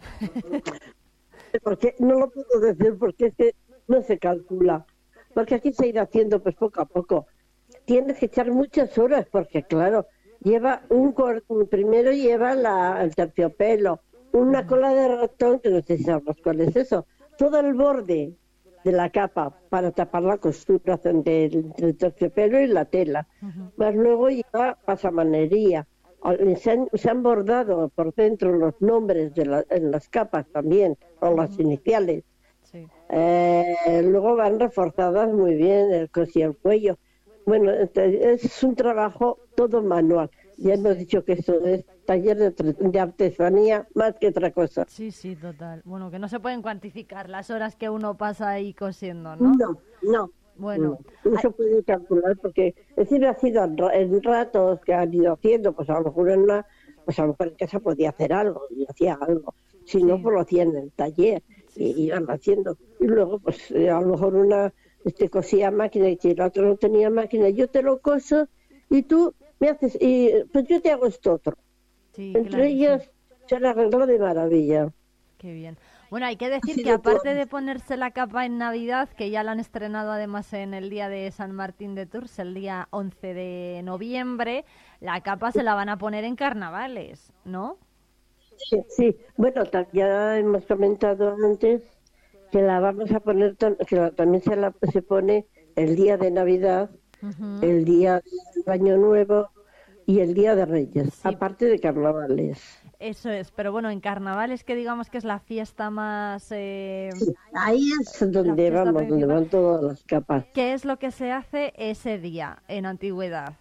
Porque no lo puedo decir porque es que no se calcula. Porque aquí se irá haciendo pues poco a poco. Tienes que echar muchas horas porque claro, lleva un cor- primero lleva la, el terciopelo, una cola de ratón, que no sé si sabes cuál es eso, todo el borde de la capa para tapar la costura del, del terciopelo y la tela. Más luego lleva pasamanería. O- Se han, se han bordado por dentro los nombres de la- en las capas también, o las iniciales. Sí. Eh, luego van reforzadas muy bien el cosi y el cuello. Bueno, este, es un trabajo todo manual. Ya hemos dicho que esto es taller de, tre- de artesanía más que otra cosa. Sí, sí, total. Bueno, que no se pueden cuantificar las horas que uno pasa ahí cosiendo, ¿no? No, no. Bueno, no, no se puede calcular porque decir ha sido en ra- en ratos que han ido haciendo, pues a lo mejor en una, pues a lo mejor en casa podía hacer algo y hacía algo. Si no, pues lo hacía en el taller y iban haciendo. Y luego, pues eh, a lo mejor una este cosía a máquina y si la otra no tenía máquina, yo te lo coso y tú me haces, y pues yo te hago esto otro. Sí, Entre claro, ellas se han arreglado de maravilla. qué bien. Bueno, hay que decir Así que de aparte todo. de ponerse la capa en Navidad, que ya la han estrenado además en el día de San Martín de Tours, el día once de noviembre, la capa se la van a poner en carnavales, ¿no? Sí, sí. Bueno, ta- ya hemos comentado antes que la vamos a poner, tam- que la- también se, la, se pone el día de Navidad, el día de Año Nuevo y el día de Reyes, aparte de carnavales. Eso es, pero bueno, en carnavales que digamos que es la fiesta más... eh, Ahí es donde fiesta vamos, donde principal. van todas las capas. ¿Qué es lo que se hace ese día en antigüedad?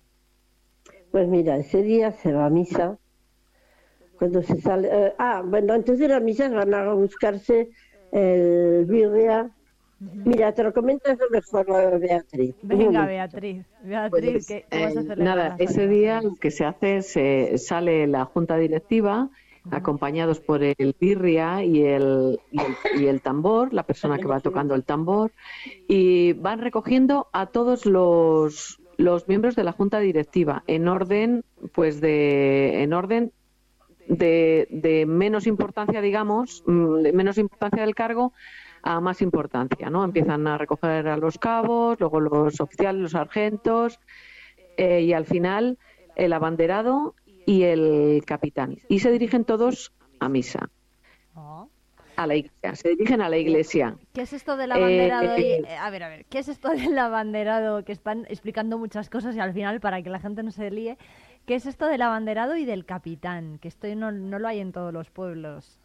Pues mira, ese día se va a misa, cuando se sale... eh, ah, bueno, antes de la misa van a buscarse el birria. Mira, te lo comentas mejor, eh, Beatriz. Un Venga, momento. Beatriz. Beatriz, Pues, ¿qué, qué vas a eh, celebrar? nada, las ese día lo que se hace es eh, sale la junta directiva acompañados por el birria y el, y el y el tambor, la persona que va tocando el tambor, y van recogiendo a todos los los miembros de la junta directiva en orden, pues de en orden de, de menos importancia, digamos, mm, de menos importancia del cargo a más importancia, ¿no? Empiezan a recoger a los cabos, luego los oficiales, los sargentos, eh, y al final el abanderado y el capitán. Y se dirigen todos a misa. a la iglesia, se dirigen a la iglesia. ¿Qué es esto del abanderado? Eh, y, a ver, a ver, ¿qué es esto del abanderado? Que están explicando muchas cosas y al final, para que la gente no se líe, ¿qué es esto del abanderado y del capitán? Que esto no, no lo hay en todos los pueblos.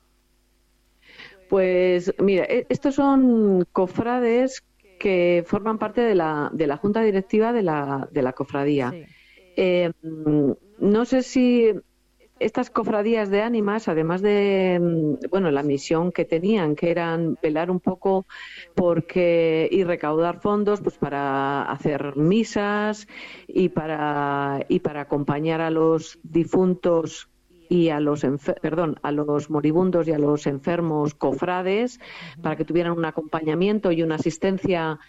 Pues mira, estos son cofrades que forman parte de la, de la junta directiva de la, de la cofradía. Sí. Eh, no sé si estas cofradías de ánimas, además de, bueno, la misión que tenían, que eran velar un poco porque y recaudar fondos, pues para hacer misas y para y para acompañar a los difuntos y a los perdón, a los moribundos y a los enfermos cofrades, para que tuvieran un acompañamiento y una asistencia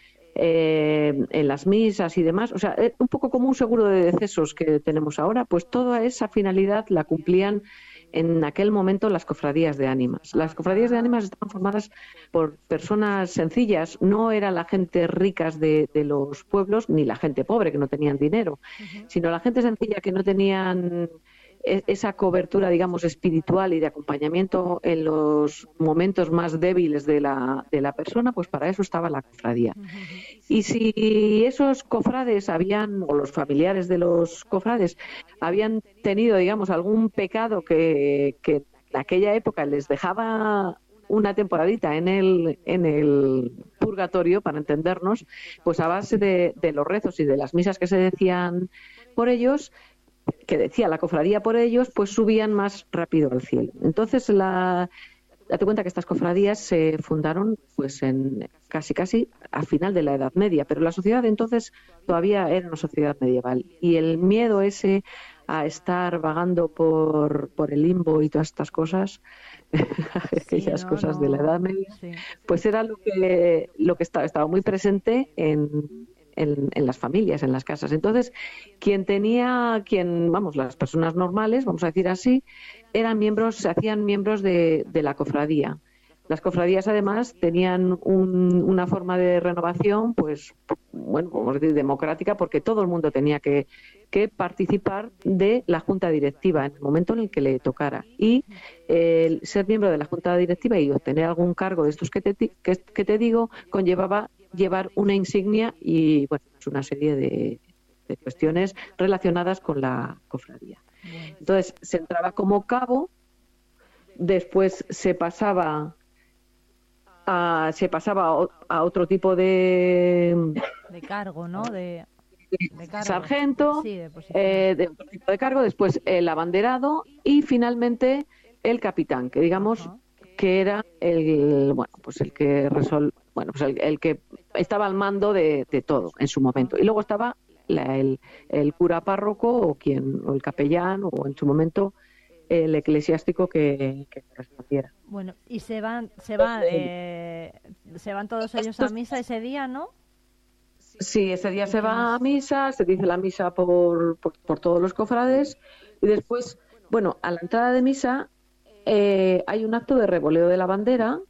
eh, en las misas y demás. O sea, un poco como un seguro de decesos que tenemos ahora, pues toda esa finalidad la cumplían en aquel momento las cofradías de ánimas. Las cofradías de ánimas estaban formadas por personas sencillas, no era la gente ricas de, de los pueblos, ni la gente pobre que no tenían dinero, uh-huh. sino la gente sencilla que no tenían esa cobertura, digamos, espiritual y de acompañamiento en los momentos más débiles de la, de la persona, pues para eso estaba la cofradía. Uh-huh. Y si esos cofrades habían, o los familiares de los cofrades, habían tenido, digamos, algún pecado que, que en aquella época les dejaba una temporadita en el, en el purgatorio, para entendernos, pues a base de, de los rezos y de las misas que se decían por ellos, que decía la cofradía por ellos, pues subían más rápido al cielo. Entonces, la, date cuenta que estas cofradías se fundaron pues en casi casi al final de la Edad Media, pero la sociedad de entonces todavía era una sociedad medieval. Y el miedo ese a estar vagando por, por el limbo y todas estas cosas, aquellas sí, no, cosas no. de la Edad Media, sí. pues era lo que, lo que estaba, estaba muy presente en... En, en las familias, en las casas. Entonces, quien tenía, quien, vamos, las personas normales, vamos a decir así, eran miembros, se hacían miembros de, de la cofradía. Las cofradías, además, tenían un, una forma de renovación, pues, bueno, vamos a decir, democrática, porque todo el mundo tenía que, que participar de la junta directiva en el momento en el que le tocara. Y eh, ser miembro de la junta directiva y obtener algún cargo de estos que te, que, que te digo, conllevaba llevar una insignia y bueno, pues una serie de, de cuestiones relacionadas con la cofradía. Entonces se entraba como cabo, después se pasaba a, se pasaba a otro tipo de de cargo, ¿no? De, de cargo. Sargento, sí, de, eh, de otro tipo de cargo, después el abanderado y finalmente el capitán, que digamos uh-huh. que era el bueno, pues el que resol Bueno, pues el, el que estaba al mando de, de todo en su momento. Y luego estaba la, el, el cura párroco o quien o el capellán o en su momento el eclesiástico que, que correspondiera. Bueno, y se van se van eh, se van todos ellos a misa ese día, ¿no? Sí, ese día se va a misa, se dice la misa por, por, por todos los cofrades y después, bueno, a la entrada de misa eh, hay un acto de revoleo de la bandera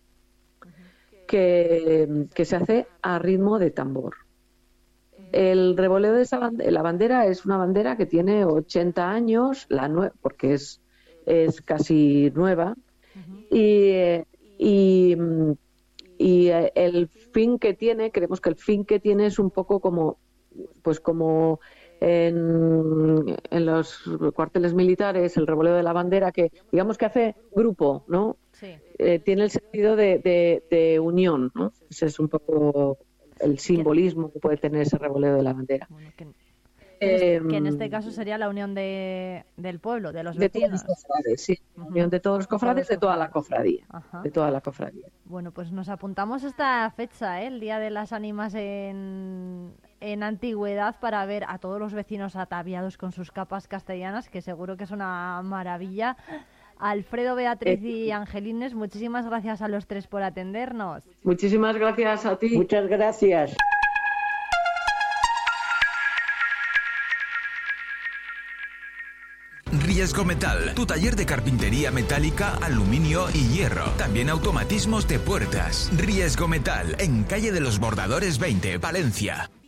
Que, que se hace a ritmo de tambor. El revoleo de esa bandera, la bandera es una bandera que tiene ochenta años, la nue- porque es, es casi nueva, uh-huh. y, y, y el fin que tiene, creemos que el fin que tiene es un poco como, pues como en, en los cuarteles militares, el revoleo de la bandera, que digamos que hace grupo, ¿no? Sí. Eh, tiene el sentido de, de, de unión, ¿no? Ese es un poco el simbolismo que puede tener ese revoleo de la bandera. Bueno, que, eh, que en este caso sería la unión de, del pueblo, de los vecinos. De todos los cofrades, sí. La uh-huh. unión de todos los cofrades, de toda la cofradía. Ajá. De toda la cofradía. Bueno, pues nos apuntamos esta fecha, ¿eh? El Día de las Ánimas en, en Antigüedad, para ver a todos los vecinos ataviados con sus capas castellanas, que seguro que es una maravilla. Alfredo, Beatriz y Angelines, muchísimas gracias a los tres por atendernos. Muchísimas gracias a ti. Muchas gracias. Riesgo Metal, tu taller de carpintería metálica, aluminio y hierro. También automatismos de puertas. Riesgo Metal, en calle de los Bordadores veinte, Valencia.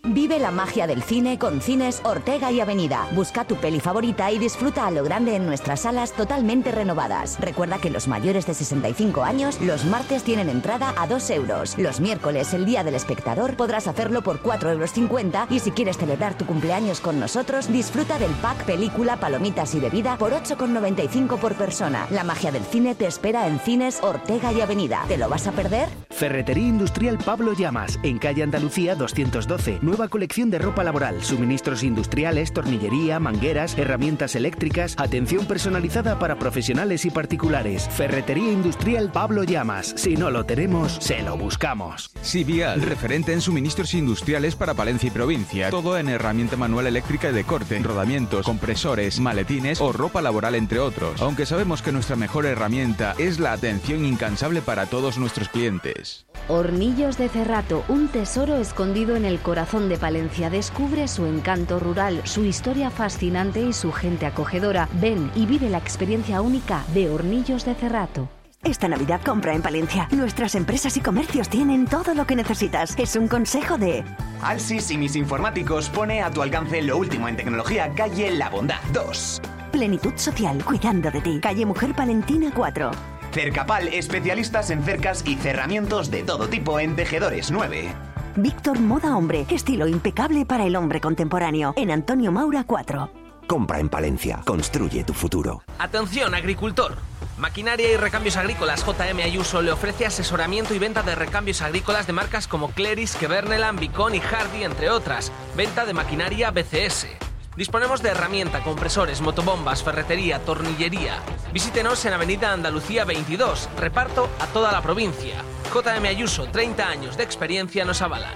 Vive la magia del cine con Cines Ortega y Avenida. Busca tu peli favorita y disfruta a lo grande en nuestras salas totalmente renovadas. Recuerda que los mayores de sesenta y cinco años los martes tienen entrada a dos euros. Los miércoles, el Día del Espectador, podrás hacerlo por cuatro euros cincuenta y si quieres celebrar tu cumpleaños con nosotros, disfruta del pack película, palomitas y bebida por ocho con noventa y cinco por persona. La magia del cine te espera en Cines Ortega y Avenida. ¿Te lo vas a perder? Ferretería Industrial Pablo Llamas, en calle Andalucía doscientos doce. Nueva colección de ropa laboral, suministros industriales, tornillería, mangueras, herramientas eléctricas, atención personalizada para profesionales y particulares. Ferretería Industrial Pablo Llamas. Si no lo tenemos, se lo buscamos. Sivial, referente en suministros industriales para Palencia y provincia. Todo en herramienta manual eléctrica y de corte, rodamientos, compresores, maletines o ropa laboral, entre otros. Aunque sabemos que nuestra mejor herramienta es la atención incansable para todos nuestros clientes. Hornillos de Cerrato, un tesoro escondido en el corazón de Palencia. Descubre su encanto rural, su historia fascinante y su gente acogedora. Ven y vive la experiencia única de Hornillos de Cerrato. Esta Navidad compra en Palencia. Nuestras empresas y comercios tienen todo lo que necesitas. Es un consejo de... Alsis y mis informáticos pone a tu alcance lo último en tecnología. Calle La Bondad dos. Plenitud Social, cuidando de ti. Calle Mujer Palentina cuatro. Cercapal, especialistas en cercas y cerramientos de todo tipo en tejedores nueve. Víctor Moda Hombre, estilo impecable para el hombre contemporáneo. En Antonio Maura cuatro. Compra en Palencia, construye tu futuro. Atención, agricultor. Maquinaria y Recambios Agrícolas J M Ayuso le ofrece asesoramiento y venta de recambios agrícolas de marcas como Cleris, Keverneland, Bicon y Hardy, entre otras. Venta de maquinaria B C S. Disponemos de herramienta, compresores, motobombas, ferretería, tornillería. Visítenos en Avenida Andalucía veintidós. Reparto a toda la provincia. J M Ayuso, treinta años de experiencia nos avalan.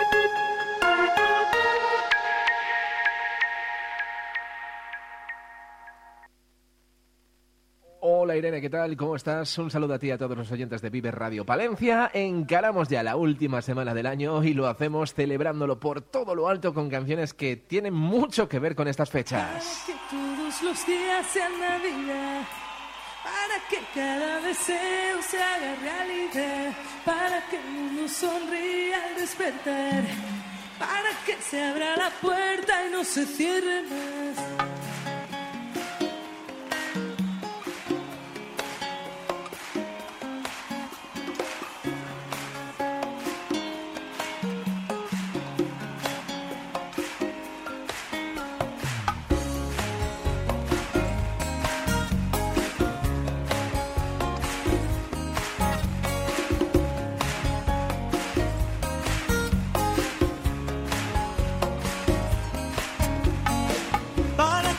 Hola Irene, ¿qué tal? ¿Cómo estás? Un saludo a ti y a todos los oyentes de Vive Radio Palencia. Encaramos ya la última semana del año y lo hacemos celebrándolo por todo lo alto con canciones que tienen mucho que ver con estas fechas. Que todos los días sean Navidad, para que cada deseo se haga realidad, para que el mundo sonría al despertar, para que se abra la puerta y no se cierre más. Para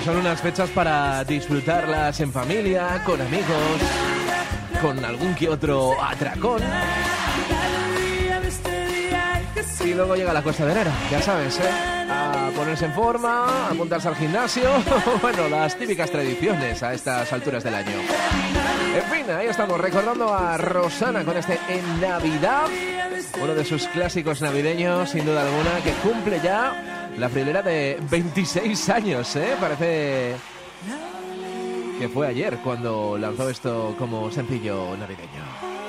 son unas fechas para disfrutarlas en familia, con amigos, con algún que otro atracón. Y luego llega la cuesta de enero, ya sabes, ¿eh? A ponerse en forma, a apuntarse al gimnasio. Bueno, las típicas tradiciones a estas alturas del año. En fin, ahí estamos recordando a Rosana con este En Navidad, uno de sus clásicos navideños, sin duda alguna, que cumple ya la friolera de veintiséis años, ¿eh? Parece que fue ayer cuando lanzó esto como sencillo navideño.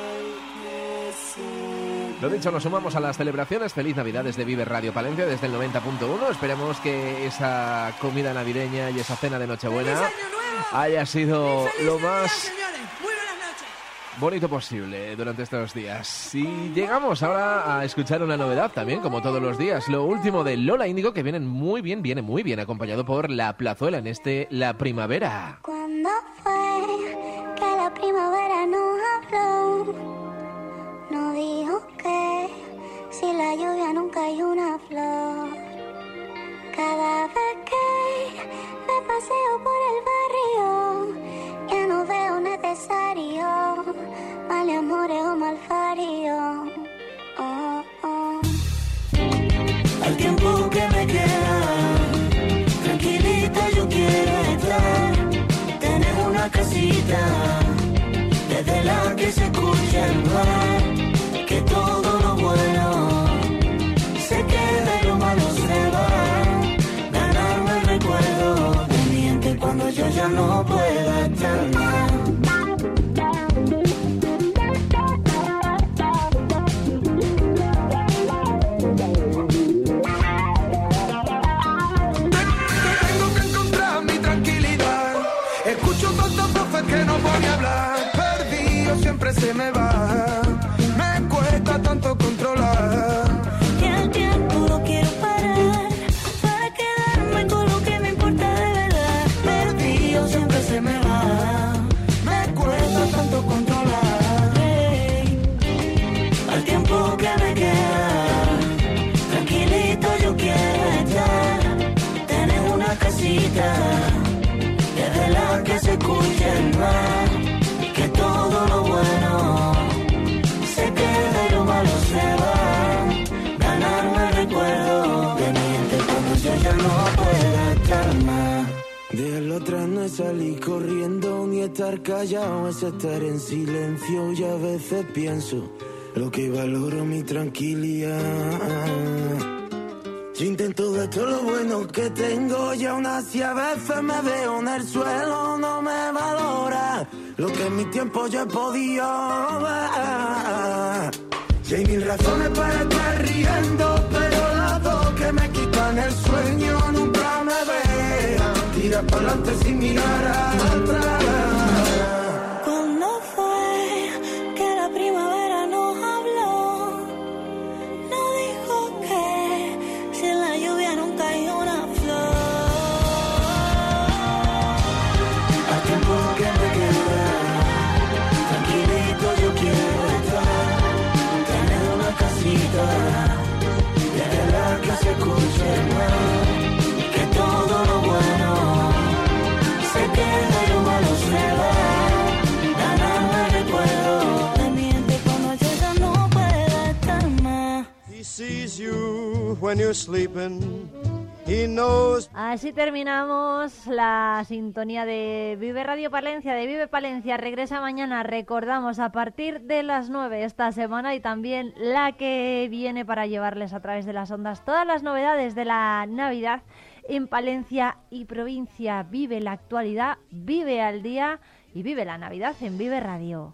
Lo dicho, nos sumamos a las celebraciones. Feliz Navidad desde Vive Radio Palencia, desde el noventa punto uno. Esperemos que esa comida navideña y esa cena de Nochebuena haya sido lo más bonito posible durante estos días. Y llegamos ahora a escuchar una novedad también, como todos los días. Lo último de Lola Índigo, que viene muy bien, viene muy bien, acompañado por La Plazuela en este La Primavera. ¿Cuándo fue que la primavera nos habló? No dijo que si la lluvia nunca hay una flor. Cada vez que me paseo por el barrio, ya no veo necesario mal amores o malfario. Oh, oh. Al tiempo que me queda, tranquilita yo quiero estar. Tener una casita desde la que se escucha el mar, que todo lo bueno se queda y lo malo se va. Ganarme el recuerdo de mi gente cuando yo ya no pueda estar más. Tengo que encontrar mi tranquilidad. Escucho tantas voces que no puedo ni hablar. Siempre se me va, me cuesta tanto controlar. Y el tiempo no quiero parar para quedarme con lo que me importa de verdad. Perdido siempre se me va, me cuesta tanto controlar. Hey. Al tiempo que me queda, tranquilito yo quiero estar. Tener una casita desde la que se escuche el mar. Todo lo bueno se queda y lo malo se va. Ganarme el recuerdo de mi gente cuando yo ya no pueda estar más. Déjalo atrás, no es salir corriendo ni estar callado, es estar en silencio y a veces pienso lo que valoro mi tranquilidad. Yo intento de todo lo bueno que tengo y aún así a veces me veo en el suelo, no me valora lo que en mi tiempo yo he podido ver. Y hay mil razones para estar riendo, pero las dos que me quitan el sueño nunca me vean. Tira para adelante sin mirar atrás. ¿Cuándo fue que la primavera nos habló? No dijo que si en la lluvia nunca hay una flor. Al tiempo que me queda, tranquilito yo quiero estar. Tener una casita desde la que se escuche el mar. Que todo lo bueno se queda y lo malo se va. Ganarme el recuerdo de mi gente cuando yo ya no pueda estar más. He sees you when you're sleeping. He knows. Así terminamos la sintonía de Vive Radio Palencia, de Vive Palencia. Regresa mañana, recordamos, a partir de las nueve esta semana y también la que viene para llevarles a través de las ondas todas las novedades de la Navidad en Palencia y provincia. Vive la actualidad, vive al día y vive la Navidad en Vive Radio.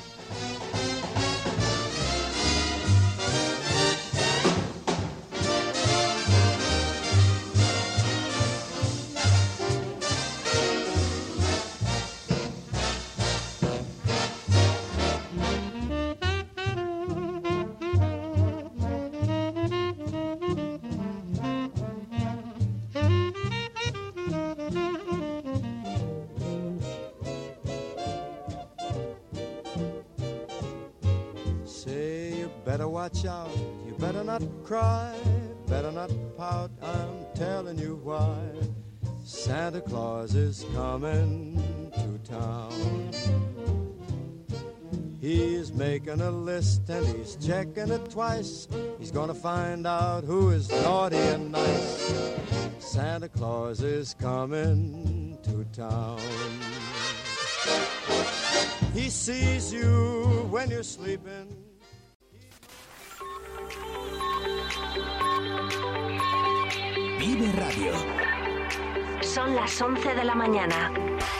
Better watch out, you better not cry, better not pout, I'm telling you why. Santa Claus is coming to town. He's making a list and he's checking it twice. He's gonna find out who is naughty and nice. Santa Claus is coming to town. He sees you when you're sleeping. Vive Radio. Son las once de la mañana.